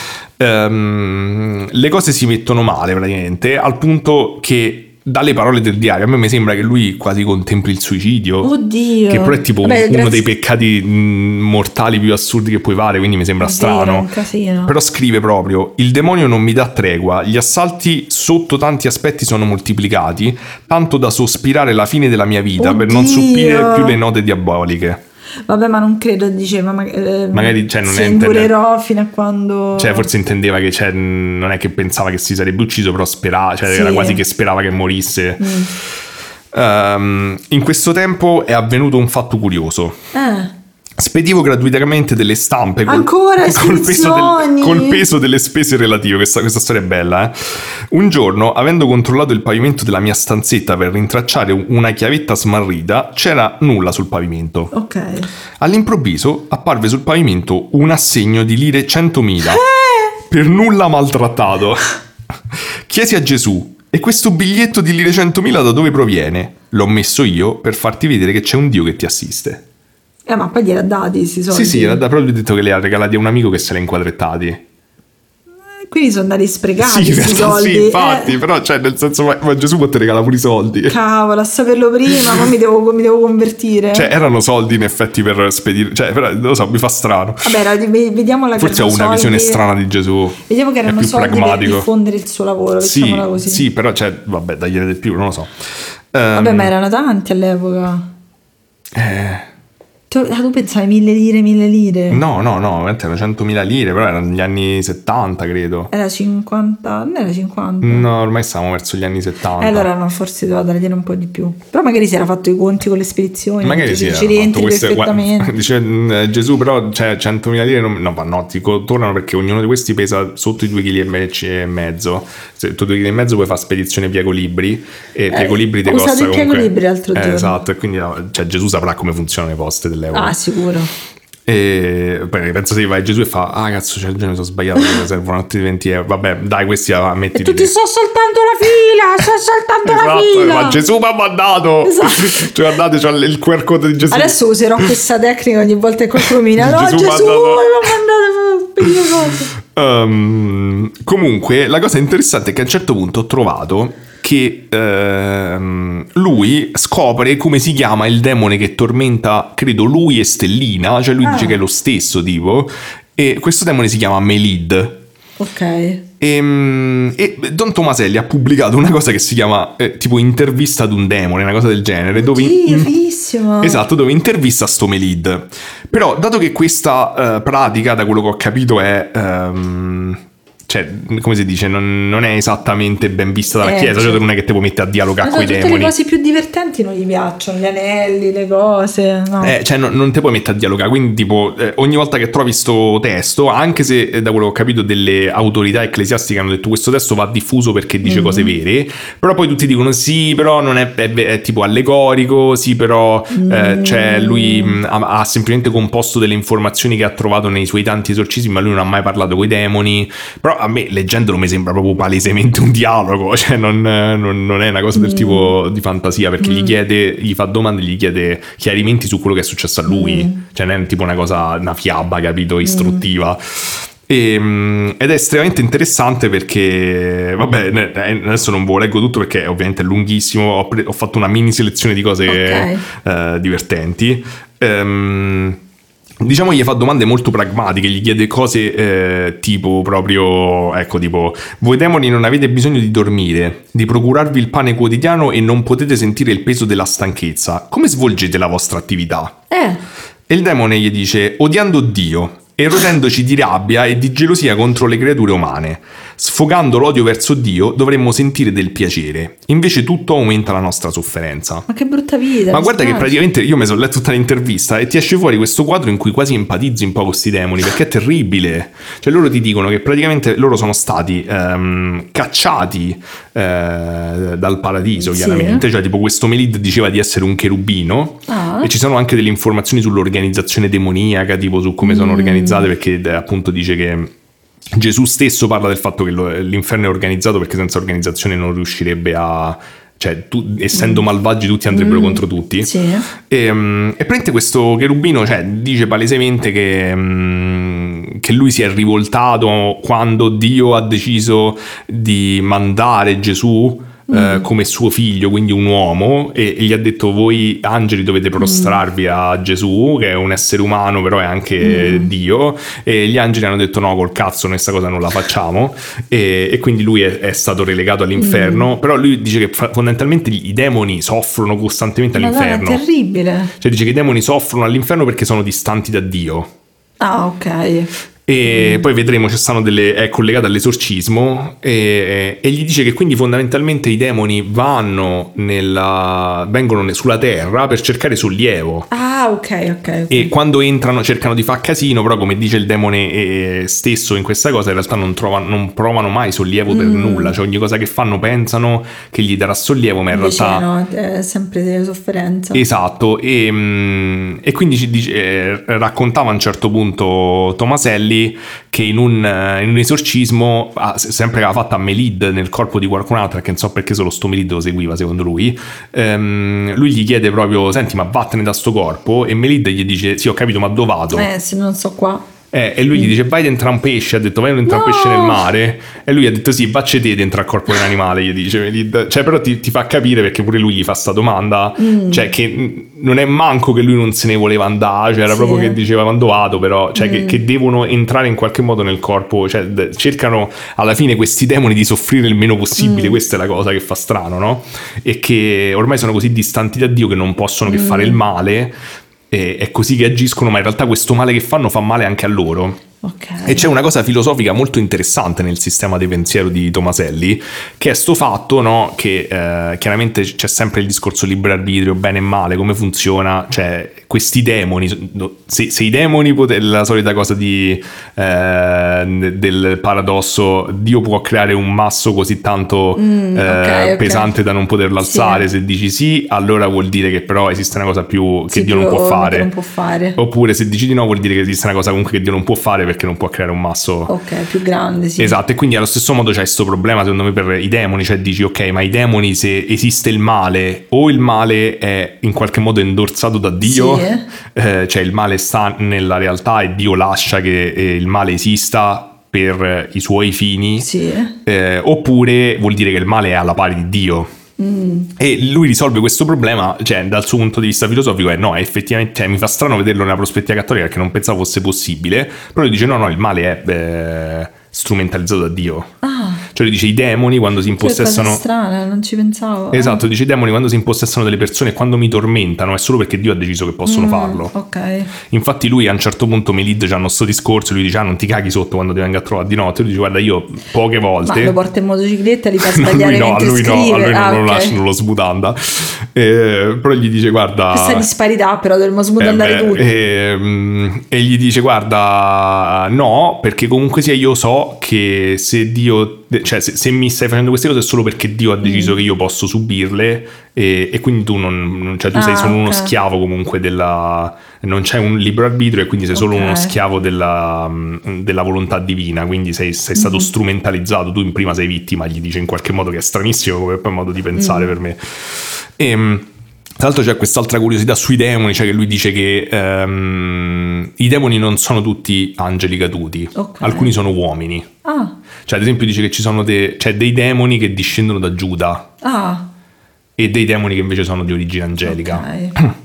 le cose si mettono male praticamente, al punto che dalle parole del diario a me mi sembra che lui quasi contempli il suicidio. Oddio, che però è tipo uno dei peccati mortali più assurdi che puoi fare, quindi mi sembra strano. Un casino. Però scrive proprio: il demonio non mi dà tregua, gli assalti sotto tanti aspetti sono moltiplicati, tanto da sospirare la fine della mia vita per non subire più le note diaboliche. Vabbè, ma non credo, diceva, magari cioè, non si indurerò fino a quando... Cioè, forse intendeva che non è che pensava che si sarebbe ucciso, però sperava, cioè era quasi che sperava che morisse. In questo tempo è avvenuto un fatto curioso. Spedivo gratuitamente delle stampe ancora col peso delle spese relative. Questa storia è bella, Un giorno, avendo controllato il pavimento della mia stanzetta per rintracciare una chiavetta smarrita, c'era nulla sul pavimento. Ok. All'improvviso apparve sul pavimento un assegno di lire 100.000 per nulla maltrattato. Chiesi a Gesù: e questo biglietto di lire 100.000 da dove proviene? L'ho messo io per farti vedere che c'è un Dio che ti assiste. Ma poi gliela dati questi soldi? Sì, però lui ha detto che li ha regalati a un amico che se li ha inquadrettati. Quindi sono andati sprecati questi soldi. Sì, infatti, però cioè nel senso, ma Gesù può te regalare pure i soldi. Cavolo, a saperlo prima, ma mi devo convertire. Cioè erano soldi in effetti per spedire, cioè però, non lo so, mi fa strano. Vabbè, vediamo la forse ho una visione strana di Gesù. Vediamo che erano soldi pragmatico per diffondere il suo lavoro, diciamola così. Sì, però cioè, vabbè, dagliene di più, non lo so. Vabbè, ma erano tanti all'epoca. Tu pensavi 1.000 lire? No, veramente erano 100.000 lire, però erano negli anni 70, credo. Era 50, non era 50? No, ormai stavamo verso gli anni 70. Allora no, forse doveva dargliene un po' di più. Però magari si era fatto i conti con le spedizioni. Magari sì, ci rientri perfettamente. Dice Gesù, però cioè 100.000 lire no, ti tornano perché ognuno di questi pesa sotto i 2,5 kg. Se tu 2,5 kg puoi fare spedizione Piego Libri, e Piego Libri ti costa comunque... Piego Libri l'altro giorno. Esatto, e quindi cioè, Gesù saprà come funzionano le poste dell'euro. Sicuro. E poi penso se vai Gesù e fa: cazzo, cioè, mi sono sbagliato, mi servono altri 20 euro. Vabbè, dai, questi metti. E tu ti sto saltando la fila. Ma Gesù mi ha mandato. Esatto. Cioè, guardate, c'ho il QR code di Gesù. Adesso userò questa tecnica ogni volta che qualcuno mi dice: no, Gesù mi ha mandato. Comunque, la cosa interessante è che a un certo punto ho trovato che lui scopre come si chiama il demone che tormenta, credo, lui e Stellina, cioè lui dice che è lo stesso tipo, e questo demone si chiama Melid. Ok. E Don Tomaselli ha pubblicato una cosa che si chiama tipo intervista ad un demone, una cosa del genere, esatto, dove intervista sto Melid. Però dato che questa pratica, da quello che ho capito, è cioè, come si dice, non è esattamente ben vista dalla Chiesa, cioè non è che te puoi mettere a dialogare con i demoni. Tutte le cose più divertenti non gli piacciono, gli anelli, le cose, no. Cioè non te puoi mettere a dialogare, quindi tipo ogni volta che trovi sto testo, anche se da quello che ho capito delle autorità ecclesiastiche hanno detto questo testo va diffuso perché dice cose vere, però poi tutti dicono sì, però non è tipo allegorico, sì, però cioè lui ha semplicemente composto delle informazioni che ha trovato nei suoi tanti esorcismi, ma lui non ha mai parlato coi demoni. Però a me leggendolo mi sembra proprio palesemente un dialogo, cioè non è una cosa del tipo di fantasia, perché gli fa domande, gli chiede chiarimenti su quello che è successo a lui, cioè non è tipo una fiaba, capito, istruttiva. Ed è estremamente interessante perché vabbè, adesso non ve lo leggo tutto perché ovviamente è lunghissimo, ho fatto una mini selezione di cose divertenti. Diciamo gli fa domande molto pragmatiche, gli chiede cose tipo proprio, ecco, tipo: voi demoni non avete bisogno di dormire, di procurarvi il pane quotidiano e non potete sentire il peso della stanchezza. Come svolgete la vostra attività? E il demone gli dice: odiando Dio, erodendoci di rabbia e di gelosia contro le creature umane. Sfogando l'odio verso Dio dovremmo sentire del piacere, invece tutto aumenta la nostra sofferenza. Ma che brutta vita. Ma guarda che praticamente io mi sono letto tutta l'intervista e ti esce fuori questo quadro in cui quasi empatizzi un po' con questi demoni, perché è terribile. Cioè loro ti dicono che praticamente loro sono stati cacciati dal paradiso, chiaramente. Cioè tipo questo Melid diceva di essere un cherubino, e ci sono anche delle informazioni sull'organizzazione demoniaca, tipo su come sono organizzate, perché appunto dice che Gesù stesso parla del fatto che l'inferno è organizzato perché senza organizzazione non riuscirebbe a... cioè essendo malvagi tutti andrebbero contro tutti. Sì. E praticamente questo cherubino, cioè, dice palesemente che lui si è rivoltato quando Dio ha deciso di mandare Gesù come suo figlio, quindi un uomo, e gli ha detto: voi angeli dovete prostrarvi a Gesù, che è un essere umano però è anche Dio. E gli angeli hanno detto: no, col cazzo, noi questa cosa non la facciamo, e quindi lui è stato relegato all'inferno. Però lui dice che fondamentalmente i demoni soffrono costantemente all'inferno. È terribile. Cioè dice che i demoni soffrono all'inferno perché sono distanti da Dio. Ah, ok. E poi vedremo, è collegato all'esorcismo, e gli dice che quindi fondamentalmente i demoni vengono sulla terra per cercare sollievo. Ah, ok. E quando entrano cercano di far casino, però come dice il demone stesso in questa cosa, in realtà non provano mai sollievo per nulla. Cioè ogni cosa che fanno pensano che gli darà sollievo, ma in realtà no, è sempre sofferenza. Esatto. E quindi ci dice, raccontava a un certo punto Tomaselli che in un esorcismo, sempre che aveva fatto a Melid nel corpo di qualcun altro, perché non so perché solo sto Melid lo seguiva secondo lui, lui gli chiede proprio: senti, ma vattene da sto corpo, e Melid gli dice: sì, ho capito, ma dove vado? Se non so qua. E lui gli dice: vai dentro un pesce. Ha detto: vai dentro un pesce nel mare. E lui ha detto: sì, vacci te dentro al corpo di un animale, gli dice Melid. Cioè però ti fa capire, perché pure lui gli fa sta domanda, cioè che non è manco che lui non se ne voleva andare, cioè era proprio che diceva: quando vado, però cioè che devono entrare in qualche modo nel corpo, cioè cercano alla fine questi demoni di soffrire il meno possibile. Questa è la cosa che fa strano, no? E che ormai sono così distanti da Dio che non possono che fare il male. È così che agiscono, ma in realtà questo male che fanno fa male anche a loro. Okay. E c'è una cosa filosofica molto interessante nel sistema di pensiero di Tomaselli, che è sto fatto, no, che chiaramente c'è sempre il discorso libero arbitrio, bene e male, come funziona, cioè questi demoni, se i demoni la solita cosa del paradosso, Dio può creare un masso così tanto pesante da non poterlo alzare, se dici sì, allora vuol dire che però esiste una cosa più che Dio non può fare. Non può fare. Oppure se dici di no vuol dire che esiste una cosa comunque che Dio non può fare, perché non può creare un masso più grande, sì. Esatto. E quindi allo stesso modo c'è questo problema secondo me per i demoni, cioè dici ok, ma i demoni, se esiste il male, o il male è in qualche modo endorsato da Dio, cioè il male sta nella realtà e Dio lascia che il male esista per i suoi fini, oppure vuol dire che il male è alla pari di Dio. E lui risolve questo problema, cioè dal suo punto di vista filosofico no, effettivamente, cioè, mi fa strano vederlo nella prospettiva cattolica perché non pensavo fosse possibile, però lui dice no, il male è strumentalizzato da Dio. Cioè dice i demoni quando si impossessano... Che cosa strana, non ci pensavo. Esatto, dice i demoni quando si impossessano delle persone, quando mi tormentano, è solo perché Dio ha deciso che possono farlo. Ok. Infatti lui a un certo punto Melid c'ha sto discorso, lui dice non ti caghi sotto quando ti venga a trovare di notte. Lui dice guarda, io poche volte... Ma lo porta in motocicletta e li fa sbagliare mentre scrive. A lui non lo lasciano, lo sbudanda. Però gli dice guarda... Questa disparità però dovremmo sbudandare tutti. E gli dice guarda no, perché comunque sia io so che se Dio, cioè se mi stai facendo queste cose è solo perché Dio ha deciso che io posso subirle, e quindi tu non cioè tu sei solo uno schiavo comunque non c'è un libero arbitrio, e quindi sei solo uno schiavo della volontà divina, quindi sei stato strumentalizzato, tu in prima sei vittima. Gli dice in qualche modo, che è stranissimo come modo di pensare per me. Tra l'altro c'è quest'altra curiosità sui demoni, cioè che lui dice che i demoni non sono tutti angeli caduti, alcuni sono uomini. Cioè ad esempio dice che ci sono dei demoni che discendono da Giuda e dei demoni che invece sono di origine angelica.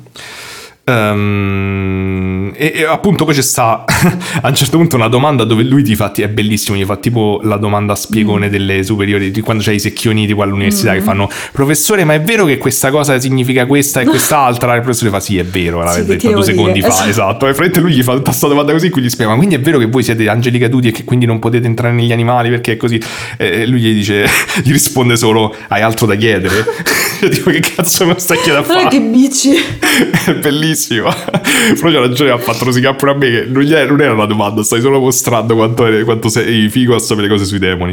E appunto poi c'è sta a un certo punto una domanda dove lui è bellissimo, gli fa tipo la domanda a spiegone delle superiori, quando c'hai i secchioni tipo all'università che fanno professore ma è vero che questa cosa significa questa e quest'altra, il professore fa sì è vero, l'aveva detto 2 secondi fa, esatto, e praticamente lui gli fa tutta questa domanda così, qui gli spiega ma quindi è vero che voi siete angeli caduti e che quindi non potete entrare negli animali perché è così, e lui gli risponde solo hai altro da chiedere? Tipo che cazzo me lo stai chiedendo a fare? Che bici, è bellissimo. Però c'ha ragione, ha fatto rosicare pure a me che non era una domanda, stai solo mostrando quanto sei figo a sapere cose sui demoni.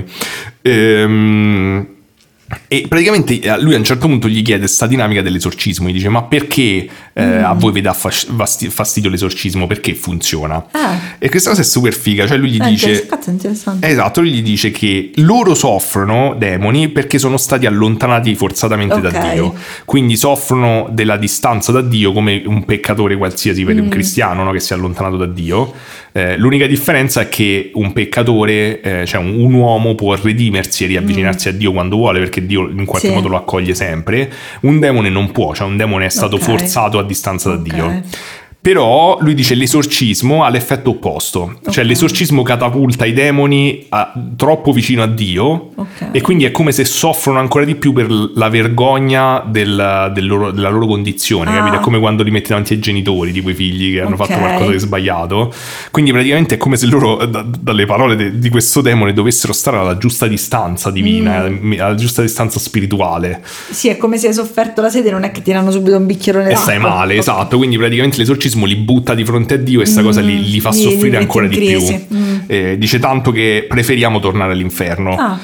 E praticamente lui a un certo punto gli chiede sta dinamica dell'esorcismo, gli dice ma perché a voi vi dà fastidio l'esorcismo, perché funziona? E questa cosa è super figa, cioè lui gli dice interessante. Esatto, lui gli dice che loro soffrono, demoni, perché sono stati allontanati forzatamente da Dio, quindi soffrono della distanza da Dio come un peccatore qualsiasi, per un cristiano, no, che si è allontanato da Dio. L'unica differenza è che un peccatore, cioè un uomo può redimersi e riavvicinarsi a Dio quando vuole, perché Dio in qualche modo lo accoglie sempre. Un demone non può, cioè un demone è stato forzato a distanza da Dio. Però lui dice l'esorcismo ha l'effetto opposto, cioè l'esorcismo catapulta i demoni troppo vicino a Dio, e quindi è come se soffrono ancora di più per la vergogna della loro condizione, capito? È come quando li metti davanti ai genitori di quei figli che hanno fatto qualcosa di sbagliato, quindi praticamente è come se loro dalle parole di questo demone dovessero stare alla giusta distanza divina, alla giusta distanza spirituale. Sì, è come se hai sofferto la sete, non è che ti danno subito un bicchierone d'acqua. E stai male, esatto, quindi praticamente l'esorcismo li butta di fronte a Dio e sta cosa li fa soffrire ancora di più. Dice tanto che preferiamo tornare all'inferno.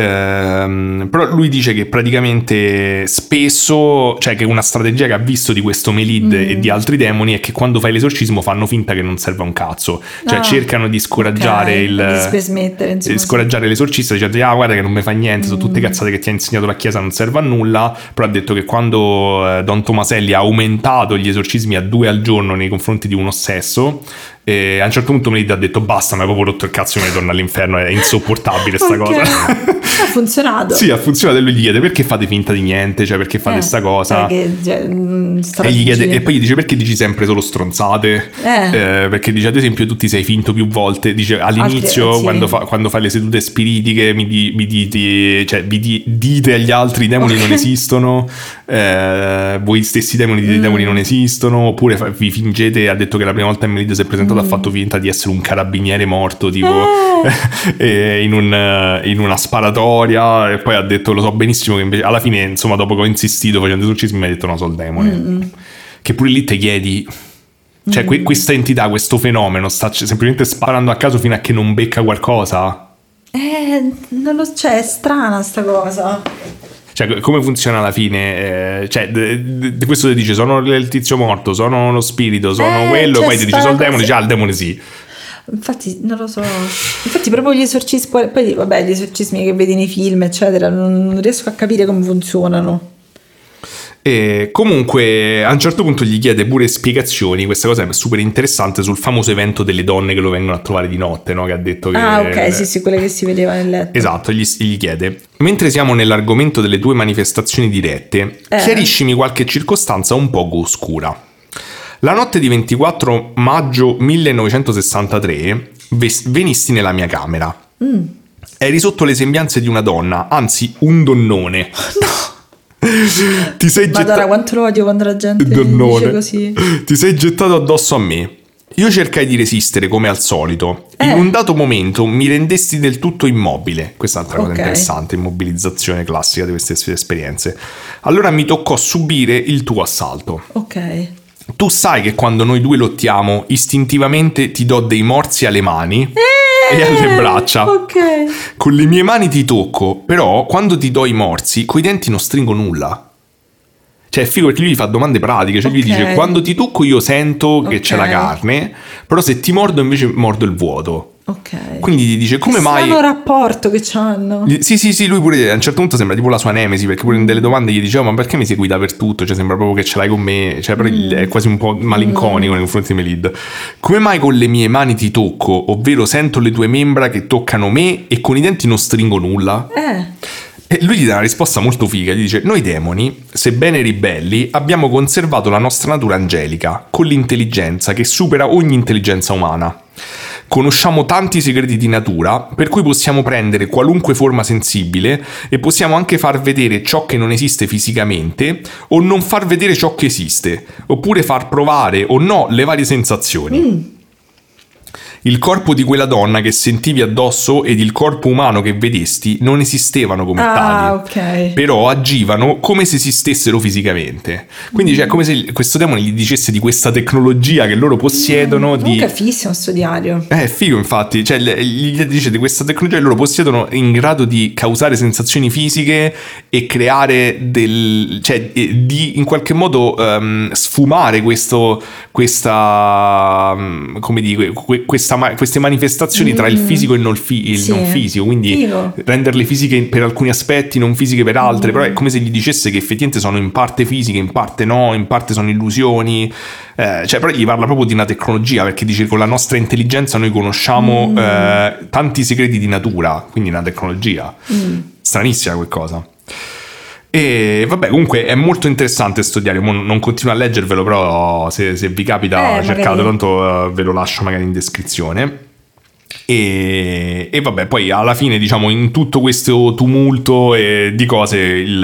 Però lui dice che praticamente spesso, cioè che una strategia che ha visto di questo Melid e di altri demoni è che quando fai l'esorcismo fanno finta che non serva un cazzo, cioè cercano di scoraggiare scoraggiare l'esorcista dicendo guarda che non mi fa niente, sono tutte cazzate che ti ha insegnato la chiesa, non serve a nulla. Però ha detto che quando Don Tomaselli ha aumentato gli esorcismi a 2 al giorno nei confronti di un ossesso, a un certo punto Melid ha detto basta, mi ha proprio rotto il cazzo, me ne torno all'inferno, è insopportabile sta cosa. Ha funzionato. Sì, ha funzionato, e lui gli chiede perché fate finta di niente, cioè perché fate sta cosa, e gli chiede, e poi gli dice perché dici sempre solo stronzate, perché dice ad esempio tu ti sei finto più volte, dice all'inizio quando fai le sedute spiritiche vi dite agli altri i demoni non esistono, voi stessi demoni dite i demoni non esistono, oppure vi fingete, ha detto che la prima volta Melid si è presentato ha fatto finta di essere un carabiniere morto tipo in una sparatoria, e poi ha detto lo so benissimo che invece alla fine, insomma, dopo che ho insistito facendo esorcismi mi ha detto no, sono il demone. Che pure lì ti chiedi, cioè questa entità, questo fenomeno sta semplicemente sparando a caso fino a che non becca qualcosa? Non lo so, è strana sta cosa. Cioè, come funziona alla fine? Cioè, questo ti dice sono il tizio morto, sono lo spirito, sono quello, poi ti dice sono il demone, il demone sì. Infatti non lo so, infatti proprio gli esorcismi, poi vabbè, gli esorcismi che vedi nei film eccetera, non riesco a capire come funzionano. E comunque a un certo punto gli chiede pure spiegazioni, questa cosa è super interessante, sul famoso evento delle donne che lo vengono a trovare di notte, no? Che ha detto che ok, sì, quelle che si vedeva nel letto. Esatto, gli chiede: mentre siamo nell'argomento delle tue manifestazioni dirette, chiariscimi qualche circostanza un poco oscura. La notte di 24 maggio 1963 venisti nella mia camera. eri sotto le sembianze di una donna, anzi un donnone. No. Ti sei Madonna, quanto lo odio quando la gente dice così. Ti sei gettato addosso a me. Io cercai di resistere come al solito. In un dato momento mi rendesti del tutto immobile. Questa è un'altra cosa interessante, immobilizzazione classica di queste esperienze. Allora mi toccò subire il tuo assalto. Ok. Tu sai che quando noi due lottiamo, istintivamente ti do dei morsi alle mani e alle braccia. Ok. Con le mie mani ti tocco, però quando ti do i morsi, coi denti non stringo nulla. Cioè è figo perché lui gli fa domande pratiche, cioè gli dice quando ti tocco io sento che c'è la carne, però se ti mordo invece mordo il vuoto. Ok. Quindi gli dice come mai... Strano rapporto che c'hanno. Sì, lui pure a un certo punto sembra tipo la sua nemesi, perché pure in delle domande gli dice ma perché mi segui dappertutto? Cioè sembra proprio che ce l'hai con me, cioè però è quasi un po' malinconico nei confronti di Melid. Come mai con le mie mani ti tocco, ovvero sento le tue membra che toccano me e con i denti non stringo nulla? E lui gli dà una risposta molto figa, gli dice noi demoni, sebbene ribelli, abbiamo conservato la nostra natura angelica, con l'intelligenza che supera ogni intelligenza umana. Conosciamo tanti segreti di natura, per cui possiamo prendere qualunque forma sensibile e possiamo anche far vedere ciò che non esiste fisicamente o non far vedere ciò che esiste, oppure far provare o no le varie sensazioni. Il corpo di quella donna che sentivi addosso ed il corpo umano che vedesti non esistevano come tali, ok. però agivano come se esistessero fisicamente. Quindi cioè, come se questo demone gli dicesse di questa tecnologia che loro possiedono. Comunque è fighissimo sto diario. È figo, infatti, cioè gli dice di questa tecnologia che loro possiedono in grado di causare sensazioni fisiche e creare cioè di in qualche modo sfumare queste manifestazioni tra il fisico e il non fisico, quindi renderle fisiche per alcuni aspetti, non fisiche per altri, però è come se gli dicesse che effettivamente sono in parte fisiche, in parte no, in parte sono illusioni, cioè però gli parla proprio di una tecnologia, perché dice con la nostra intelligenza noi conosciamo tanti segreti di natura, quindi una tecnologia. Stranissima quel cosa. E vabbè, comunque è molto interessante sto diario. Non continuo a leggervelo, però se vi capita cercate, tanto ve lo lascio magari in descrizione. E vabbè, poi alla fine, diciamo, in tutto questo tumulto di cose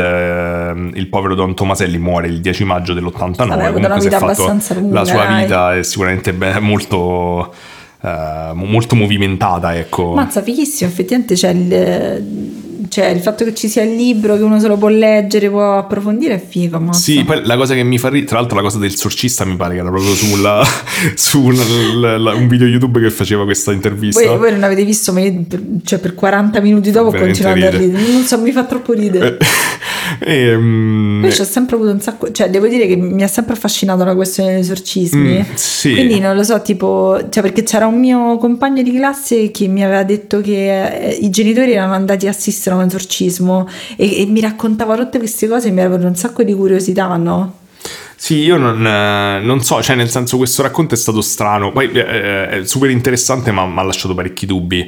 il povero Don Tomaselli muore il 10 maggio dell'89. Vabbè, comunque si è fatto lunga, la sua vita è sicuramente molto movimentata, ecco. Mazza, fighissimo, effettivamente c'è il fatto che ci sia il libro, che uno se lo può leggere, può approfondire, è figo. Mazza. Sì, poi la cosa che mi fa tra l'altro la cosa del sorcista mi pare che era proprio su un video YouTube che faceva questa intervista. Voi non avete visto, ma io, cioè per 40 minuti dopo ho continuato a ridere. Non so, mi fa troppo ridere. Poi c'ho sempre avuto un sacco, cioè devo dire che mi ha sempre affascinato la questione degli esorcismi. Sì. Quindi non lo so, tipo, cioè perché c'era un mio compagno di classe che mi aveva detto che i genitori erano andati a assistere a un esorcismo e mi raccontava tutte queste cose e mi aveva un sacco di curiosità, no? Sì, io non so, cioè nel senso questo racconto è stato strano, poi è super interessante ma mi ha lasciato parecchi dubbi,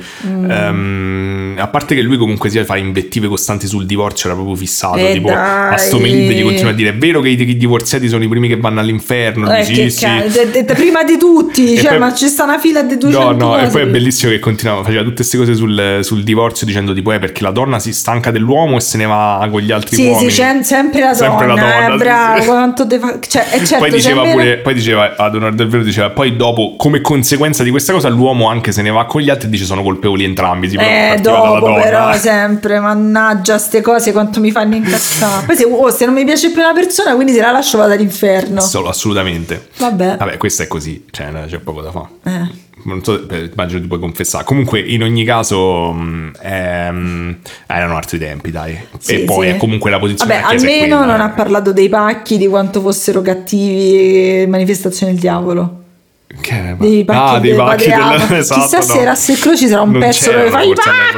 a parte che lui comunque sia fa invettive costanti sul divorzio, era proprio fissato, tipo dai. a sto Melid gli continua a dire è vero che i divorziati sono i primi che vanno all'inferno, prima di tutti, cioè, poi, ma c'è sta una fila di 200 cose. E poi è bellissimo che continuava, faceva tutte queste cose sul divorzio dicendo tipo perché la donna si stanca dell'uomo e se ne va con gli altri uomini. Sì, sempre la donna, bravo, sì. Quanto te fa... Cioè, certo, poi diceva ad onor del vero, diceva poi dopo come conseguenza di questa cosa l'uomo anche se ne va con gli altri e dice sono colpevoli entrambi, dopo però sempre mannaggia ste cose quanto mi fanno incazzare. Poi se non mi piace più una persona, quindi se la lascio vado all'inferno. Assolutamente. Vabbè, questo è così, cioè c'è poco da fare. Non so, immagino ti puoi confessare. Comunque in ogni caso erano altri tempi, dai. Sì, e poi è comunque la posizione. Vabbè, almeno non ha parlato dei pacchi, di quanto fossero cattivi, manifestazione del diavolo. Che dei pacchi esatto, chissà se Russell Crowe ci sarà un pezzo dove fa i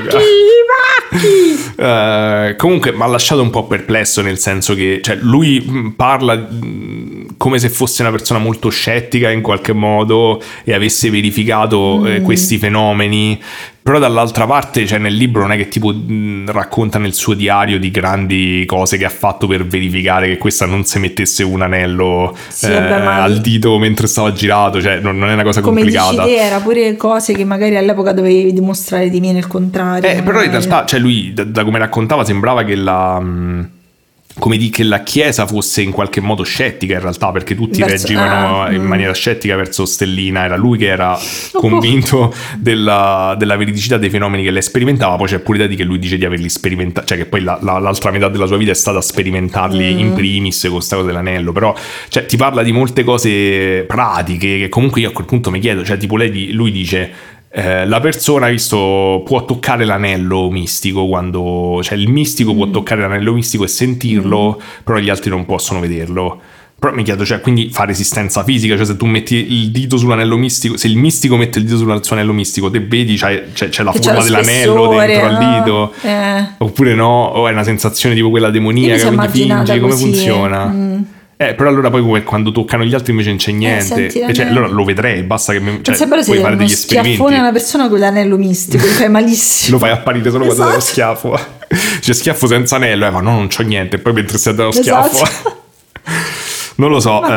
pacchi. Comunque mi ha lasciato un po' perplesso, nel senso che cioè, lui parla come se fosse una persona molto scettica in qualche modo e avesse verificato questi fenomeni, Però dall'altra parte, cioè nel libro non è che tipo racconta nel suo diario di grandi cose che ha fatto per verificare che questa non si mettesse un anello al dito mentre stava girato, cioè non è una cosa complicata. Come dici te, era pure cose che magari all'epoca dovevi dimostrare di me, nel contrario. Però in realtà, cioè lui da come raccontava sembrava che che la Chiesa fosse in qualche modo scettica in realtà, perché tutti reagivano in maniera scettica verso Stellina. Era lui che era convinto della veridicità dei fenomeni che lei sperimentava. Poi c'è pure da dire che lui dice di averli sperimentati, cioè che poi l'altra metà della sua vita è stata sperimentarli in primis con questa cosa dell'anello. Però cioè, ti parla di molte cose pratiche che comunque io a quel punto mi chiedo, cioè tipo lui dice la persona può toccare l'anello mistico quando, cioè il mistico può toccare l'anello mistico e sentirlo, però gli altri non possono vederlo. Però mi chiedo, cioè, quindi fa resistenza fisica, cioè se tu metti il dito sull'anello mistico, se il mistico mette il dito sul suo anello mistico, te vedi, c'è la forma dell'anello dentro al dito, oppure no, o è una sensazione tipo quella demoniaca, quindi fingi, come funziona? Però allora poi quando toccano gli altri invece non c'è niente, e cioè allora lo vedrei, basta che puoi fare degli esperimenti. Schiaffone a una persona con l'anello mistico, gli fai malissimo. Lo fai apparire solo quando dai lo schiaffo. C'è schiaffo senza anello, ma no, non c'ho niente, e poi mentre stai dando lo schiaffo non lo so.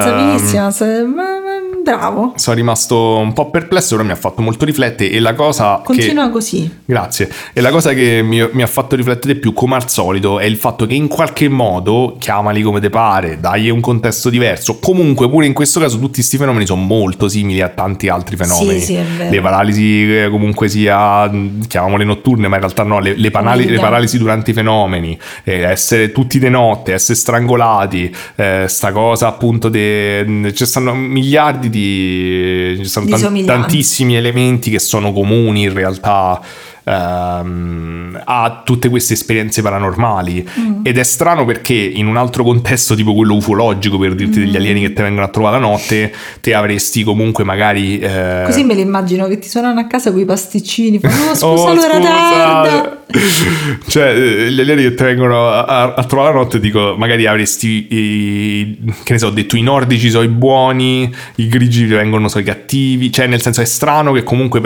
Bravo. Sono rimasto un po' perplesso, però mi ha fatto molto riflettere, e la cosa continua così. Grazie. E la cosa che mi ha fatto riflettere di più, come al solito, è il fatto che in qualche modo, chiamali come te pare, dagli un contesto diverso, comunque pure in questo caso tutti questi fenomeni sono molto simili a tanti altri fenomeni. Sì, è vero. Le paralisi comunque sia, chiamiamole notturne, ma in realtà no, le paralisi durante i fenomeni, essere tutti di notte, essere strangolati, sta cosa appunto ci stanno miliardi ci sono tantissimi elementi che sono comuni in realtà a tutte queste esperienze paranormali, ed è strano perché in un altro contesto tipo quello ufologico, per dirti degli alieni che ti vengono a trovare la notte, te avresti comunque magari così me li immagino che ti suonano a casa con i pasticcini, fanno scusa l'ora tarda, cioè gli alieni che ti vengono a trovare la notte, dico magari avresti che ne so, detto i nordici sono i buoni, i grigi vengono sono i cattivi, cioè nel senso è strano che comunque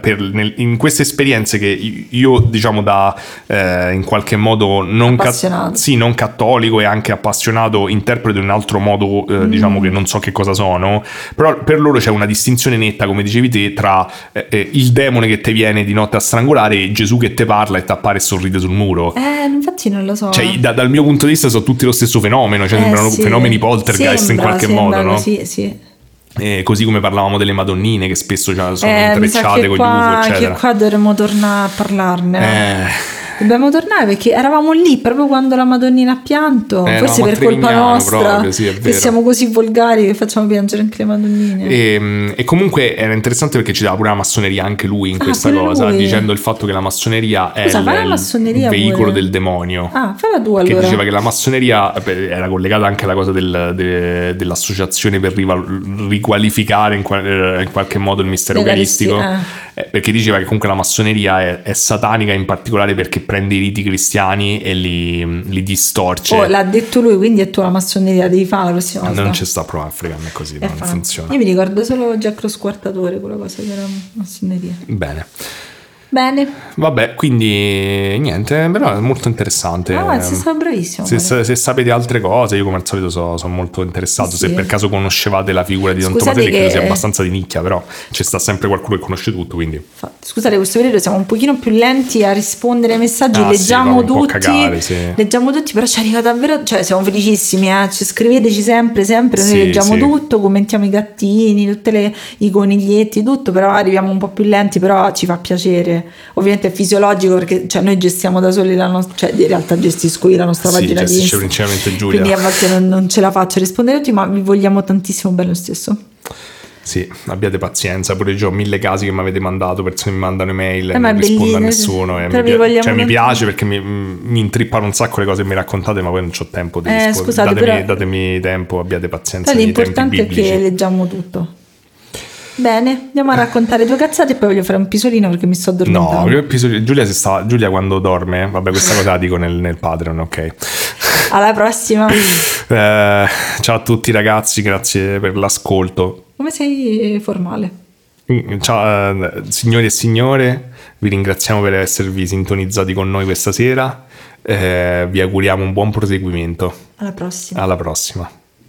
in queste esperienze che io diciamo da in qualche modo non cattolico e anche appassionato interpreto in un altro modo, diciamo che non so che cosa sono, però per loro c'è una distinzione netta, come dicevi te, tra il demone che ti viene di notte a strangolare e Gesù che ti parla e ti appare e sorride sul muro. Infatti non lo so, cioè dal mio punto di vista sono tutti lo stesso fenomeno, cioè sembrano fenomeni poltergeist in qualche modo, no? Sì. Così come parlavamo delle madonnine che spesso sono intrecciate con gli UFO, eccetera. Che qua dovremmo tornare a parlarne. Dobbiamo tornare perché eravamo lì proprio quando la Madonnina ha pianto, forse per colpa nostra, proprio, sì, che siamo così volgari che facciamo piangere anche le Madonnine. E comunque era interessante perché ci dava pure la massoneria anche lui in questa cosa, dicendo il fatto che la massoneria è il veicolo del demonio. Falla tu allora. Che diceva che la massoneria era collegata anche alla cosa dell'associazione per riqualificare in qualche modo il mistero eucaristico, perché diceva che comunque la massoneria è satanica, in particolare perché prende i riti cristiani e li distorce. L'ha detto lui, quindi è tua la massoneria, devi fare la prossima volta. Non ci sta a provare a fregarmi così, non funziona. Io mi ricordo solo Jack lo Squartatore, quella cosa che era massoneria. Bene. Vabbè, quindi niente, però è molto interessante. Sei stato bravissimo. Se sapete altre cose, io come al solito sono molto interessato. Sì. Se per caso conoscevate la figura di Don Tommaselli, credo sia abbastanza di nicchia, però c'è sta sempre qualcuno che conosce tutto, quindi. Scusate, questo periodo siamo un pochino più lenti a rispondere ai messaggi, leggiamo tutti. Leggiamo tutti, però ci arriva davvero, cioè siamo felicissimi, ci scriveteci sempre, noi leggiamo tutto, commentiamo i gattini, tutte i coniglietti, tutto, però arriviamo un po' più lenti, però ci fa piacere. Ovviamente è fisiologico perché noi gestiamo da soli la nostra, cioè in realtà gestisco io la nostra pagina di Instagram, principalmente Giulia, quindi a volte non ce la faccio a rispondere a tutti, ma vi vogliamo tantissimo bene lo stesso. Sì, abbiate pazienza, pure io ho 1000 casi che mi avete mandato, persone mi mandano email e non rispondo a nessuno, mi piace perché mi intrippano un sacco le cose che mi raccontate, ma poi non c'ho tempo di rispondere. Datemi tempo, abbiate pazienza. L'importante è che leggiamo tutto. Bene, andiamo a raccontare due cazzate e poi voglio fare un pisolino perché mi sto addormentando. No, Giulia quando dorme, vabbè, questa cosa la dico nel Patreon, ok. Alla prossima. Ciao a tutti ragazzi, grazie per l'ascolto. Come sei formale? Ciao signori e signore, vi ringraziamo per esservi sintonizzati con noi questa sera, vi auguriamo un buon proseguimento. Alla prossima.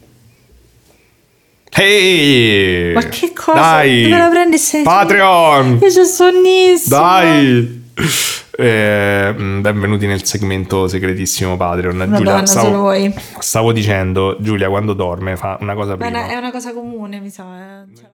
Ehi! Ma che cosa? Dai! Dove la prendi? Patreon! Io c'ho sonnissimo! Dai! Benvenuti nel segmento segretissimo Patreon. Madonna, solo voi. Stavo dicendo, Giulia quando dorme fa una cosa prima. È una cosa comune, mi sa. Cioè.